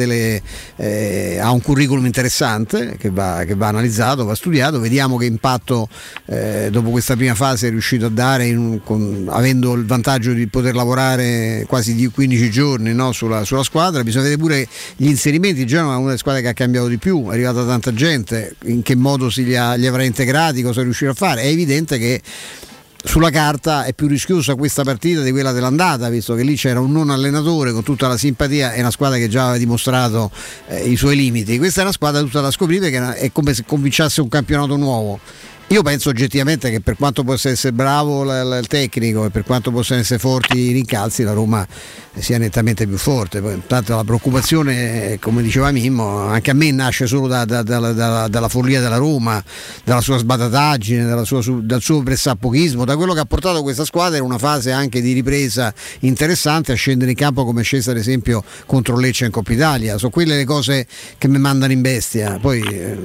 un curriculum interessante che va analizzato, va studiato, vediamo che impatto dopo questa prima fase è riuscito a dare avendo il vantaggio di poter lavorare quasi 15 giorni, no, sulla squadra. Bisogna vedere pure gli inserimenti. Genova è una delle squadre che ha cambiato di più, è arrivata tanta gente, in che modo li avrà integrati, cosa è riuscito a fare. È evidente che sulla carta è più rischiosa questa partita di quella dell'andata, visto che lì c'era un non allenatore con tutta la simpatia e una squadra che già aveva dimostrato i suoi limiti. Questa è una squadra tutta da scoprire, che è come se cominciasse un campionato nuovo. Io penso oggettivamente che per quanto possa essere bravo il tecnico e per quanto possano essere forti i rincalzi, la Roma sia nettamente più forte. Poi, tanto la preoccupazione, come diceva Mimmo, anche a me nasce solo dalla follia della Roma, dalla sua sbatataggine, dal suo pressappochismo, da quello che ha portato questa squadra in una fase anche di ripresa interessante, a scendere in campo come è scesa ad esempio contro Lecce in Coppa Italia. Sono quelle le cose che mi mandano in bestia. Poi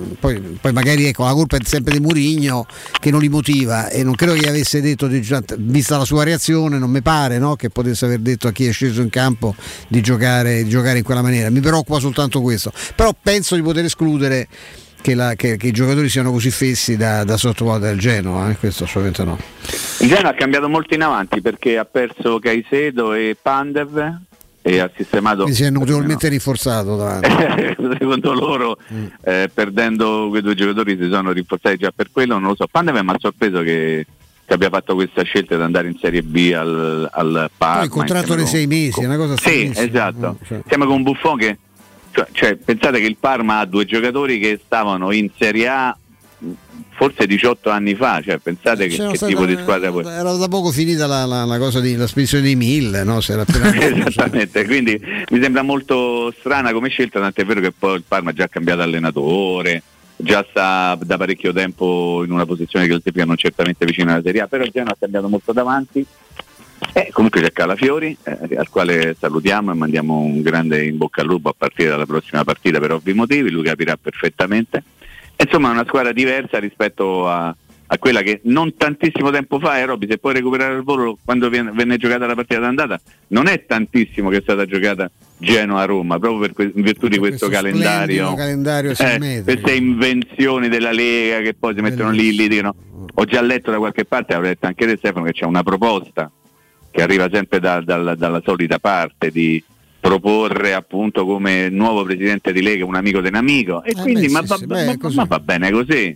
magari ecco, la colpa è sempre di Mourinho, che non li motiva, e non credo che gli avesse detto, vista la sua reazione, non mi pare, no, che potesse aver detto a chi è sceso in campo di giocare in quella maniera. Mi preoccupa soltanto questo, però penso di poter escludere che i giocatori siano così fessi da sottovalutare il Genoa, questo assolutamente no. Il Genoa ha cambiato molto in avanti perché ha perso Caicedo e Pandev e ha sistemato. Si è notevolmente rinforzato davanti. Secondo loro perdendo quei due giocatori si sono rinforzati già per quello, non lo so. Pandev mi ha sorpreso che abbia fatto questa scelta di andare in Serie B al Parma. Poi il contratto dei 6 mesi, è una cosa stranissima. Sì, esatto. Siamo con Buffon che cioè, pensate che il Parma ha due giocatori che stavano in Serie A forse 18 anni fa, cioè pensate che tipo di squadra poi. Era da poco finita la cosa la spedizione di 1000, no? Se era appena esattamente, quindi mi sembra molto strana come scelta, tant'è vero che poi il Parma ha già cambiato allenatore, già sta da parecchio tempo in una posizione che classifica non certamente vicina alla Serie A, però il Genoa ha cambiato molto davanti. Comunque c'è Calafiori, al quale salutiamo e mandiamo un grande in bocca al lupo a partire dalla prossima partita per ovvi motivi, lui capirà perfettamente. Insomma è una squadra diversa rispetto a quella che non tantissimo tempo fa, Robby, se puoi recuperare il volo, quando venne giocata la partita d'andata, non è tantissimo che è stata giocata Genoa-Roma, proprio in virtù di questo calendario queste invenzioni della Lega che poi si mettono lì litigano. Ho già letto da qualche parte, avevo letto anche te Stefano, che c'è una proposta che arriva sempre dalla solita parte di proporre appunto come nuovo presidente di Lega un amico dell'amico, e quindi ma va bene così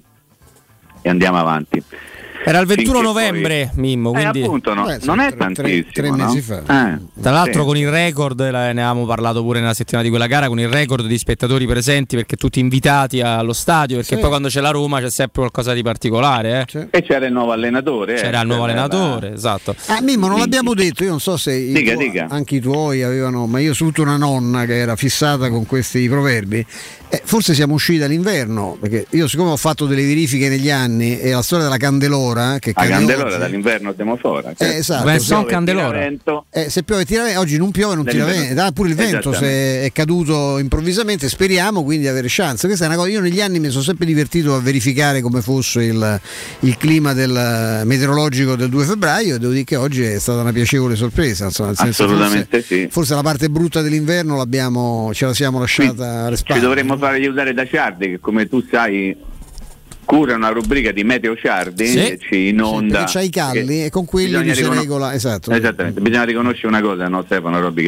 e andiamo avanti. Era il 21 novembre, Mimmo, quindi appunto non è tantissimo, 3 mesi fa. Tra l'altro con il record, ne avevamo parlato pure nella settimana di quella gara, con il record di spettatori presenti, perché tutti invitati allo stadio, perché poi quando c'è la Roma c'è sempre qualcosa di particolare. E c'era il nuovo allenatore. C'era il nuovo allenatore, esatto. Mimmo, non l'abbiamo detto, io non so se dica. Anche i tuoi avevano, ma io soprattutto una nonna che era fissata con questi proverbi. Forse siamo usciti dall'inverno, perché io siccome ho fatto delle verifiche negli anni e la storia della Candelora, che Candelora oggi, dall'inverno siamo fuori, esatto, Candelora. Se piove tira vento, oggi non piove, non tira vento, pure il vento se è caduto improvvisamente, speriamo quindi di avere chance. Questa è una cosa, io negli anni mi sono sempre divertito a verificare come fosse il clima del meteorologico del 2 febbraio e devo dire che oggi è stata una piacevole sorpresa, insomma, nel senso, assolutamente forse la parte brutta dell'inverno ce la siamo lasciata alle spalle. Ci dovremmo fare aiutare da Ciardi, che come tu sai cura una rubrica di Meteo Ciardi, ci inonda, c'ha i calli e con quelli si regola. Esattamente, bisogna riconoscere una cosa, no Stefano, Robby, che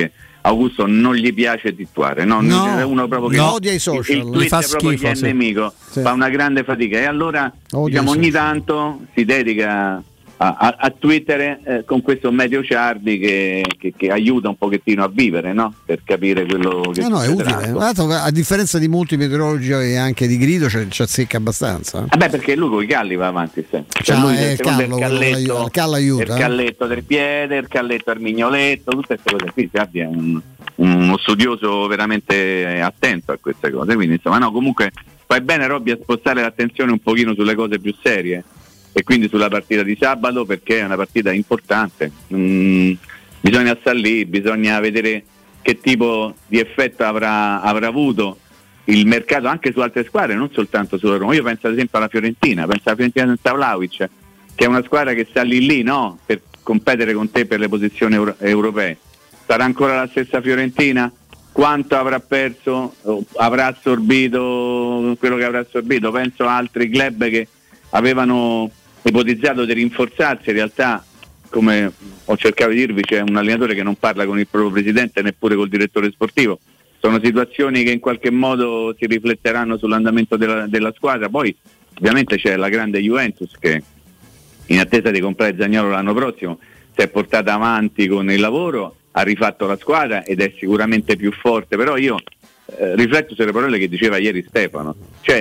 Augusto non gli piace tittuare, no? È uno proprio che odia i social, il tweet fa è proprio schifo, gli è nemico, fa una grande fatica e allora diciamo ogni tanto si dedica a Twitter con questo Medio Ciardi che aiuta un pochettino a vivere, no? Per capire quello che no, è utile. A differenza di molti meteorologi e anche di Grido ci azzecca abbastanza. Perché lui con i calli va avanti sempre. Lui il callo aiuta. Il calletto del piede, il calletto al mignoletto, tutte queste cose qui. Ciardi è uno studioso veramente attento a queste cose, quindi insomma no, comunque fai bene Robby a spostare l'attenzione un pochino sulle cose più serie e quindi sulla partita di sabato, perché è una partita importante. Bisogna stare lì, bisogna vedere che tipo di effetto avrà avuto il mercato anche su altre squadre, non soltanto sulla Roma. Io penso ad esempio alla Fiorentina, senza Vlahovic, che è una squadra che sta lì no? Per competere con te per le posizioni europee. Sarà ancora la stessa Fiorentina? Quanto avrà perso? Avrà assorbito quello che avrà assorbito? Penso a altri club che avevano ipotizzato di rinforzarsi, in realtà come ho cercato di dirvi c'è un allenatore che non parla con il proprio presidente neppure col direttore sportivo. Sono situazioni che in qualche modo si rifletteranno sull'andamento della squadra. Poi ovviamente c'è la grande Juventus che in attesa di comprare Zaniolo l'anno prossimo si è portata avanti con il lavoro, ha rifatto la squadra ed è sicuramente più forte, però io rifletto sulle parole che diceva ieri Stefano,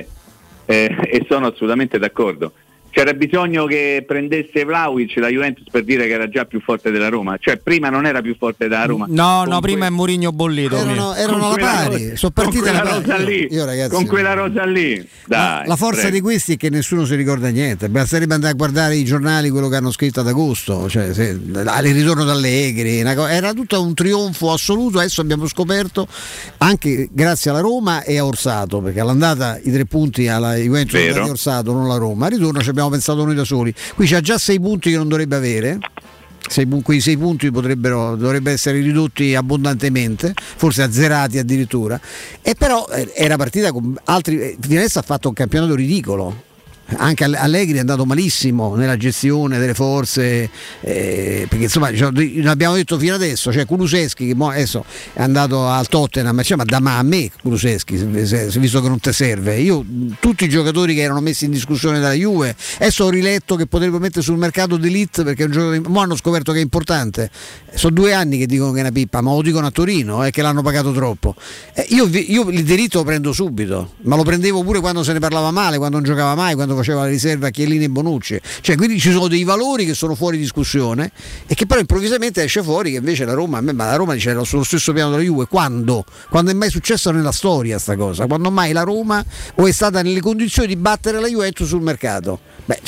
e sono assolutamente d'accordo. C'era bisogno che prendesse Vlahovic la Juventus per dire che era già più forte della Roma, cioè prima non era più forte della Roma. No, prima è Mourinho bollito. Erano alla pari, sono partite alla pari. Io ragazzi, con quella rosa lì, dai, la forza di questi è che nessuno si ricorda niente. Basterebbe andare a guardare i giornali, quello che hanno scritto ad agosto, cioè il ritorno d'Allegri, era tutto un trionfo assoluto. Adesso abbiamo scoperto anche grazie alla Roma e a Orsato, perché all'andata i 3 punti alla Juventus sono dati Orsato, non la Roma. Al ritorno ci abbiamo pensato noi da soli. Qui c'ha già 6 punti che non dovrebbe avere. Quei 6 punti dovrebbero essere ridotti abbondantemente, forse azzerati addirittura. E però era partita con altri. Finessa ha fatto un campionato ridicolo. Anche Allegri è andato malissimo nella gestione delle forze, perché insomma l'abbiamo detto fino adesso, cioè Kulusevski che adesso è andato al Tottenham, ma a me Kulusevski, visto che non ti serve. Io tutti i giocatori che erano messi in discussione dalla Juve adesso ho riletto che potrebbero mettere sul mercato d'elite, perché è un giocatore, mo hanno scoperto che è importante. Sono 2 anni che dicono che è una pippa, ma lo dicono a Torino, che l'hanno pagato troppo. Io il diritto lo prendo subito, ma lo prendevo pure quando se ne parlava male, quando non giocava mai, quando faceva la riserva a Chiellini e Bonucci, cioè quindi ci sono dei valori che sono fuori discussione e che però improvvisamente esce fuori che invece la Roma dice era sullo stesso piano della Juve. Quando è mai successo nella storia sta cosa? Quando mai la Roma o è stata nelle condizioni di battere la Juventus sul mercato?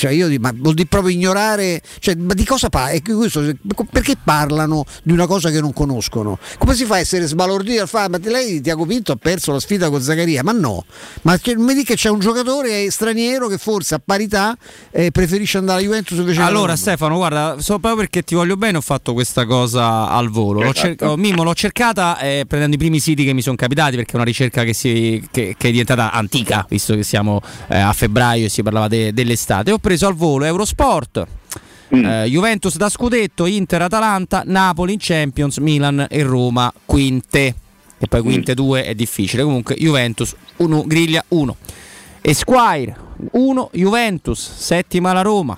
Ma vuol dire proprio ignorare, ma di cosa parla? Perché parlano di una cosa che non conoscono? Come si fa a essere sbalordito al fare? Ma lei Tiago Pinto ha perso la sfida con Zaccaria? Ma no, ma mi dica che c'è un giocatore straniero che forse a parità preferisce andare alla Juventus invece. Allora Stefano, guarda, proprio perché ti voglio bene ho fatto questa cosa al volo. Mimmo, l'ho cercata prendendo i primi siti che mi sono capitati, perché è una ricerca che è diventata antica, visto che siamo a febbraio e si parlava dell'estate. Ho preso al volo Eurosport, Juventus da scudetto, Inter, Atalanta, Napoli in Champions, Milan e Roma quinte, e poi quinte 2 è difficile. Comunque Juventus 1, griglia 1, Esquire 1, Juventus, settima la Roma,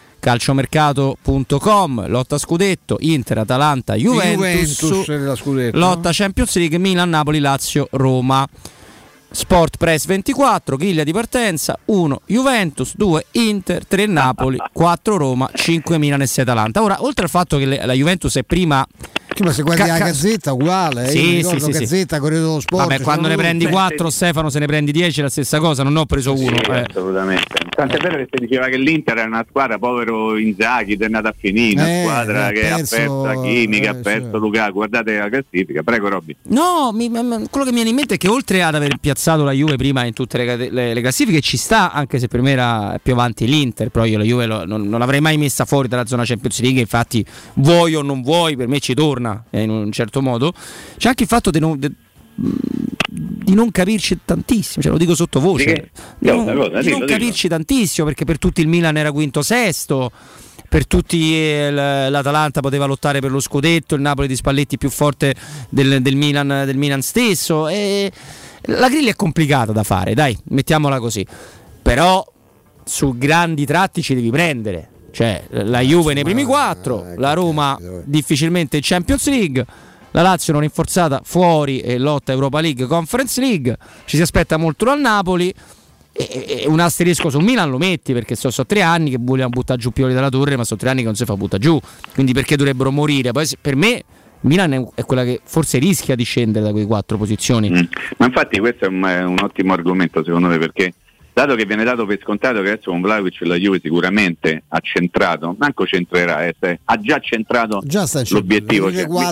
calciomercato.com, lotta scudetto, Inter, Atalanta, Juventus lotta Champions League, Milan, Napoli, Lazio, Roma. Sport Press 24, griglia di partenza 1 Juventus, 2 Inter, 3 Napoli, 4 Roma, 5 Milan e 6 Atalanta. Ora, oltre al fatto che la Juventus è prima, ma se guardi la Gazzetta uguale, sì, Gazzetta, Corriere dello Sport. Vabbè, quando ne prendi 4, Stefano, se ne prendi 10 è la stessa cosa, non ho preso 1. Assolutamente. Tant'è vero che si diceva che l'Inter è una squadra, povero Inzaghi, è andata a finire, una squadra che ha perso Hakimi, che ha perso Lukaku. Guardate la classifica, prego Robby. No, quello che mi viene in mente è che oltre ad aver piazzato la Juve prima in tutte le classifiche, ci sta, anche se per me era più avanti l'Inter, però io la Juve non l'avrei mai messa fuori dalla zona Champions League, infatti vuoi o non vuoi per me ci torna in un certo modo. C'è anche il fatto di non capirci tantissimo, lo dico sottovoce, di non capirci tantissimo, perché per tutti il Milan era quinto sesto, per tutti l'Atalanta poteva lottare per lo scudetto, il Napoli di Spalletti più forte del Milan stesso, e la griglia è complicata da fare, dai, mettiamola così, però su grandi tratti ci devi prendere, cioè la Juve nei primi 4, la Roma difficilmente in Champions League, la Lazio non rinforzata fuori e lotta Europa League, Conference League, ci si aspetta molto dal Napoli, e un asterisco sul Milan lo metti, perché sono 3 anni che vogliamo buttare giù Pioli dalla torre, ma sono 3 anni che non si fa buttare giù, quindi perché dovrebbero morire? Poi per me Milan è quella che forse rischia di scendere da quei 4 posizioni. Ma infatti questo è un ottimo argomento secondo me, perché dato che viene dato per scontato che adesso con Vlahovic la Juve sicuramente ha centrato, manco centrerà, ha già centrato l'obiettivo,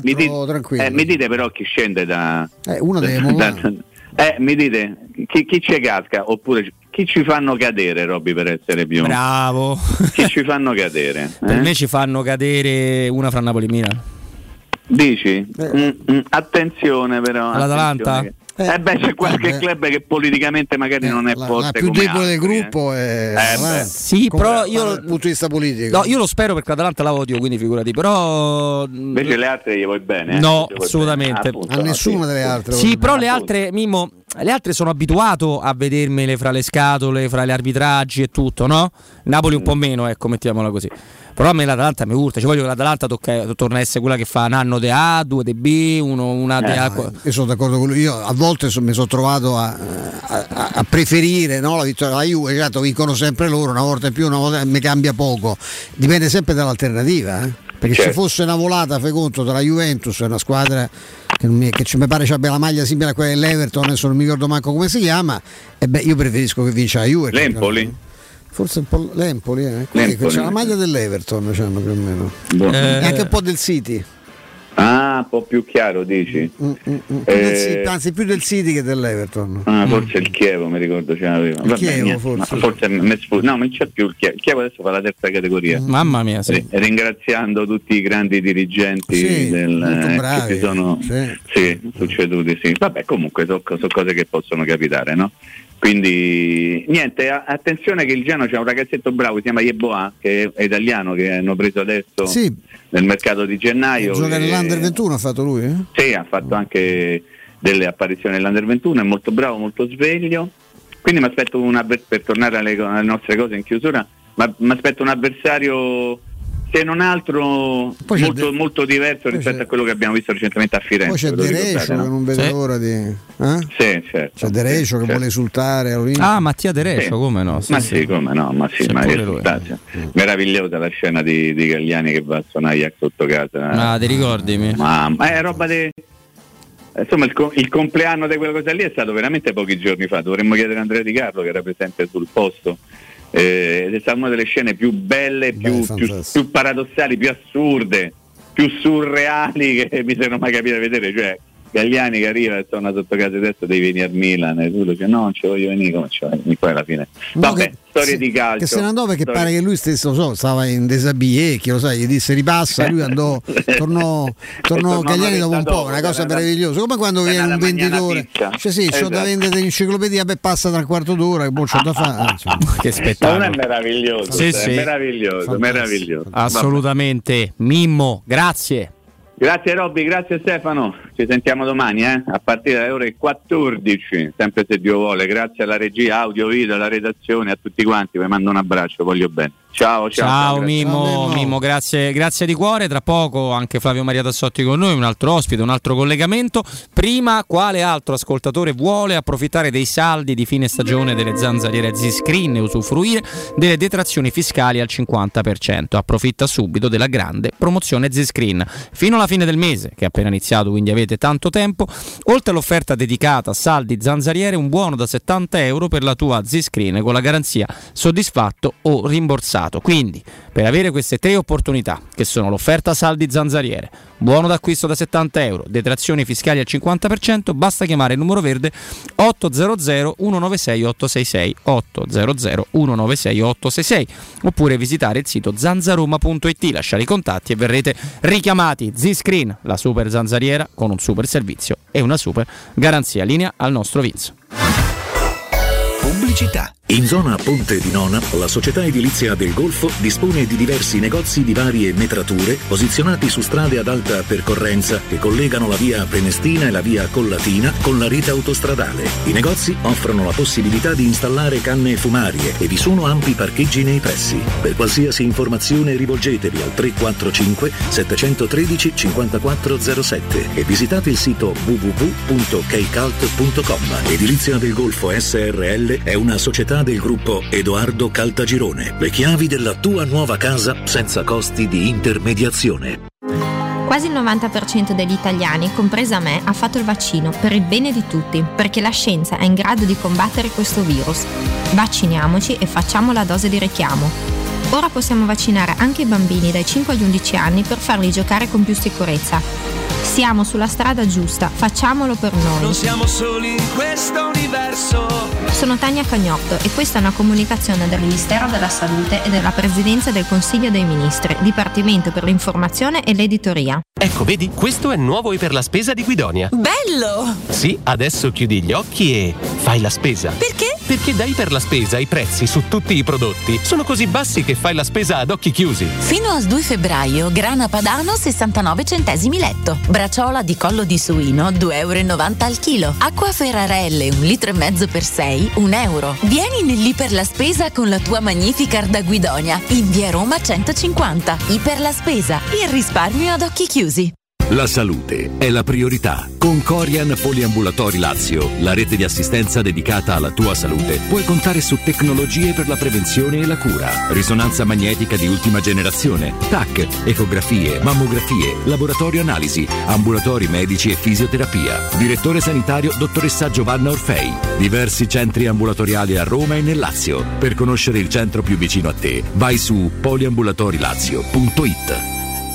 mi dite però chi scende da uno deve mi dite chi ci casca, oppure chi ci fanno cadere, Robby, per essere più bravo? Chi ci fanno cadere? Per me ci fanno cadere una fra Napoli e Milan. Dici? Attenzione però all'Atalanta? C'è qualche club che politicamente magari non è forte, la più come debole del gruppo sì, però io dal punto di vista politico, no, io lo spero, perché l'Atalanta la odio, quindi figurati, però invece le altre gli vuoi bene? No, assolutamente bene. A nessuna delle altre. Sì, però le altre, Mimmo, le altre sono abituato a vedermele fra le scatole, fra gli arbitraggi e tutto, no? Napoli un po' meno, ecco, mettiamola così. Però a me l'Atalanta mi urta, voglio che l'Atalanta torna a essere quella che fa un anno di A, 2 di B, una di A. Io sono d'accordo con lui, io a volte mi sono trovato a preferire, no, la vittoria della Juve, certo vincono sempre loro, una volta in più, una volta mi cambia poco, dipende sempre dall'alternativa, perché se fosse una volata, fai conto, tra la Juventus e una squadra che mi pare abbia la maglia simile a quella dell'Everton, adesso non mi ricordo manco come si chiama, io preferisco che vinca la Juve. L'Empoli? Forse un po' l'Empoli, c'è la maglia dell'Everton, più o meno, e anche un po' del City. Un po' più chiaro, dici? Anzi, più del City che dell'Everton. Forse il Chievo, mi ricordo ce l'aveva. Il Chievo, forse no, non c'è più il Chievo adesso fa la terza categoria. Mamma mia, sì. Ringraziando tutti i grandi dirigenti che si sono succeduti, sì. Vabbè, comunque sono cose che possono capitare, no? Quindi niente, attenzione che il Genoa c'è un ragazzetto bravo, si chiama Yeboah, che è italiano, che hanno preso adesso nel mercato di gennaio. Gioca nell'Under 21 ha fatto lui? Sì, ha fatto anche delle apparizioni nell'Under 21, è molto bravo, molto sveglio. Quindi mi aspetto per tornare alle nostre cose in chiusura, mi aspetto un avversario, se non altro, molto diverso rispetto a quello che abbiamo visto recentemente a Firenze. Poi c'è Derecio, no? Che non vede l'ora di... Sì, certo. C'è Derecio che vuole esultare. Mattia Derecio, come no? Come no, ma meravigliosa la scena di Galliani che va a suonare sotto casa. Ti ricordi? Ma è roba di... Insomma, il compleanno di quella cosa lì è stato veramente pochi giorni fa. Dovremmo chiedere a Andrea Di Carlo, che era presente sul posto. Ed è stata una delle scene più belle, più paradossali, più assurde, più surreali che mi sono mai capito a vedere. Cioè, Galliani che arriva e torna sotto casa adesso, devi venire a Milan, e tu dici no, non ci voglio venire, come ci voglio? Poi alla fine vabbè, storie di calcio che se ne andò, perché pare che lui stesso stava in desabillé, chi lo sa, gli disse ripassa, lui tornò Galliani dopo un po', una cosa meravigliosa, come quando viene un venditore, c'ho da vendere l'enciclopedia, passa tra un quarto d'ora, che c'ho da fare. Che spettacolo. Non è meraviglioso, meraviglioso, assolutamente. Mimmo, grazie. Grazie Robby, grazie Stefano, ci sentiamo domani a partire dalle ore 14, sempre se Dio vuole. Grazie alla regia audio, video, alla redazione, a tutti quanti, vi mando un abbraccio, voglio bene. Ciao Mimmo, grazie di cuore. Tra poco anche Flavio Maria Tassotti con noi, un altro ospite, un altro collegamento. Prima, quale altro ascoltatore vuole approfittare dei saldi di fine stagione delle zanzariere Z-Screen e usufruire delle detrazioni fiscali al 50%? Approfitta subito della grande promozione Z-Screen fino alla fine del mese, che è appena iniziato, quindi avete tanto tempo. Oltre all'offerta dedicata a saldi zanzariere, un buono da €70 per la tua Z-Screen con la garanzia soddisfatto o rimborsato. scontato. Quindi, per avere queste 3 opportunità, che sono l'offerta saldi zanzariere, buono d'acquisto da €70, detrazioni fiscali al 50%, basta chiamare il numero verde 800 196 866 800 196 866 oppure visitare il sito zanzaroma.it, lasciare i contatti e verrete richiamati. Z-Screen, la super zanzariera con un super servizio e una super garanzia. Linea al nostro Vince. Pubblicità. In zona Ponte di Nona, la società edilizia del Golfo dispone di diversi negozi di varie metrature posizionati su strade ad alta percorrenza che collegano la via Prenestina e la via Collatina con la rete autostradale. I negozi offrono la possibilità di installare canne fumarie e vi sono ampi parcheggi nei pressi. Per qualsiasi informazione rivolgetevi al 345 713 5407 e visitate il sito www.keicalt.com. Edilizia del Golfo SRL è una società del gruppo Edoardo Caltagirone. Le chiavi della tua nuova casa senza costi di intermediazione. Quasi il 90% degli italiani, compresa me, ha fatto il vaccino per il bene di tutti, perché la scienza è in grado di combattere questo virus. Vacciniamoci e facciamo la dose di richiamo. Ora possiamo vaccinare anche i bambini dai 5 agli 11 anni per farli giocare con più sicurezza. Siamo sulla strada giusta, facciamolo per noi. Non siamo soli in questo universo. Sono Tania Cagnotto e questa è una comunicazione del Ministero della Salute e della Presidenza del Consiglio dei Ministri, Dipartimento per l'informazione e l'editoria. Ecco, vedi, questo è il nuovo Iper la Spesa di Guidonia. Bello! Sì, adesso chiudi gli occhi e fai la spesa. Perché? Perché da Iper la Spesa i prezzi su tutti i prodotti sono così bassi che fai la spesa ad occhi chiusi. Fino al 2 febbraio, grana padano 69 centesimi letto. Bracciola di collo di suino €2,90 al chilo. Acqua Ferrarelle 1,5 litri per 6, €1. Vieni nell'Iper la Spesa con la tua Magnificard da Guidonia in via Roma 150. Iper la Spesa, il risparmio ad occhi chiusi. La salute è la priorità. Con Corian Poliambulatori Lazio, la rete di assistenza dedicata alla tua salute, puoi contare su tecnologie per la prevenzione e la cura. Risonanza magnetica di ultima generazione, TAC, ecografie, mammografie, laboratorio analisi, ambulatori medici e fisioterapia. Direttore sanitario dottoressa Giovanna Orfei. Diversi centri ambulatoriali a Roma e nel Lazio. Per conoscere il centro più vicino a te, vai su poliambulatorilazio.it.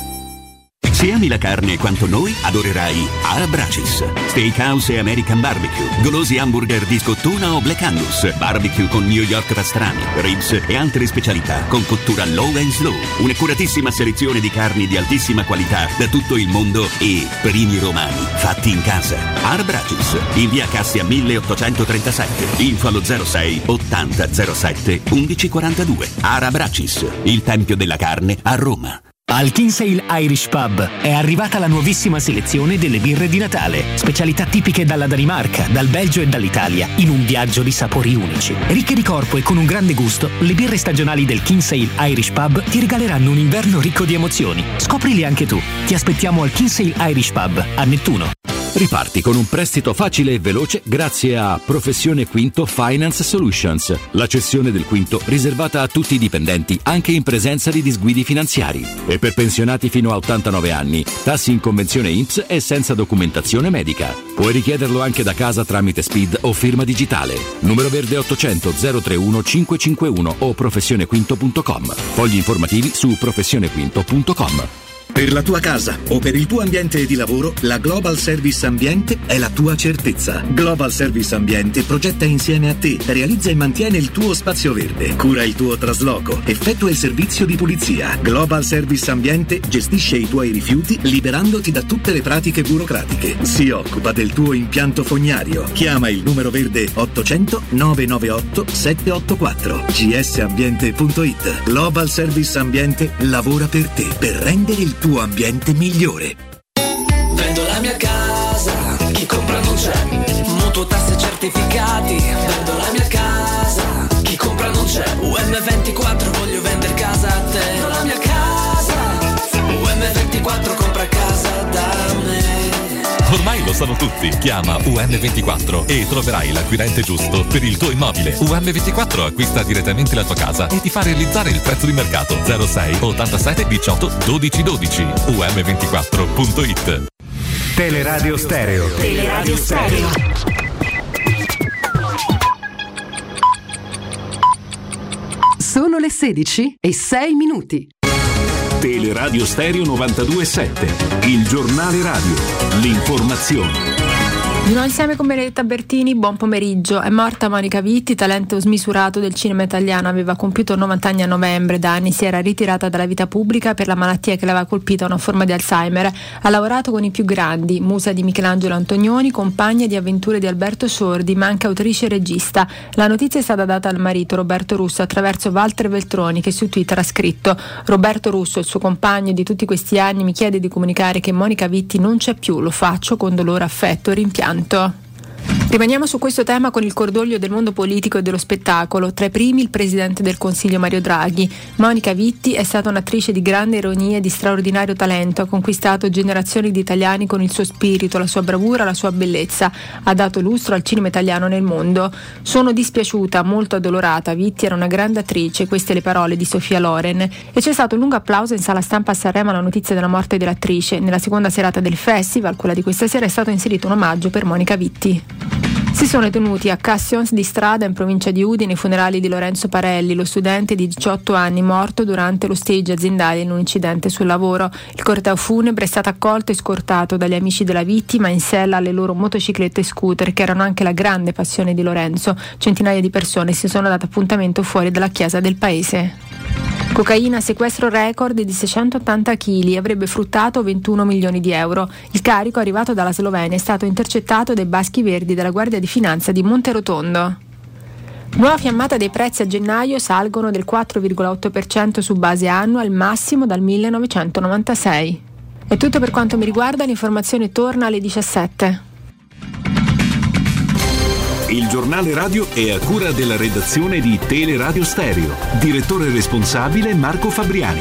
Se ami la carne quanto noi, adorerai Arabracis. Steakhouse e American Barbecue, golosi hamburger di scottuna o Black Angus, barbecue con New York pastrami, ribs e altre specialità con cottura low and slow. Un'accuratissima selezione di carni di altissima qualità da tutto il mondo e primi romani fatti in casa. Arabracis, in via Cassia 1837, info allo 06 80 07 1142. Arabracis, il tempio della carne a Roma. Al Kinsale Irish Pub è arrivata la nuovissima selezione delle birre di Natale, specialità tipiche dalla Danimarca, dal Belgio e dall'Italia, in un viaggio di sapori unici. Ricche di corpo e con un grande gusto, le birre stagionali del Kinsale Irish Pub ti regaleranno un inverno ricco di emozioni. Scoprili anche tu. Ti aspettiamo al Kinsale Irish Pub, a Nettuno. Riparti con un prestito facile e veloce grazie a Professione Quinto Finance Solutions, la cessione del quinto riservata a tutti i dipendenti anche in presenza di disguidi finanziari. E per pensionati fino a 89 anni, tassi in convenzione INPS e senza documentazione medica. Puoi richiederlo anche da casa tramite SPID o firma digitale. Numero verde 800 031 551 o professionequinto.com. Fogli informativi su professionequinto.com. Per la tua casa o per il tuo ambiente di lavoro, la Global Service Ambiente è la tua certezza. Global Service Ambiente progetta insieme a te, realizza e mantiene il tuo spazio verde, cura il tuo trasloco, effettua il servizio di pulizia. Global Service Ambiente gestisce i tuoi rifiuti liberandoti da tutte le pratiche burocratiche. Si occupa del tuo impianto fognario. Chiama il numero verde 800 998 784. gsambiente.it. Global Service Ambiente lavora per te, per rendere il tuo ambiente migliore. Vendo la mia casa, chi compra non c'è. Mutuo, tasse, certificati. Vendo la mia casa, chi compra non c'è. UM24, voglio vendere casa a te. Vendo la mia casa, UM24, compra casa da me. Ormai lo sanno tutti. Chiama UM24 e troverai l'acquirente giusto per il tuo immobile. UM24 acquista direttamente la tua casa e ti fa realizzare il prezzo di mercato. 06 87 18 12 12. UM24.it. Teleradio Stereo. Teleradio Stereo. Sono le 16:06. Teleradio Stereo 92.7, il giornale radio, l'informazione. Di nuovo insieme con Benedetta Bertini, buon pomeriggio. È morta Monica Vitti, talento smisurato del cinema italiano, aveva compiuto 90 anni a novembre, da anni si era ritirata dalla vita pubblica per la malattia che l'aveva colpita, una forma di Alzheimer. Ha lavorato con i più grandi, musa di Michelangelo Antonioni, compagna di avventure di Alberto Sordi, ma anche autrice e regista. La notizia è stata data al marito Roberto Russo attraverso Walter Veltroni, che su Twitter ha scritto: Roberto Russo, il suo compagno di tutti questi anni, mi chiede di comunicare che Monica Vitti non c'è più, lo faccio con dolore, affetto e rimpianto. Rimaniamo su questo tema con il cordoglio del mondo politico e dello spettacolo. Tra i primi il presidente del Consiglio Mario Draghi. Monica Vitti è stata un'attrice di grande ironia e di straordinario talento, ha conquistato generazioni di italiani con il suo spirito, la sua bravura, la sua bellezza. Ha dato lustro al cinema italiano nel mondo. Sono dispiaciuta, molto addolorata. Vitti era una grande attrice, queste le parole di Sofia Loren. E c'è stato un lungo applauso in sala stampa a Sanremo alla notizia della morte dell'attrice. Nella seconda serata del festival, quella di questa sera, è stato inserito un omaggio per Monica Vitti. Si sono tenuti a Cassions di Strada, in provincia di Udine, i funerali di Lorenzo Parelli, lo studente di 18 anni morto durante lo stage aziendale in un incidente sul lavoro. Il corteo funebre è stato accolto e scortato dagli amici della vittima in sella alle loro motociclette e scooter, che erano anche la grande passione di Lorenzo. Centinaia di persone si sono date appuntamento fuori dalla chiesa del paese. Cocaina, sequestro record di 680 kg, avrebbe fruttato 21 milioni di euro. Il carico, arrivato dalla Slovenia, è stato intercettato dai Baschi Verdi della Guardia di Finanza di Monterotondo. Nuova fiammata dei prezzi a gennaio, salgono del 4,8% su base annua, al massimo dal 1996. È tutto per quanto mi riguarda, l'informazione torna alle 17. Il giornale radio è a cura della redazione di Teleradio Stereo. Direttore responsabile Marco Fabriani.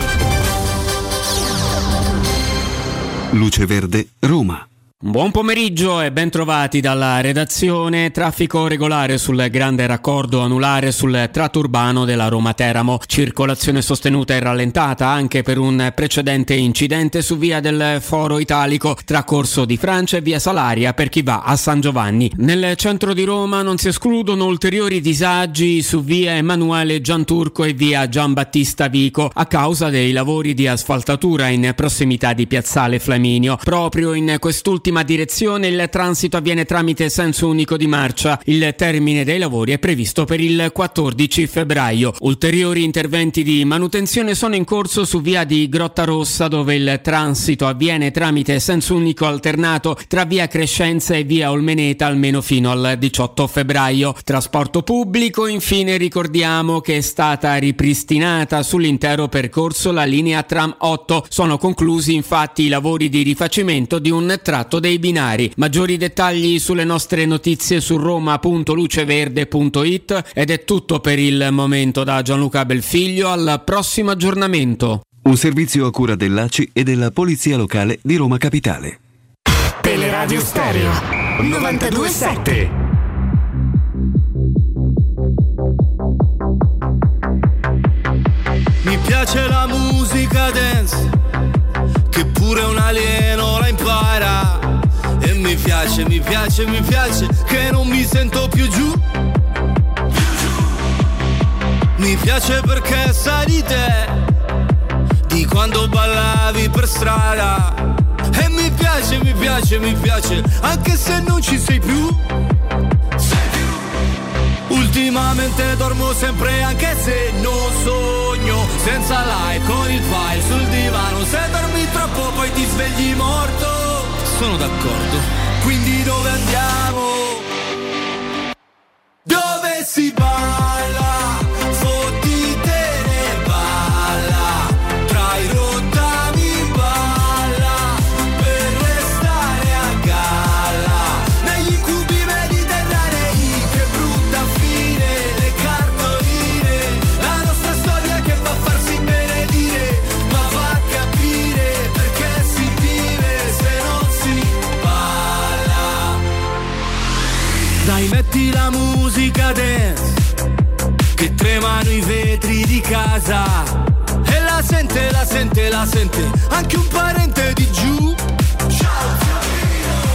Luce Verde, Roma. Buon pomeriggio e ben trovati dalla redazione. Traffico regolare sul grande raccordo anulare sul tratto urbano della Roma-Teramo. Circolazione sostenuta e rallentata anche per un precedente incidente su via del Foro Italico tra Corso di Francia e via Salaria per chi va a San Giovanni. Nel centro di Roma non si escludono ulteriori disagi su via Emanuele Gianturco e via Giambattista Vico a causa dei lavori di asfaltatura in prossimità di Piazzale Flaminio. Proprio in quest'ultima direzione il transito avviene tramite senso unico di marcia. Il termine dei lavori è previsto per il 14 febbraio. Ulteriori interventi di manutenzione sono in corso su via di Grottarossa, dove il transito avviene tramite senso unico alternato tra via Crescenza e via Olmeneta almeno fino al 18 febbraio. Trasporto pubblico, infine ricordiamo che è stata ripristinata sull'intero percorso la linea tram 8. Sono conclusi infatti i lavori di rifacimento di un tratto dei binari. Maggiori dettagli sulle nostre notizie su roma.luceverde.it ed è tutto per il momento da Gianluca Belfiglio. Al prossimo aggiornamento. Un servizio a cura dell'ACI e della Polizia Locale di Roma Capitale. Teleradio Stereo 92.7. Mi piace la musica dance, che pure un alieno la impara. E mi piace che non mi sento più giù. Mi piace perché sai di te, di quando ballavi per strada. E mi piace, anche se non ci sei più. Ultimamente dormo sempre anche se non sogno, senza live con il file sul divano. Se dormi troppo poi ti svegli morto. Sono d'accordo. Quindi dove andiamo? Dove si balla? Fottitene balla. Tra i rottami balla. Per restare a galla. Negli incubi mediterranei. Che brutta fine. Le cartoline. La nostra storia che fa farsi benedire. Ma fa capire perché si vive se non si balla. Dai, metti la musica dance, che tremano i vetri di casa. E la sente anche un parente di giù.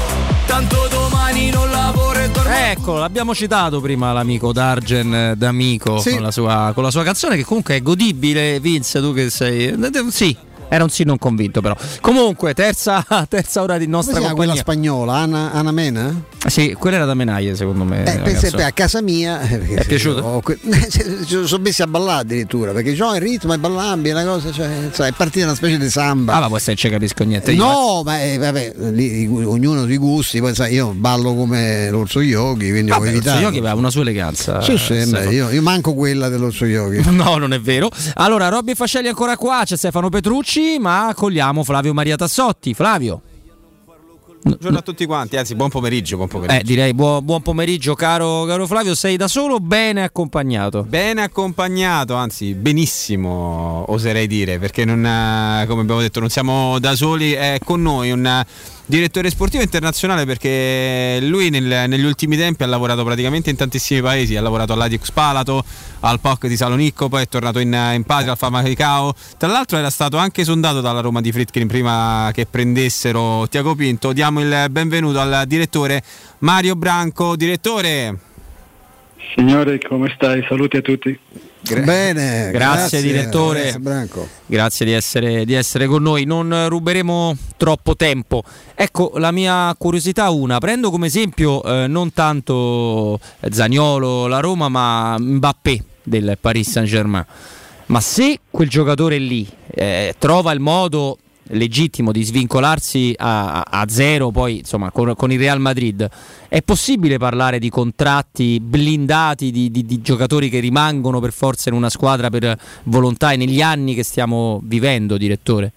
tanto domani non lavoro e dormo. Ecco, l'abbiamo citato prima l'amico Dargen D'Amico, sì, con la sua canzone, che comunque è godibile. Vince, tu che sei... Sì, era un sì non convinto, però. Comunque, terza ora di nostra compagnia. Quella spagnola, Ana Mena? Sì, quella era da Menaie, secondo me. A casa mia è piaciuto? Sono messi a ballare addirittura, perché il ritmo è ballabile, una cosa, cioè, è partita una specie di samba. Ma poi se non ci capisco niente. No, ma vabbè, lì, ognuno di gusti. Poi sai, io ballo come l'Orso Yogi, quindi ho evitato. L'Orso Yogi aveva una sua eleganza. Sì, io manco quella dell'Orso Yogi. No, non è vero. Allora, Robby Fascelli ancora qua, c'è Stefano Petrucci, ma accogliamo Flavio Maria Tassotti. Flavio. Buongiorno a tutti quanti, anzi buon pomeriggio. Direi buon pomeriggio caro Flavio. Sei da solo o bene accompagnato? Bene accompagnato, anzi benissimo oserei dire, perché non, come abbiamo detto, non siamo da soli, è con noi un direttore sportivo internazionale, perché lui negli ultimi tempi ha lavorato praticamente in tantissimi paesi, ha lavorato all'Ajax Palato, al POC di Salonicco, poi è tornato in patria al Famalicão. Tra l'altro era stato anche sondato dalla Roma di Friedkin prima che prendessero Tiago Pinto. Diamo il benvenuto al direttore Mario Branco. Direttore. Signore, come stai? Saluti a tutti. Bene, grazie direttore, Branco. Grazie di essere con noi. Non ruberemo troppo tempo. Ecco, la mia curiosità prendo come esempio non tanto Zaniolo, la Roma, ma Mbappé del Paris Saint-Germain. Ma se quel giocatore lì trova il modo legittimo di svincolarsi a zero, poi insomma con il Real Madrid, è possibile parlare di contratti blindati di giocatori che rimangono per forza in una squadra per volontà e negli anni che stiamo vivendo, direttore?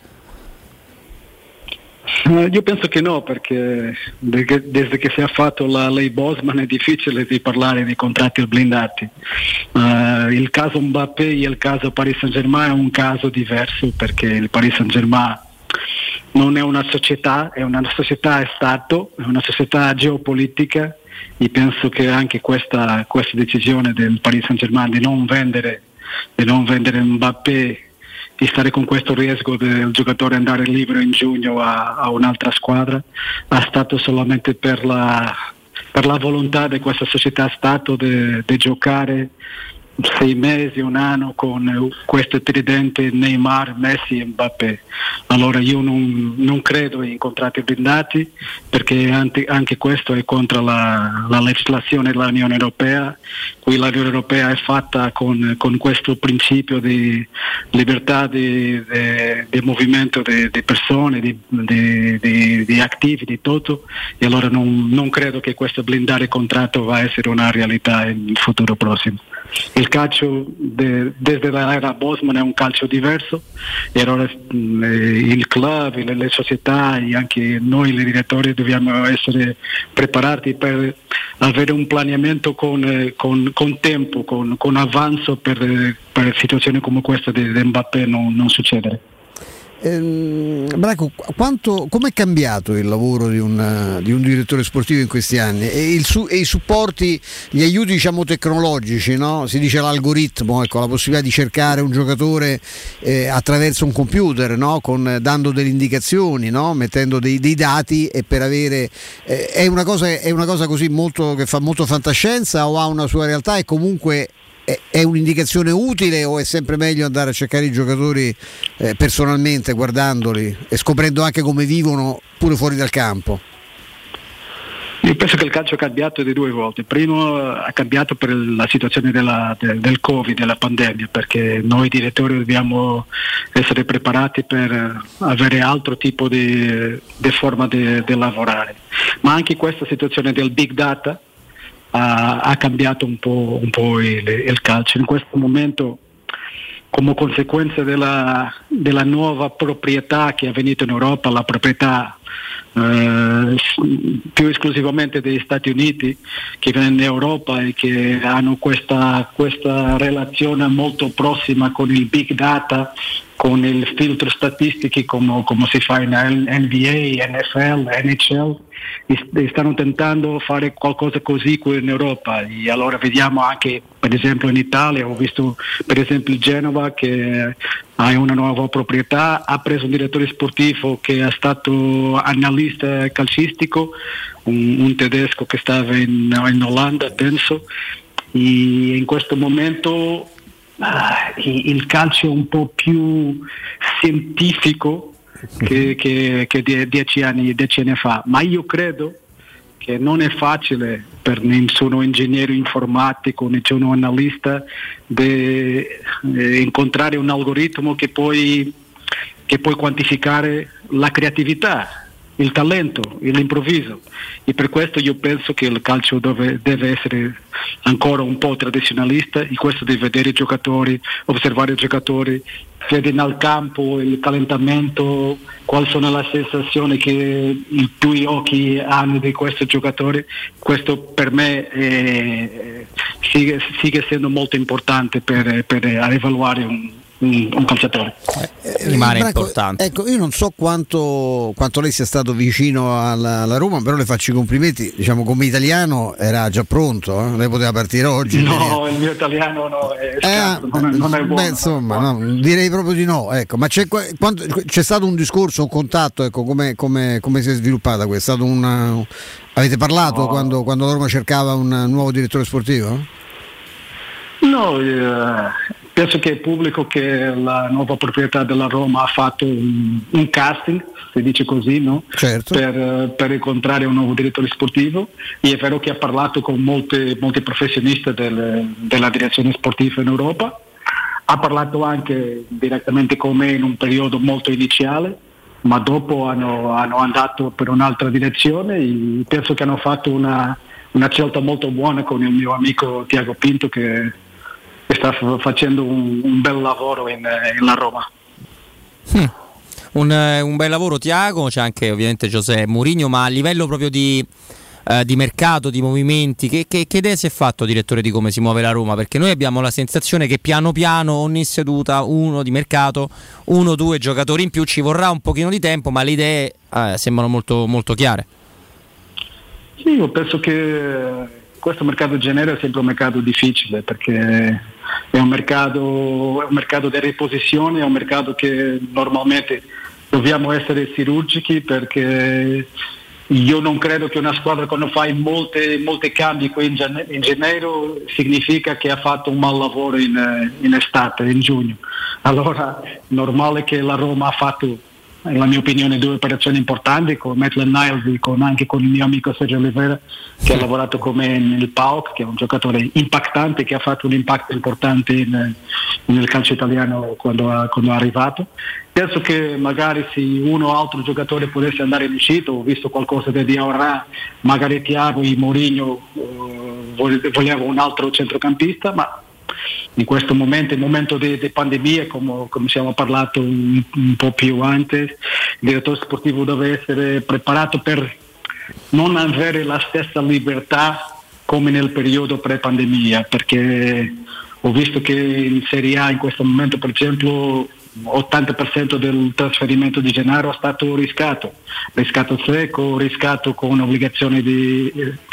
Io penso che no, perché desde che si è fatto la lei Bosman è difficile di parlare di contratti blindati. Il caso Mbappé e il caso Paris Saint-Germain è un caso diverso, perché il Paris Saint-Germain non è una società, è una società è stato, è una società geopolitica, e penso che anche questa decisione del Paris Saint-Germain di non vendere Mbappé, di stare con questo rischio del giocatore andare libero in giugno a un'altra squadra, è stato solamente per la volontà di questa società stato di giocare 6 mesi, un anno con questo tridente Neymar, Messi e Mbappé. Allora io non credo in contratti blindati, perché anche questo è contro la legislazione dell'Unione Europea. Qui l'Unione Europea è fatta con questo principio di libertà di movimento di persone, di attivi, di tutto, e allora non credo che questo blindare contratto va a essere una realtà in futuro prossimo. Il calcio desde l'era Bosman è un calcio diverso, e allora il club, le società e anche noi i direttori dobbiamo essere preparati per avere un planeamento con tempo, con avanzo per situazioni come questa di Mbappé non succedere. Branco, come è cambiato il lavoro di un direttore sportivo in questi anni e i supporti, gli aiuti diciamo tecnologici, no? Si dice l'algoritmo, ecco, la possibilità di cercare un giocatore attraverso un computer, no? Dando delle indicazioni, no? Mettendo dei dati, e per avere è una cosa così molto, che fa molto fantascienza, o ha una sua realtà, e comunque è un'indicazione utile, o è sempre meglio andare a cercare i giocatori personalmente, guardandoli e scoprendo anche come vivono pure fuori dal campo? Io penso che il calcio è cambiato di 2 volte. Primo ha cambiato per la situazione del Covid, della pandemia, perché noi direttori dobbiamo essere preparati per avere altro tipo di forma di lavorare. Ma anche questa situazione del big data ha cambiato un po' il calcio. In questo momento, come conseguenza della nuova proprietà che è avvenuta in Europa, la proprietà più esclusivamente degli Stati Uniti, che viene in Europa e che hanno questa relazione molto prossima con il big data, con il filtro statistiche come si fa in NBA, NFL, NHL, e stanno tentando fare qualcosa così qui in Europa. E allora vediamo anche, per esempio in Italia, ho visto per esempio il Genova che ha una nuova proprietà, ha preso un direttore sportivo che è stato analista calcistico, un tedesco che stava in Olanda, penso, e in questo momento il calcio è un po' più scientifico che 10 anni fa, ma io credo che non è facile per nessuno ingegnere informatico, nessuno analista di incontrare un algoritmo che puoi quantificare la creatività, il talento, l'improvviso, e per questo io penso che il calcio deve essere ancora un po' tradizionalista, e questo di vedere i giocatori, osservare i giocatori, vedere nel campo il calentamento, quali sono le sensazioni che i tuoi occhi hanno di questi giocatori. Questo per me sigue essendo molto importante per evaluare un calciatore. Rimane Branco, importante. Ecco, io non so quanto lei sia stato vicino alla Roma, però le faccio i complimenti, diciamo, come italiano era già pronto, lei poteva partire oggi. No, il mio italiano è scarso, non è buono. Beh, insomma, no, direi proprio di no, ecco. Ma c'è stato un discorso, un contatto, ecco, come si è sviluppata questa? È stato avete parlato quando la Roma cercava un nuovo direttore sportivo? No, penso che è pubblico che la nuova proprietà della Roma ha fatto un casting, si dice così, no? Certo. Per incontrare un nuovo direttore sportivo, e è vero che ha parlato con molti professionisti della direzione sportiva in Europa, ha parlato anche direttamente con me in un periodo molto iniziale, ma dopo hanno andato per un'altra direzione, e penso che hanno fatto una scelta molto buona con il mio amico Tiago Pinto, che sta facendo un bel lavoro in la Roma. Un bel lavoro Tiago, c'è anche ovviamente José Mourinho, ma a livello proprio di mercato, di movimenti, che idea si è fatto, direttore, di come si muove la Roma? Perché noi abbiamo la sensazione che piano piano ogni seduta, uno di mercato, 1-2 giocatori in più, ci vorrà un pochino di tempo, ma le idee sembrano molto, molto chiare. Sì, io penso che questo mercato genere è sempre un mercato difficile, perché è un mercato di riposizione, è un mercato che normalmente dobbiamo essere chirurgici, perché io non credo che una squadra, quando fai molti cambi qui in gennaio, significa che ha fatto un mal lavoro in estate, in giugno. Allora è normale che la Roma ha fatto, nella mia opinione, 2 operazioni importanti con Maitland-Niles e anche con il mio amico Sergio Oliveira, che ha lavorato con me nel PAOK, che è un giocatore impattante, che ha fatto un impatto importante nel calcio italiano quando è arrivato. Penso che magari se uno o altro giocatore potesse andare in uscita, ho visto qualcosa di Diawara, magari Thiago e Mourinho voleva un altro centrocampista, ma in questo momento, il momento di pandemia, come abbiamo parlato un po' più avanti, il direttore sportivo deve essere preparato per non avere la stessa libertà come nel periodo pre-pandemia, perché ho visto che in Serie A in questo momento, per esempio, 80% del trasferimento di Gennaro è stato riscatto secco, riscatto con obbligazione di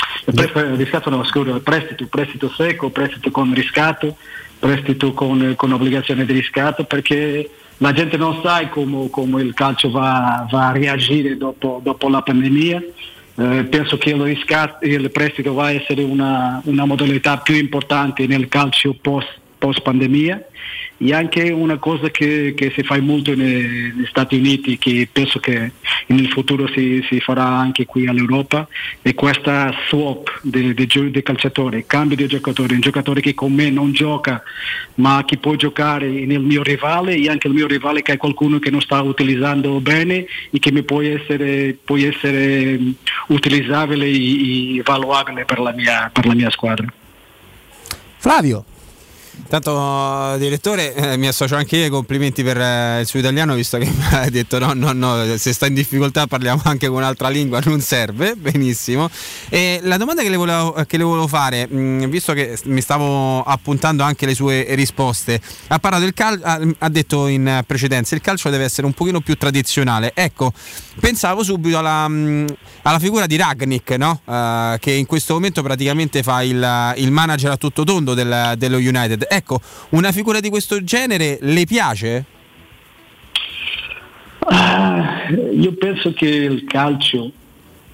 prestito secco, prestito con riscatto, prestito con obbligazione di riscatto, perché la gente non sa come il calcio va a reagire dopo la pandemia. Penso che il prestito va a essere una modalità più importante nel calcio post pandemia, e anche una cosa che si fa molto negli Stati Uniti, che penso che nel futuro si farà anche qui all'Europa, è questa swap dei calciatori, cambio di giocatore, un giocatore che con me non gioca ma che può giocare nel mio rivale, e anche il mio rivale che è qualcuno che non sta utilizzando bene e che mi può essere utilizzabile e valuabile per la mia squadra. Flavio. Intanto, direttore, mi associo anche io ai complimenti per il suo italiano, visto che mi ha detto no, se sta in difficoltà parliamo anche con un'altra lingua, non serve, benissimo. E la domanda che le volevo fare, visto che mi stavo appuntando anche le sue risposte, ha parlato ha detto in precedenza il calcio deve essere un pochino più tradizionale. Ecco, pensavo subito alla figura di Rangnick, no? Che in questo momento praticamente fa il manager a tutto tondo dello United. Ecco, una figura di questo genere le piace? Io penso che il calcio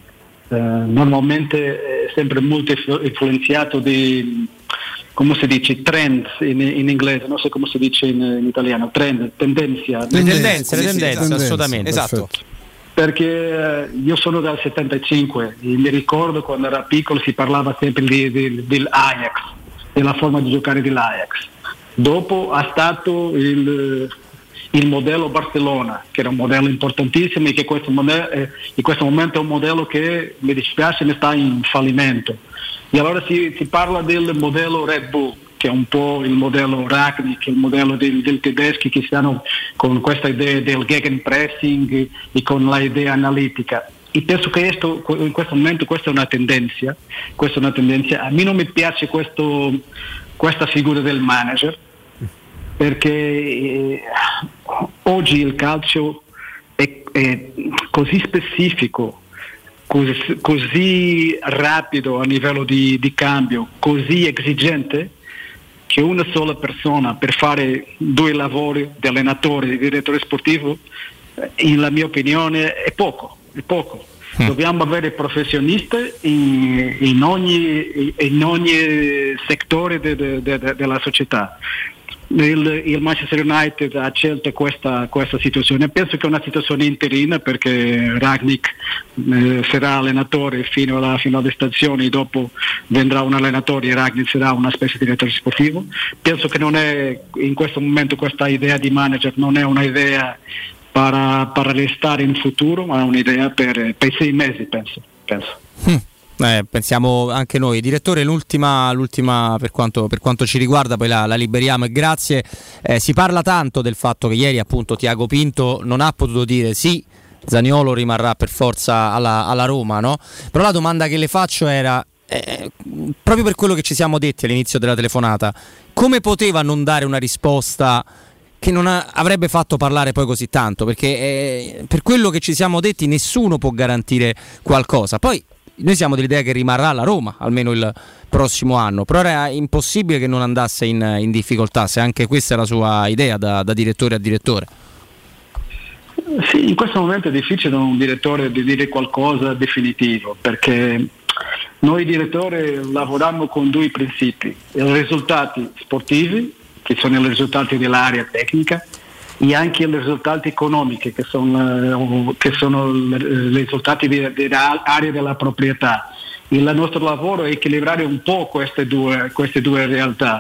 normalmente è sempre molto influenzato di, come si dice, trends in inglese, non so come si dice in italiano, trend, tendenza. Le tendenze, assolutamente. Esatto. Perché io sono dal 75 e mi ricordo quando era piccolo si parlava sempre dell'Ajax, della forma di giocare dell'Ajax. Dopo ha stato il modello Barcellona, che era un modello importantissimo e che in questo momento è un modello che, mi dispiace, ne sta in fallimento. E allora si parla del modello Red Bull, che è un po' il modello Rangnick, il modello del tedeschi che stanno con questa idea del gegenpressing e con l'idea analitica. E penso che in questo momento questa è una tendenza. A me non mi piace questa figura del manager, perché oggi il calcio è così specifico, così rapido a livello di cambio, così esigente, che una sola persona per fare due lavori di allenatore e di direttore sportivo, nella mia opinione, è poco. Dobbiamo avere professionisti in ogni settore della società. Il Manchester United ha scelto questa situazione. Penso che è una situazione interina, perché Rangnick sarà allenatore fino alla stagione, dopo vendrà un allenatore e Rangnick sarà una specie di direttore sportivo. Penso che non è in questo momento questa idea di manager non è una idea per restare in futuro, ma è un'idea per 6 mesi, penso. Pensiamo anche noi. Direttore, l'ultima per quanto ci riguarda, poi la liberiamo e grazie. Si parla tanto del fatto che ieri appunto Tiago Pinto non ha potuto dire sì, Zaniolo rimarrà per forza alla Roma, no? Però la domanda che le faccio era proprio per quello che ci siamo detti all'inizio della telefonata, come poteva non dare una risposta che non avrebbe fatto parlare poi così tanto? Perché per quello che ci siamo detti nessuno può garantire qualcosa. Poi noi siamo dell'idea che rimarrà alla Roma almeno il prossimo anno, però era impossibile che non andasse in difficoltà, se anche questa è la sua idea da direttore a direttore. Sì, in questo momento è difficile da un direttore di dire qualcosa definitivo, perché noi direttori lavoriamo con due principi: i risultati sportivi, che sono i risultati dell'area tecnica, e anche i risultati economici, che sono i risultati dell'area della proprietà. Il nostro lavoro è equilibrare un po' queste due realtà.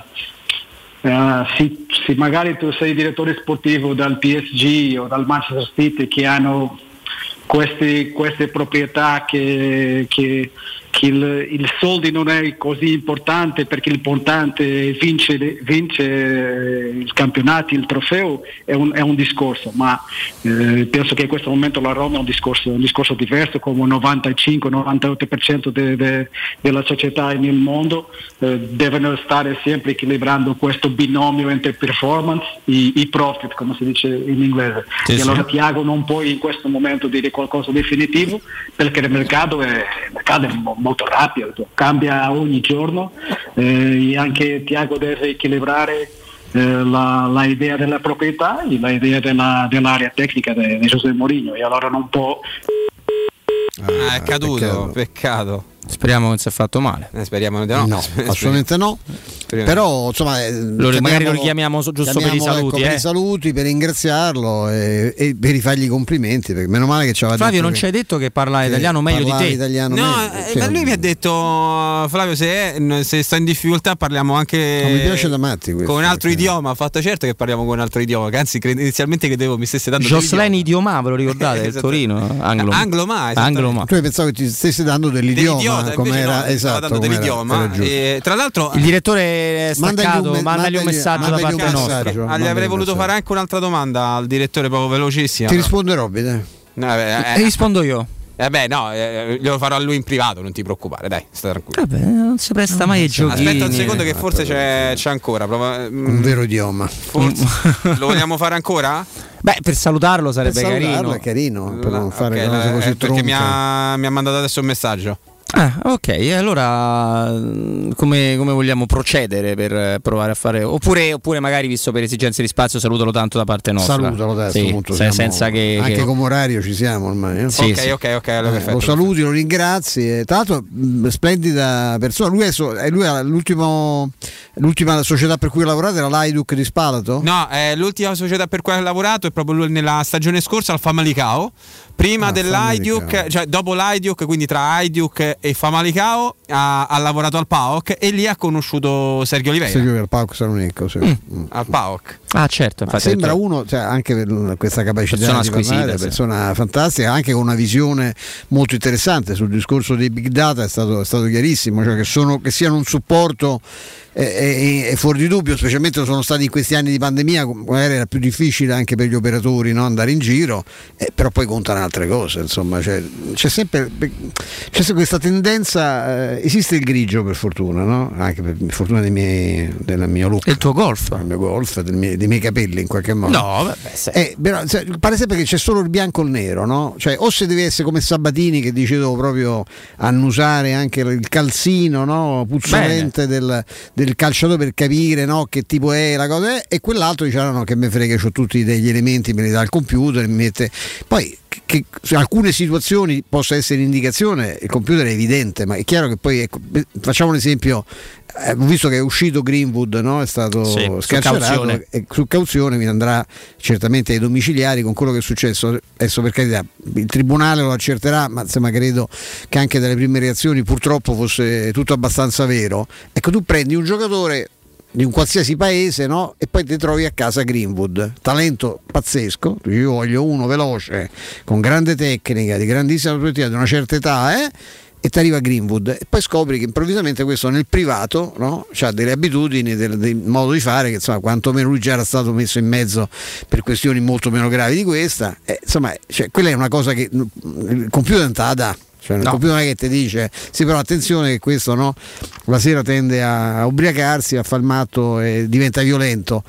Se magari tu sei direttore sportivo dal PSG o dal Manchester City, che hanno queste proprietà che il soldi non è così importante, perché l'importante è vincere il campionato, il trofeo, è un discorso, ma penso che in questo momento la Roma è un discorso diverso, come il 95-98% della società nel mondo devono stare sempre equilibrando questo binomio entre performance e profit, come si dice in inglese. E allora Tiago non può in questo momento dire qualcosa di definitivo, perché il mercato è molto rapido, cambia ogni giorno, e anche Tiago deve equilibrare la idea della proprietà e la idea dell'area tecnica di José Mourinho, e allora non può. È caduto, peccato. Speriamo che non si è fatto male. Speriamo di no. No, assolutamente no. Però insomma magari lo richiamiamo giusto per i saluti, per i saluti, per ringraziarlo e per rifargli i complimenti, perché meno male che ci aveva Flavio, non ci hai detto che parla italiano meglio di te? Italiano meglio. Lui mi ha detto: Flavio, se sta in difficoltà parliamo anche mi piace da matti questo, con un altro idioma. Fatto certo che parliamo con un altro idioma, che anzi inizialmente credevo mi stesse dando Jocelyn Idioma, ve lo ricordate? Del Torino, Angloma. Tu pensavo che ti stessi dando dell'idioma, come era, esatto, dell'idioma. E tra l'altro il direttore è staccato, mandagli un messaggio da parte nostra. Gli avrei voluto fare anche un'altra domanda al direttore, proprio velocissima. Ti risponderò, dai. E rispondo io. Glielo farò a lui in privato, non ti preoccupare, dai, stai tranquillo. Non si presta mai ai giochi. Aspetta un secondo che forse c'è ancora. Un vero idioma. Lo vogliamo fare ancora? Beh, per salutarlo sarebbe carino. È carino, per non fare cose così perché mi ha mandato adesso un messaggio. Ok, allora come vogliamo procedere per provare a fare, oppure magari, visto per esigenze di spazio, salutalo tanto da parte nostra. Salutalo da questo punto, senza che anche come orario ci siamo ormai. Ok, allora perfetto. Lo saluti, lo ringrazi. Tra l'altro splendida persona. Lui ha l'ultima società per cui ha lavorato era l'Hajduk di Spalato? No, l'ultima società per cui ha lavorato è proprio lui nella stagione scorsa al Famalicão. Prima dell'Hajduk, cioè dopo l'Hajduk, quindi tra Hajduk e Famalicão ha lavorato al PAOK e lì ha conosciuto Sergio Oliveira. Al PAOK Salonicco, sì. Al PAOK. Certo, infatti sembra uno, cioè, anche per questa capacità di parlare, persona fantastica, anche con una visione molto interessante sul discorso dei big data, è stato chiarissimo, cioè che siano un supporto è fuori di dubbio, specialmente sono stati in questi anni di pandemia, magari era più difficile anche per gli operatori, no, andare in giro, però poi contano altre cose, insomma, c'è sempre questa tendenza, esiste il grigio per fortuna, no? Anche per fortuna del mio look, il tuo golf, il mio golf, dei miei capelli in qualche modo. No, vabbè, però, pare sempre che c'è solo il bianco e il nero, no? Cioè, o se deve essere come Sabatini che dicevo proprio annusare anche il calzino, no? Puzzolente del calciatore per capire, no, che tipo è la cosa e quell'altro diceva no, che me frega, c'ho tutti degli elementi, me li dà il computer e mi mette poi che in alcune situazioni possa essere indicazione, il computer è evidente, ma è chiaro che poi, ecco, facciamo un esempio, ho visto che è uscito Greenwood, no? È stato scarcerato su cauzione, quindi andrà certamente ai domiciliari con quello che è successo. Adesso, per carità, il tribunale lo accerterà, ma insomma credo che anche dalle prime reazioni purtroppo fosse tutto abbastanza vero. Ecco, tu prendi un giocatore di un qualsiasi paese, no? E poi ti trovi a casa Greenwood, talento pazzesco, tu io voglio uno veloce, con grande tecnica, di grandissima proprietà, di una certa età, e ti arriva Greenwood e poi scopri che improvvisamente questo nel privato, no? C'ha delle abitudini, del modo di fare che insomma quantomeno lui già era stato messo in mezzo per questioni molto meno gravi di questa, insomma, cioè, quella è una cosa che il computer non te la dà. Cioè, il computer che ti dice sì, però attenzione che questo, no, la sera tende a ubriacarsi, a fare il matto e diventa violento,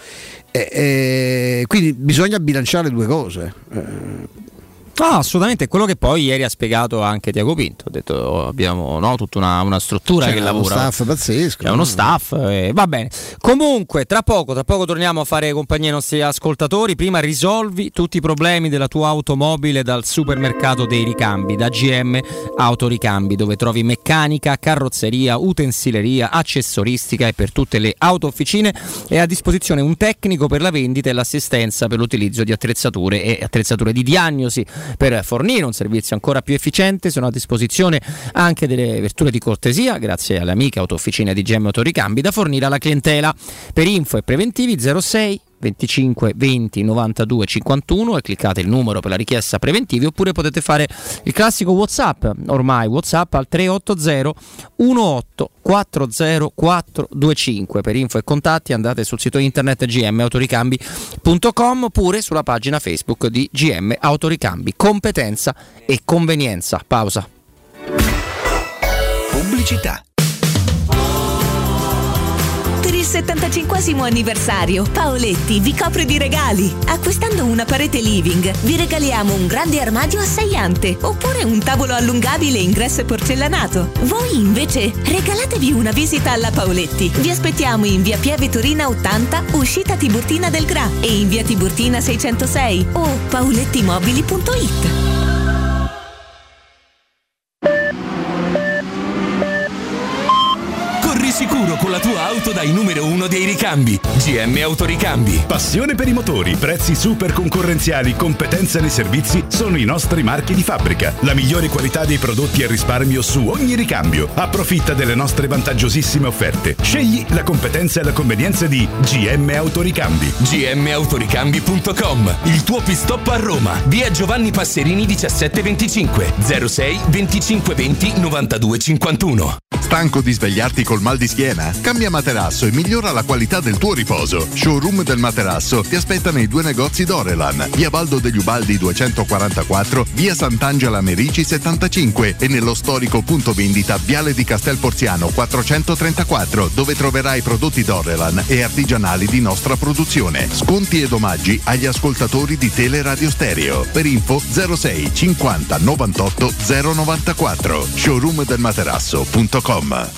quindi bisogna bilanciare due cose. Assolutamente, è quello che poi ieri ha spiegato anche Tiago Pinto. Ha detto abbiamo tutta una struttura che lavora, uno staff pazzesco, c'è uno staff, va bene. Comunque tra poco torniamo a fare compagnia ai nostri ascoltatori. Prima risolvi tutti i problemi della tua automobile dal supermercato dei ricambi, da GM Autoricambi, dove trovi meccanica, carrozzeria, utensileria, accessoristica, e per tutte le auto officine è a disposizione un tecnico per la vendita e l'assistenza per l'utilizzo di attrezzature e attrezzature di diagnosi. Per fornire un servizio ancora più efficiente sono a disposizione anche delle vetture di cortesia, grazie alle amiche autofficine di GM Autoricambi, da fornire alla clientela. Per info e preventivi 06 25 20 92 51 e cliccate il numero per la richiesta preventivi, oppure potete fare il classico WhatsApp, ormai WhatsApp al 380 18 40 425. Per info e contatti andate sul sito internet gmautoricambi.com oppure sulla pagina Facebook di GM Autoricambi. Competenza e convenienza. Pausa. Pubblicità. Per il 75° anniversario Paoletti vi copre di regali. Acquistando una parete living vi regaliamo un grande armadio a 6 ante oppure un tavolo allungabile ingresso e porcellanato. Voi invece regalatevi una visita alla Paoletti. Vi aspettiamo in via Pieve Torina 80, uscita Tiburtina del Gra, e in via Tiburtina 606 o paolettimobili.it. Sicuro con la tua auto dai numero 1 dei ricambi. GM Autoricambi. Passione per i motori, prezzi super concorrenziali, competenza nei servizi sono i nostri marchi di fabbrica. La migliore qualità dei prodotti e risparmio su ogni ricambio. Approfitta delle nostre vantaggiosissime offerte. Scegli la competenza e la convenienza di GM Autoricambi. gmautoricambi.com. Il tuo pit stop a Roma. Via Giovanni Passerini 1725 06 25 20 92 51. Stanco di svegliarti col mal di schiena? Cambia materasso e migliora la qualità del tuo riposo. Showroom del materasso ti aspetta nei 2 negozi Dorelan, via Baldo degli Ubaldi 244, via Sant'Angela Merici 75 e nello storico punto vendita Viale di Castel Porziano 434, dove troverai prodotti Dorelan e artigianali di nostra produzione. Sconti ed omaggi agli ascoltatori di Teleradio Stereo. Per info 06 50 98 094. showroomdelmaterasso.com.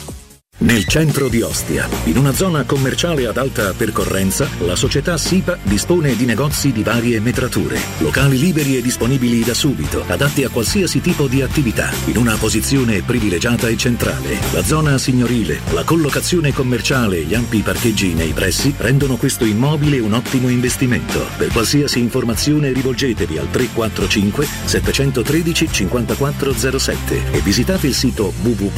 Nel centro di Ostia, in una zona commerciale ad alta percorrenza, la società SIPA dispone di negozi di varie metrature, locali liberi e disponibili da subito, adatti a qualsiasi tipo di attività, in una posizione privilegiata e centrale. La zona signorile, la collocazione commerciale e gli ampi parcheggi nei pressi rendono questo immobile un ottimo investimento. Per qualsiasi informazione rivolgetevi al 345 713 5407 e visitate il sito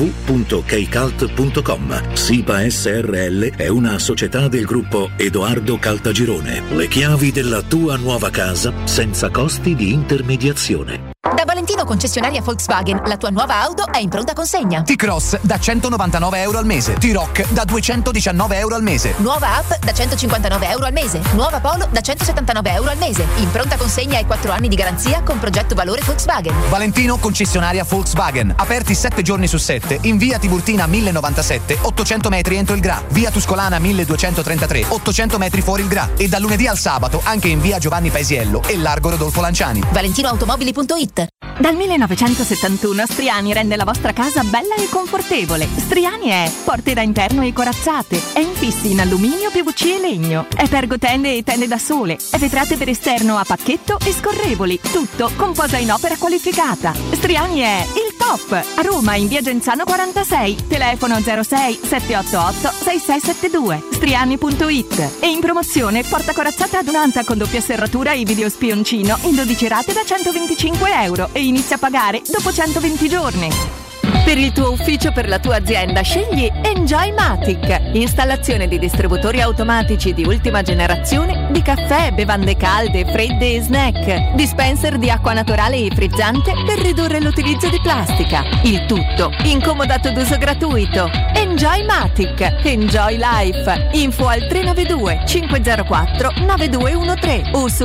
www.keicalt.com. SIPA SRL è una società del gruppo Edoardo Caltagirone. Le chiavi della tua nuova casa senza costi di intermediazione. Da Valentino concessionaria Volkswagen, la tua nuova auto è in pronta consegna. T-Cross da €199 al mese. T-Rock da €219 al mese. Nuova Up da €159 al mese. Nuova Polo da €179 al mese. In pronta consegna e 4 anni di garanzia con progetto valore Volkswagen. Valentino concessionaria Volkswagen. Aperti 7 giorni su 7 in via Tiburtina 1097, 800 metri entro il Gra. Via Tuscolana 1233, 800 metri fuori il Gra. E dal lunedì al sabato anche in via Giovanni Paesiello e largo Rodolfo Lanciani. ValentinoAutomobili.it. Dal 1971 Striani rende la vostra casa bella e confortevole. Striani è porte da interno e corazzate, è infissi in alluminio, PVC e legno, è pergotende e tende da sole, è vetrate per esterno a pacchetto e scorrevoli, tutto con posa in opera qualificata. Striani è il top! A Roma in via Genzano 46, telefono 06 788 6672, striani.it. E in promozione porta corazzata adunata con doppia serratura e video spioncino in 12 rate da €125 e inizia a pagare dopo 120 giorni. Per il tuo ufficio, per la tua azienda, scegli Enjoymatic. Installazione di distributori automatici di ultima generazione di caffè, bevande calde, fredde e snack. Dispenser di acqua naturale e frizzante per ridurre l'utilizzo di plastica. Il tutto incomodato d'uso gratuito. Enjoymatic. Enjoy Life. Info al 392 504 9213 o su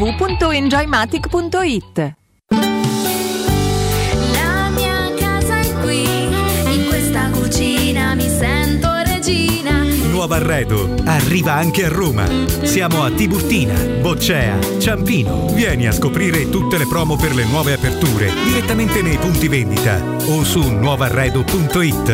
www.enjoymatic.it. Mi sento regina. Nuovo Arredo arriva anche a Roma. Siamo a Tiburtina, Boccea, Ciampino. Vieni a scoprire tutte le promo per le nuove aperture direttamente nei punti vendita o su nuovarredo.it.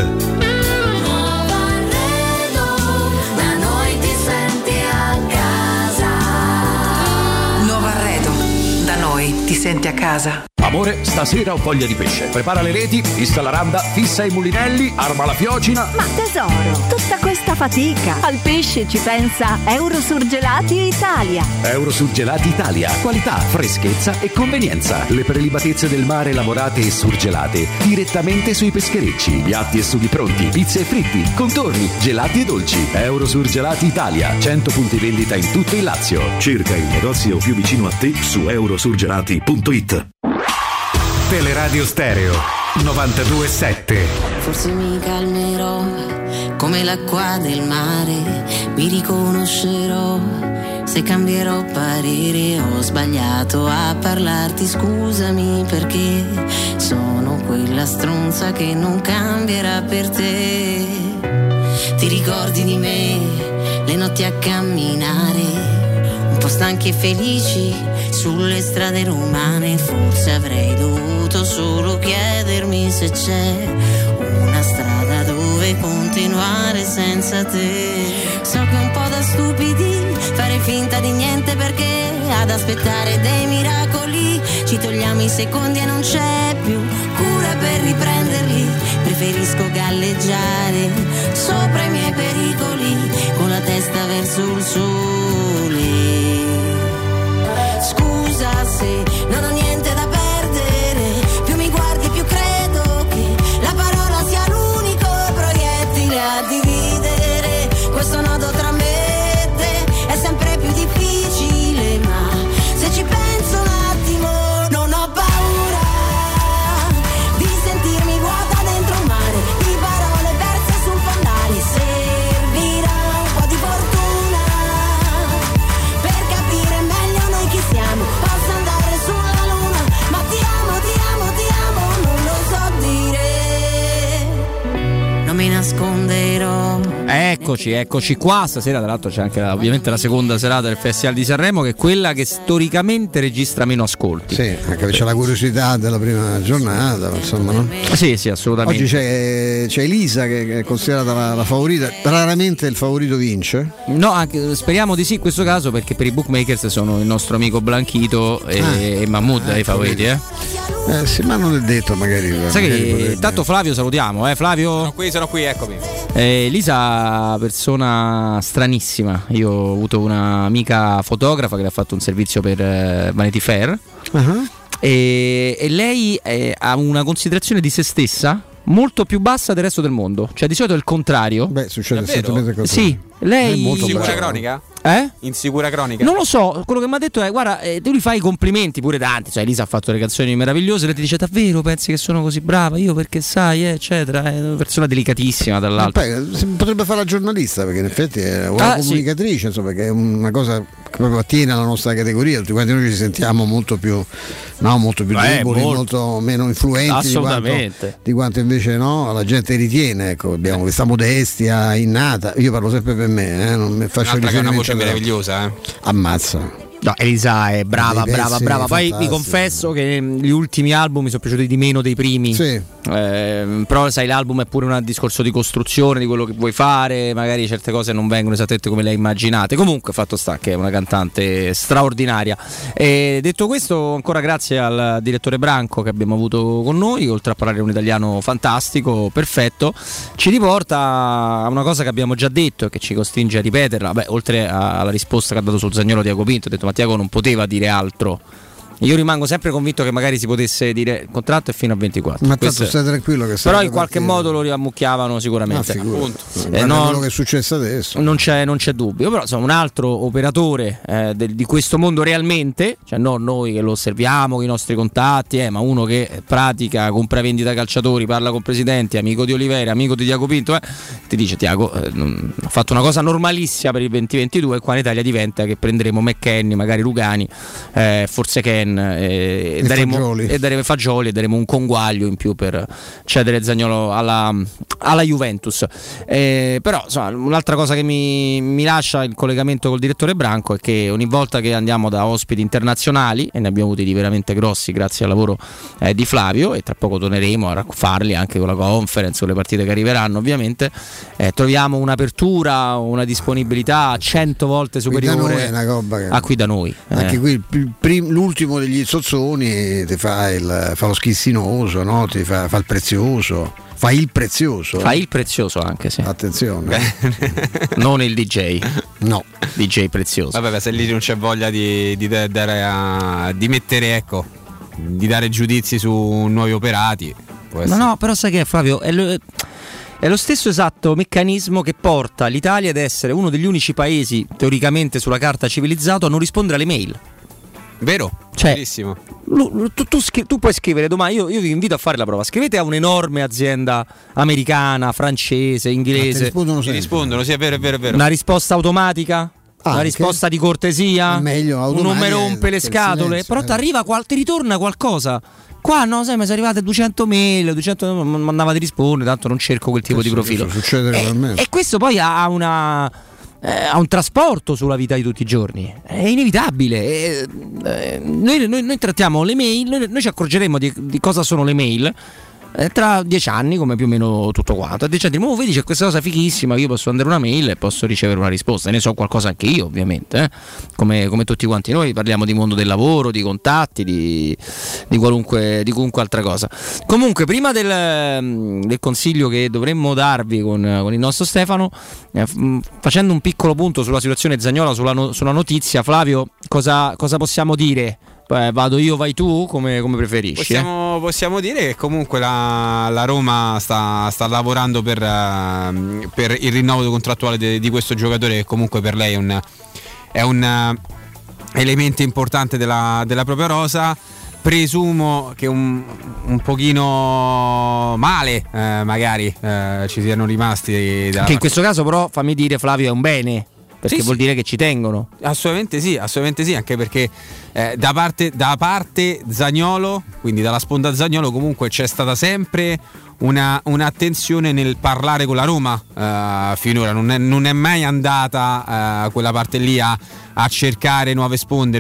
Da noi ti senti a casa. Nuovo Arredo, da noi ti senti a casa. Amore, stasera ho voglia di pesce. Prepara le reti, fissa la randa, fissa i mulinelli, arma la fiocina. Ma tesoro, tutta questa fatica. Al pesce ci pensa Eurosurgelati Italia. Eurosurgelati Italia. Qualità, freschezza e convenienza. Le prelibatezze del mare lavorate e surgelate direttamente sui pescherecci. Piatti e sughi pronti, pizze e fritti, contorni, gelati e dolci. Eurosurgelati Italia. 100 punti vendita in tutto il Lazio. Cerca il negozio più vicino a te su eurosurgelati.it. Teleradio Stereo 92.7. Forse mi calmerò come l'acqua del mare, mi riconoscerò se cambierò parere. Ho sbagliato a parlarti, scusami, perché sono quella stronza che non cambierà per te. Ti ricordi di me, le notti a camminare, un po' stanchi e felici sulle strade romane. Forse avrei dovuto solo chiedermi se c'è una strada dove continuare senza te. So che è un po' da stupidi fare finta di niente, perché ad aspettare dei miracoli ci togliamo i secondi e non c'è più cura per riprenderli. Preferisco galleggiare sopra i miei pericoli con la testa verso il sole. Scusa se non ho niente da perdere, più mi guardi più credo che la parola sia l'unico proiettile a dividere. Questo nodo tra me e te è sempre più difficile, ma se ci penso un attimo non ho paura di sentirmi vuota dentro un mare di parole belle Eccoci qua. Stasera tra l'altro c'è anche ovviamente la seconda serata del Festival di Sanremo, che è quella che storicamente registra meno ascolti. Sì, anche perché c'è la curiosità della prima giornata, insomma, no? Sì, assolutamente. Oggi c'è Elisa che è considerata la favorita. Raramente il favorito vince. No, anche, speriamo di sì in questo caso, perché per i bookmakers sono il nostro amico Blanchito e Mahmood i favoriti, sì, ma non è detto, magari. Sai che tanto Flavio salutiamo, Flavio? Sono qui, eccomi. Elisa, persona stranissima. Io ho avuto un'amica fotografa che le ha fatto un servizio per Vanity Fair. E lei ha una considerazione di se stessa molto più bassa del resto del mondo. Cioè di solito è il contrario. Beh, succede esattamente così. Sì, lei è molto Insicura cronica? Insicura cronica? Non lo so, quello che mi ha detto è: guarda, tu gli fai i complimenti pure tanti. Cioè Elisa ha fatto delle canzoni meravigliose, lei ti dice: davvero pensi che sono così brava? Io perché sai, eccetera. È una persona delicatissima, dall'altro. Potrebbe fare la giornalista, perché in effetti è una comunicatrice, insomma, perché è una cosa che proprio attiene alla nostra categoria. Tutti quanti noi ci sentiamo molto più deboli, molto meno influenti di quanto invece la gente ritiene. Ecco, abbiamo questa modestia innata. Io parlo sempre per me, non mi faccio riferimento. È una voce meravigliosa, Ammazza. No, Elisa è brava. Poi vi confesso che gli ultimi album mi sono piaciuti di meno dei primi. Sì. Però sai, l'album è pure un discorso di costruzione di quello che vuoi fare. Magari certe cose non vengono esattamente come le hai immaginate. Comunque, fatto sta che è una cantante straordinaria. E detto questo, ancora grazie al direttore Branco che abbiamo avuto con noi, oltre a parlare un italiano fantastico, perfetto, ci riporta a una cosa che abbiamo già detto e che ci costringe a ripeterla. Beh, oltre alla risposta che ha dato sul Zaniolo Tiago Pinto, ha detto: ma Tiago non poteva dire altro. Io rimango sempre convinto che magari si potesse dire il contratto è fino a 24. Ma tanto stai tranquillo che però in qualche modo lo riammucchiavano sicuramente. Quello che è successo adesso. Non c'è dubbio. Però insomma, un altro operatore di questo mondo realmente, cioè non noi che lo osserviamo con i nostri contatti, ma uno che pratica compravendita calciatori, parla con presidenti, amico di Olivera, amico di Tiago Pinto, ti dice: Tiago ha fatto una cosa normalissima per il 2022 e qua in Italia diventa che prenderemo McKennie, magari Rugani, forse Ken e daremo Fagioli e daremo un conguaglio in più per cedere Zaniolo alla Juventus. Però insomma, un'altra cosa che mi lascia il collegamento col direttore Branco è che ogni volta che andiamo da ospiti internazionali, e ne abbiamo avuti di veramente grossi grazie al lavoro di Flavio, e tra poco torneremo a farli anche con la conference, con le partite che arriveranno ovviamente, troviamo un'apertura, una disponibilità 100 volte superiore a qui da noi. Anche qui l'ultimo degli zozzoni ti fa lo schissinoso, no? Ti fa il prezioso. Fa il prezioso anche, sì. Attenzione. Non il DJ. No. DJ prezioso. Vabbè, se lì non c'è voglia di mettere, di dare giudizi su nuovi operati. No, però sai che Flavio è lo stesso esatto meccanismo che porta l'Italia ad essere uno degli unici paesi teoricamente sulla carta civilizzato a non rispondere alle mail. Vero? Cioè, verissimo. Tu puoi scrivere domani, io vi invito a fare la prova. Scrivete a un'enorme azienda americana, francese, inglese. Ti rispondono, sì, è vero. Una risposta automatica? Una risposta di cortesia? Meglio, uno mi rompe le scatole, però ti ritorna qualcosa. Qua no, sai, mi sono arrivate 200 mail, 200 non mandava di rispondere, tanto non cerco quel tipo di profilo. E questo poi ha un trasporto sulla vita di tutti i giorni, è inevitabile. Noi trattiamo le mail, noi ci accorgeremo di cosa sono le mail tra 10 anni, come più o meno tutto quanto. A 10 anni diremo: vedi, c'è questa cosa fighissima, io posso mandare una mail e posso ricevere una risposta, e ne so qualcosa anche io, ovviamente, come tutti quanti noi. Parliamo di mondo del lavoro, di contatti, di qualunque altra cosa. Comunque, prima del consiglio che dovremmo darvi con il nostro Stefano, facendo un piccolo punto sulla situazione Zaniolo, sulla notizia, Flavio, cosa possiamo dire? Vado io, vai tu, come preferisci? Possiamo dire che comunque la Roma sta lavorando per il rinnovo contrattuale di questo giocatore, che comunque per lei è un elemento importante della propria rosa. Presumo che un pochino male magari ci siano rimasti che in questo caso, però, fammi dire, Flavio, è un bene. perché vuol dire che ci tengono. Assolutamente sì, anche perché da parte Zaniolo, quindi dalla sponda Zaniolo, comunque c'è stata sempre un'attenzione nel parlare con la Roma finora, non è mai andata quella parte lì a cercare nuove sponde,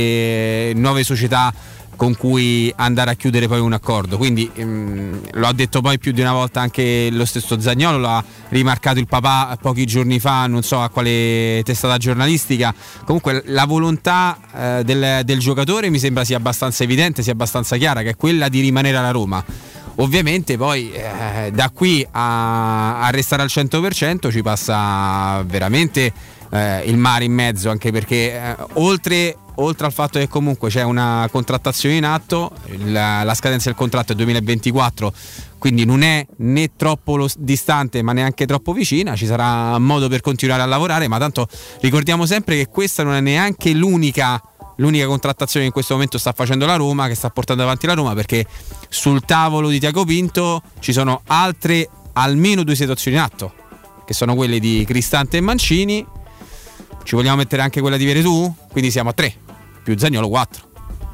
nuove società con cui andare a chiudere poi un accordo. Quindi lo ha detto poi più di una volta anche lo stesso Zaniolo, lo ha rimarcato il papà pochi giorni fa, non so a quale testata giornalistica. Comunque la volontà del giocatore mi sembra sia abbastanza evidente, sia abbastanza chiara, che è quella di rimanere alla Roma. Ovviamente poi da qui a restare al 100% ci passa veramente il mare in mezzo, anche perché oltre al fatto che comunque c'è una contrattazione in atto, la scadenza del contratto è 2024, quindi non è né troppo distante ma neanche troppo vicina, ci sarà modo per continuare a lavorare, ma tanto ricordiamo sempre che questa non è neanche l'unica contrattazione che in questo momento sta facendo la Roma, che sta portando avanti la Roma, perché sul tavolo di Tiago Pinto ci sono altre almeno 2 situazioni in atto, che sono quelle di Cristante e Mancini. Ci vogliamo mettere anche quella di Veretù? Quindi siamo a 3 più Zaniolo 4.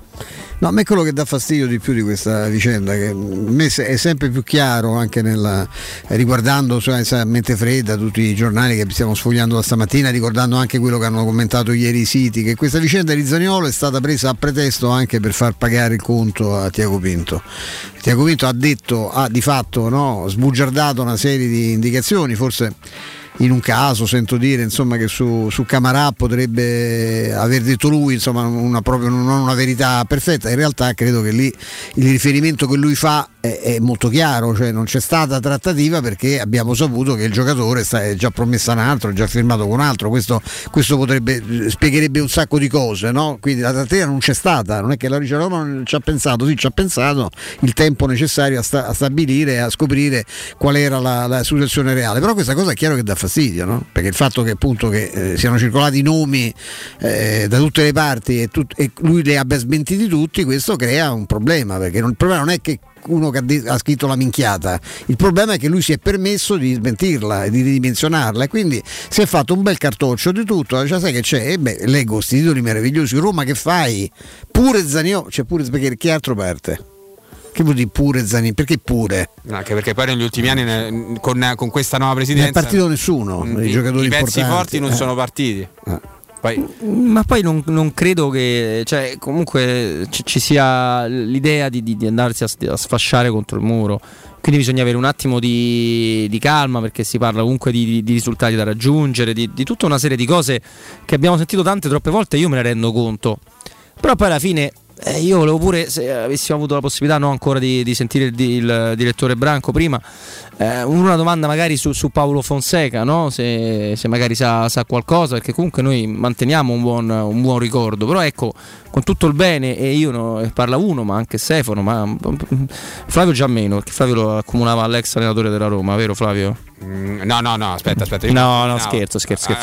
No, a me quello che dà fastidio di più di questa vicenda, che a me è sempre più chiaro anche riguardando a mente fredda tutti i giornali che stiamo sfogliando da stamattina, ricordando anche quello che hanno commentato ieri i siti, che questa vicenda di Zaniolo è stata presa a pretesto anche per far pagare il conto a Tiago Pinto. Tiago Pinto ha detto, di fatto sbugiardato una serie di indicazioni, forse in un caso sento dire che su Camarà potrebbe aver detto lui non una verità perfetta. In realtà credo che lì il riferimento che lui fa è molto chiaro, cioè non c'è stata trattativa perché abbiamo saputo che il giocatore è già promesso a un altro, è già firmato con un altro. Questo spiegherebbe un sacco di cose, no? Quindi la trattativa non c'è stata, non è che la Roma non ci ha pensato, sì ci ha pensato, il tempo necessario a stabilire, a scoprire qual era la situazione reale. Però questa cosa è chiaro che dà fastidio, no? Perché il fatto che appunto siano circolati nomi da tutte le parti e lui li abbia smentiti tutti, questo crea un problema, perché il problema non è che uno che ha scritto la minchiata, il problema è che lui si è permesso di smentirla e di ridimensionarla, e quindi si è fatto un bel cartoccio di tutto. Cioè, sai che c'è? Leggo questi titoli meravigliosi: Roma che fai? Pure Zaniolo, pure perché chi altro parte? Che vuol dire pure Zaniolo? Perché pure? Anche perché poi negli ultimi anni con questa nuova presidenza non è partito nessuno, i giocatori i pezzi importanti forti non sono partiti. Ma poi non credo che, cioè, comunque ci sia l'idea di andarsi a sfasciare contro il muro, quindi bisogna avere un attimo di calma, perché si parla comunque di risultati da raggiungere, di tutta una serie di cose che abbiamo sentito tante troppe volte. Io me ne rendo conto, però poi alla fine io volevo pure, se avessimo avuto la possibilità ancora di sentire il direttore Branco prima, una domanda magari su Paolo Fonseca, no? Se magari sa qualcosa, perché comunque noi manteniamo un buon ricordo, però ecco, con tutto il bene, e io parla uno, ma anche Stefano, ma Flavio già meno, perché Flavio lo accomunava all'ex allenatore della Roma, vero Flavio? No, aspetta. No, scherzo.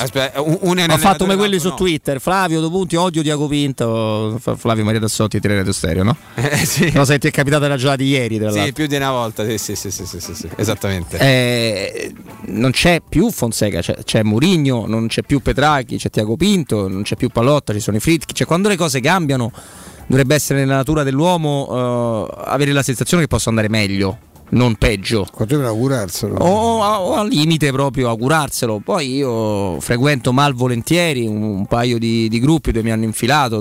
Ho fatto come quelli su Twitter: Flavio, 2 punti, odio Tiago Pinto. Flavio Maria Tassotti, Teleradio Stereo, no? Sì. No, se ti è capitata la giornata di ieri, tra l'altro. Sì, più di una volta, sì, esattamente. Non c'è più Fonseca, c'è Mourinho, non c'è più Petracchi, c'è Tiago Pinto, non c'è più Pallotta, ci sono i Fritchi. Cioè, quando le cose cambiano, dovrebbe essere nella natura dell'uomo avere la sensazione che possa andare meglio, non peggio, augurarselo o al limite proprio augurarselo. Poi io frequento malvolentieri un paio di gruppi dove mi hanno infilato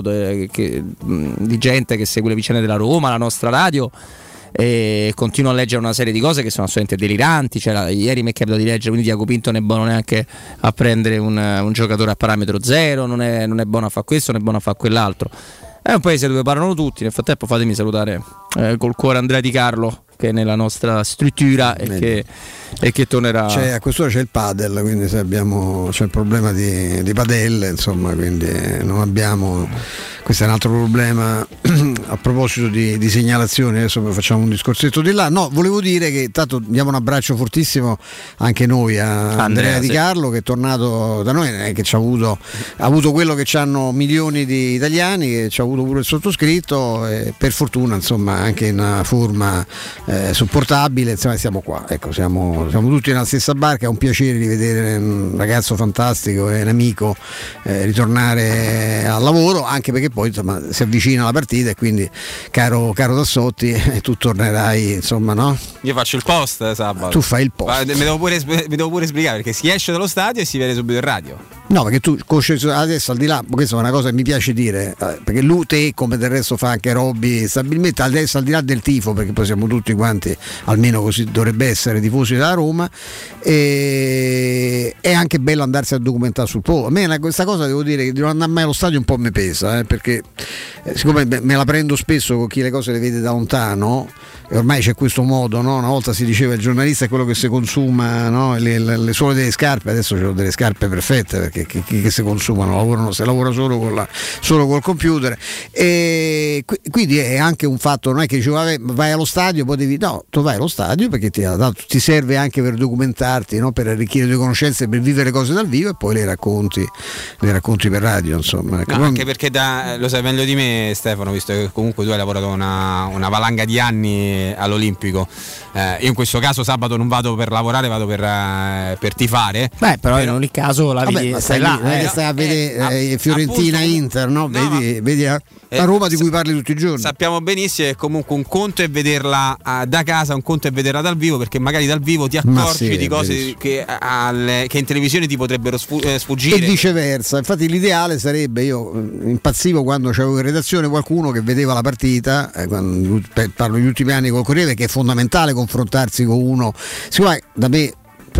di gente che segue le vicende della Roma, la nostra radio, e continuo a leggere una serie di cose che sono assolutamente deliranti. Ieri mi è capitato di leggere, quindi Tiago Pinto non è buono neanche a prendere un giocatore a parametro zero, non è buono a fare questo, non è buono a fare quell'altro. È un paese dove parlano tutti. Nel frattempo fatemi salutare col cuore Andrea Di Carlo, che è nella nostra struttura e che tornerà. A quest'ora c'è il padel, quindi se c'è il problema di padelle, insomma, quindi non abbiamo. Questo è un altro problema a proposito di segnalazioni, adesso facciamo un discorsetto di là. No, volevo dire che tanto diamo un abbraccio fortissimo anche noi a Andrea Di Carlo, che è tornato da noi, che ha avuto quello che hanno milioni di italiani, che ci ha avuto pure il sottoscritto, e per fortuna insomma anche in una forma sopportabile, insomma siamo qua, ecco, siamo tutti nella stessa barca. È un piacere di vedere un ragazzo fantastico e un amico ritornare al lavoro, anche perché poi insomma si avvicina la partita e quindi caro Tassotti, tu tornerai, insomma, no? Io faccio il post sabato. Tu fai il post. Mi devo pure spiegare, perché si esce dallo stadio e si vede subito in radio. No, perché tu adesso, al di là, questa è una cosa che mi piace dire, perché te, come del resto fa anche Robby stabilmente, adesso al di là del tifo, perché poi siamo tutti quanti, almeno così dovrebbe essere, tifosi della Roma, è anche bello andarsi a documentare sul posto. A me questa cosa, devo dire, che di non andare mai allo stadio un po' mi pesa, perché siccome me la prendo spesso con chi le cose le vede da lontano, e ormai c'è questo modo, no? Una volta si diceva il giornalista è quello che si consuma, no? le suole delle scarpe, adesso c'ho delle scarpe perfette, perché che si consumano, si lavora solo col computer, e quindi è anche un fatto, non è che dici vai allo stadio, poi tu vai allo stadio perché ti serve anche per documentarti, no? Per arricchire le tue conoscenze, per vivere le cose dal vivo, e poi le racconti per radio, insomma. No, anche perché lo sai meglio di me, Stefano, visto che comunque tu hai lavorato una valanga di anni all'Olimpico. Io in questo caso sabato non vado per lavorare, vado per tifare. Però in ogni caso stai là, stai a vedere Fiorentina, appunto, Inter, no? Vedi la Roma di cui parli tutti i giorni. Sappiamo benissimo che comunque un conto è vederla da casa, un conto è vederla dal vivo, perché magari dal vivo ti accorgi di cose che in televisione ti potrebbero sfuggire, e viceversa. Infatti l'ideale sarebbe, io impazzivo quando c'avevo in redazione qualcuno che vedeva la partita, parlo degli ultimi anni col Corriere, che è fondamentale confrontarsi con uno, siccome da me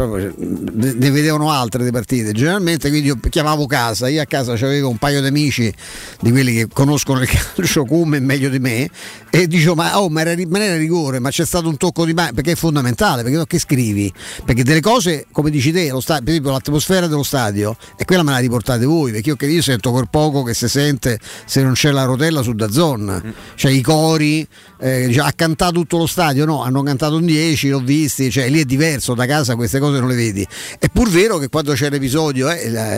ne vedevano altre le partite generalmente, quindi io chiamavo casa, io a casa c'avevo un paio di amici di quelli che conoscono il calcio come meglio di me, e dicevo ma era rigore, ma c'è stato un tocco di mano, perché è fondamentale, perché che scrivi, perché delle cose come dici te, per esempio l'atmosfera dello stadio, e quella me la riportate voi, perché io sento quel poco che si sente se non c'è la rotella su DAZN, cioè i cori, ha cantato tutto lo stadio, no, hanno cantato in 10, l'ho visti, cioè lì è diverso, da casa queste cose non le vedi. È pur vero che quando c'è l'episodio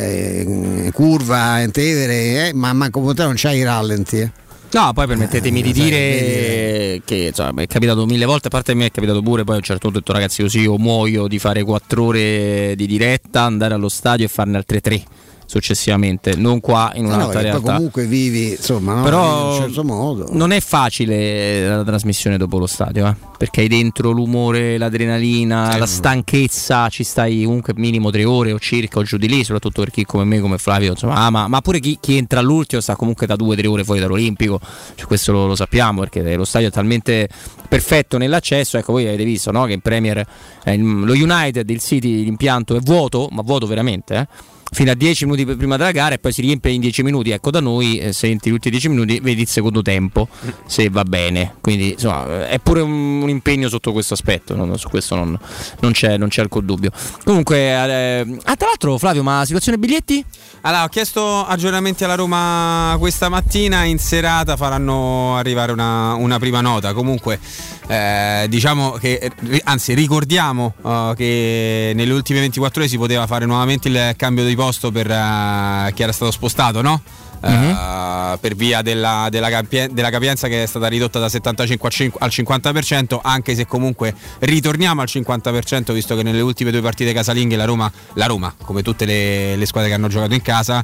curva in Tevere, ma come te non c'hai i rallenti. No, poi permettetemi di dire che insomma, è capitato 1000 volte, a parte a me è capitato pure, poi a un certo punto ho detto ragazzi così io muoio di fare 4 ore di diretta, andare allo stadio e farne altre 3 successivamente, non qua in un'altra realtà. Poi comunque vivi, insomma, no? Però in un certo modo. Non è facile la trasmissione dopo lo stadio, perché hai dentro l'umore, l'adrenalina, la stanchezza, ci stai comunque minimo 3 ore o circa o giù di lì, soprattutto per chi come me, come Flavio, insomma, ma pure chi entra all'ultimo sta comunque da 2 o 3 ore fuori dall'Olimpico, cioè, questo lo sappiamo, perché lo stadio è talmente perfetto nell'accesso. Ecco, voi avete visto, no? Che in Premier lo United, il City, l'impianto è vuoto, ma vuoto veramente, fino a 10 minuti prima della gara, e poi si riempie in 10 minuti. Ecco, da noi se entri tutti i 10 minuti vedi il secondo tempo, se va bene, quindi insomma è pure un impegno sotto questo aspetto, su questo non c'è alcun dubbio. Comunque tra l'altro Flavio, ma situazione biglietti? Allora, ho chiesto aggiornamenti alla Roma questa mattina, in serata faranno arrivare una prima nota. Comunque diciamo che, anzi ricordiamo che nelle ultime 24 ore si poteva fare nuovamente il cambio di posto per chi era stato spostato, no? Per via della capienza che è stata ridotta da 75 al 50%, anche se comunque ritorniamo al 50%, visto che nelle ultime 2 partite casalinghe la Roma, come tutte le squadre che hanno giocato in casa,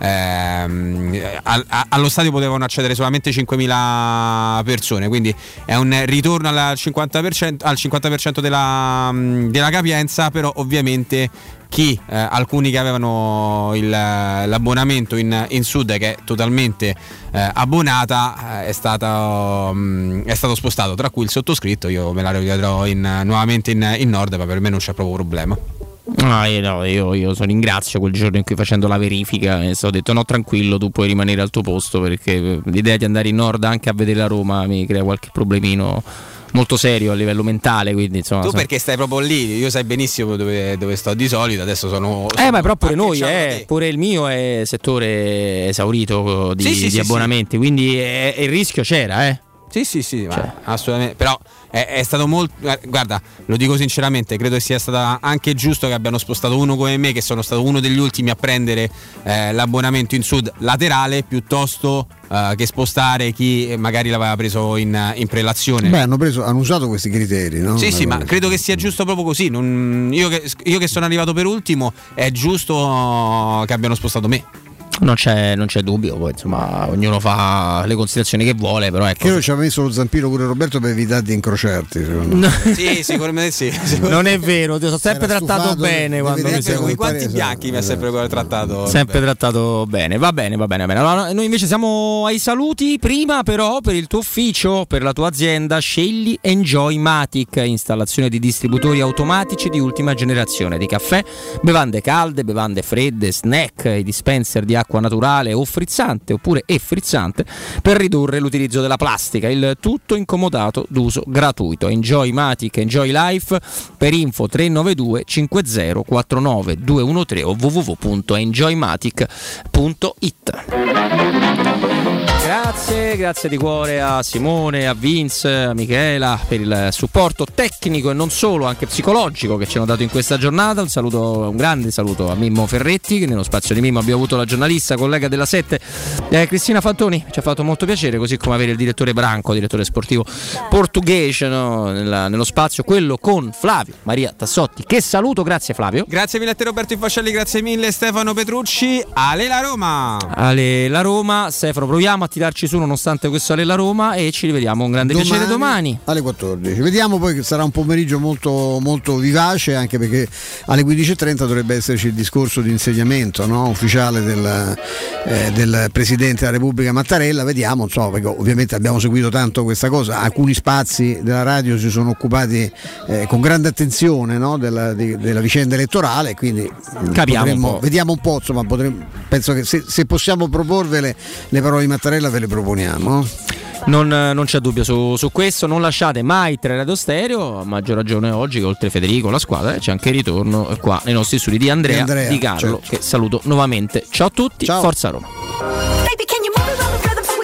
allo stadio potevano accedere solamente 5.000 persone, quindi è un ritorno al 50% della capienza. Però ovviamente alcuni che avevano l'abbonamento in Sud, che è totalmente abbonata, è stato spostato, tra cui il sottoscritto. Io me la rivedrò nuovamente in Nord, ma per me non c'è proprio problema. Io ringrazio quel giorno in cui, facendo la verifica, ho detto no, tranquillo, tu puoi rimanere al tuo posto, perché l'idea di andare in Nord anche a vedere la Roma mi crea qualche problemino molto serio a livello mentale, quindi insomma. Tu perché stai proprio lì, io sai benissimo dove sto di solito, adesso sono ma però pure noi, pure il mio è settore esaurito di abbonamenti, quindi il rischio c'era, Sì, assolutamente. Però è stato molto. Guarda, lo dico sinceramente, credo sia stato anche giusto che abbiano spostato uno come me, che sono stato uno degli ultimi a prendere l'abbonamento in sud laterale, piuttosto che spostare chi magari l'aveva preso in prelazione. Hanno usato questi criteri, no? Sì, ma credo che sia giusto proprio così. Io che sono arrivato per ultimo, è giusto che abbiano spostato me. Non c'è dubbio, poi insomma ognuno fa le considerazioni che vuole, però ecco. Io ci avevo messo lo zampino pure Roberto per evitare di incrociarti, secondo me. Sì, sicuramente sì. Non è vero, ti ho sempre trattato bene quando mi sei con quanti bianchi mi ha sempre trattato. Sempre trattato bene. Va bene. Allora, noi invece siamo ai saluti. Prima però per il tuo ufficio, per la tua azienda, scegli Enjoymatic, installazione di distributori automatici di ultima generazione di caffè, bevande calde, bevande fredde, snack, i dispenser di acqua naturale o frizzante oppure frizzante per ridurre l'utilizzo della plastica, il tutto incomodato d'uso gratuito. Enjoymatic, Enjoy Life. Per info 392 50 49 213 o www.enjoymatic.it. Grazie di cuore a Simone, a Vince, a Michela per il supporto tecnico e non solo, anche psicologico che ci hanno dato in questa giornata. Un grande saluto a Mimmo Ferretti, che nello spazio di Mimmo abbiamo avuto la giornalista, collega della 7, Cristina Fantoni. Ci ha fatto molto piacere, così come avere il direttore Branco, direttore sportivo portoghese, no? nello spazio, quello con Flavio Maria Tassotti, che saluto. Grazie Flavio. Grazie mille a te Roberto Infascelli, grazie mille Stefano Petrucci. Ale la Roma, Stefano, proviamo a tirarci su nonostante questo Ale la Roma e ci rivediamo con grande piacere domani alle 14. Vediamo poi che sarà un pomeriggio molto, molto vivace, anche perché alle 15:30 dovrebbe esserci il discorso di insediamento, no? Ufficiale del Presidente della Repubblica Mattarella. Vediamo, insomma, perché ovviamente abbiamo seguito tanto questa cosa, alcuni spazi della radio si sono occupati con grande attenzione, no? della vicenda elettorale, quindi vediamo un po', insomma, penso che se possiamo proporvele le parole di Mattarella ve le proponiamo. Non c'è dubbio su questo. Non lasciate mai Tre Radio Stereo, a maggior ragione oggi che oltre Federico la squadra c'è anche il ritorno qua nei nostri studi di Andrea Di Carlo, certo, che saluto nuovamente. Ciao a tutti, ciao. Forza Roma.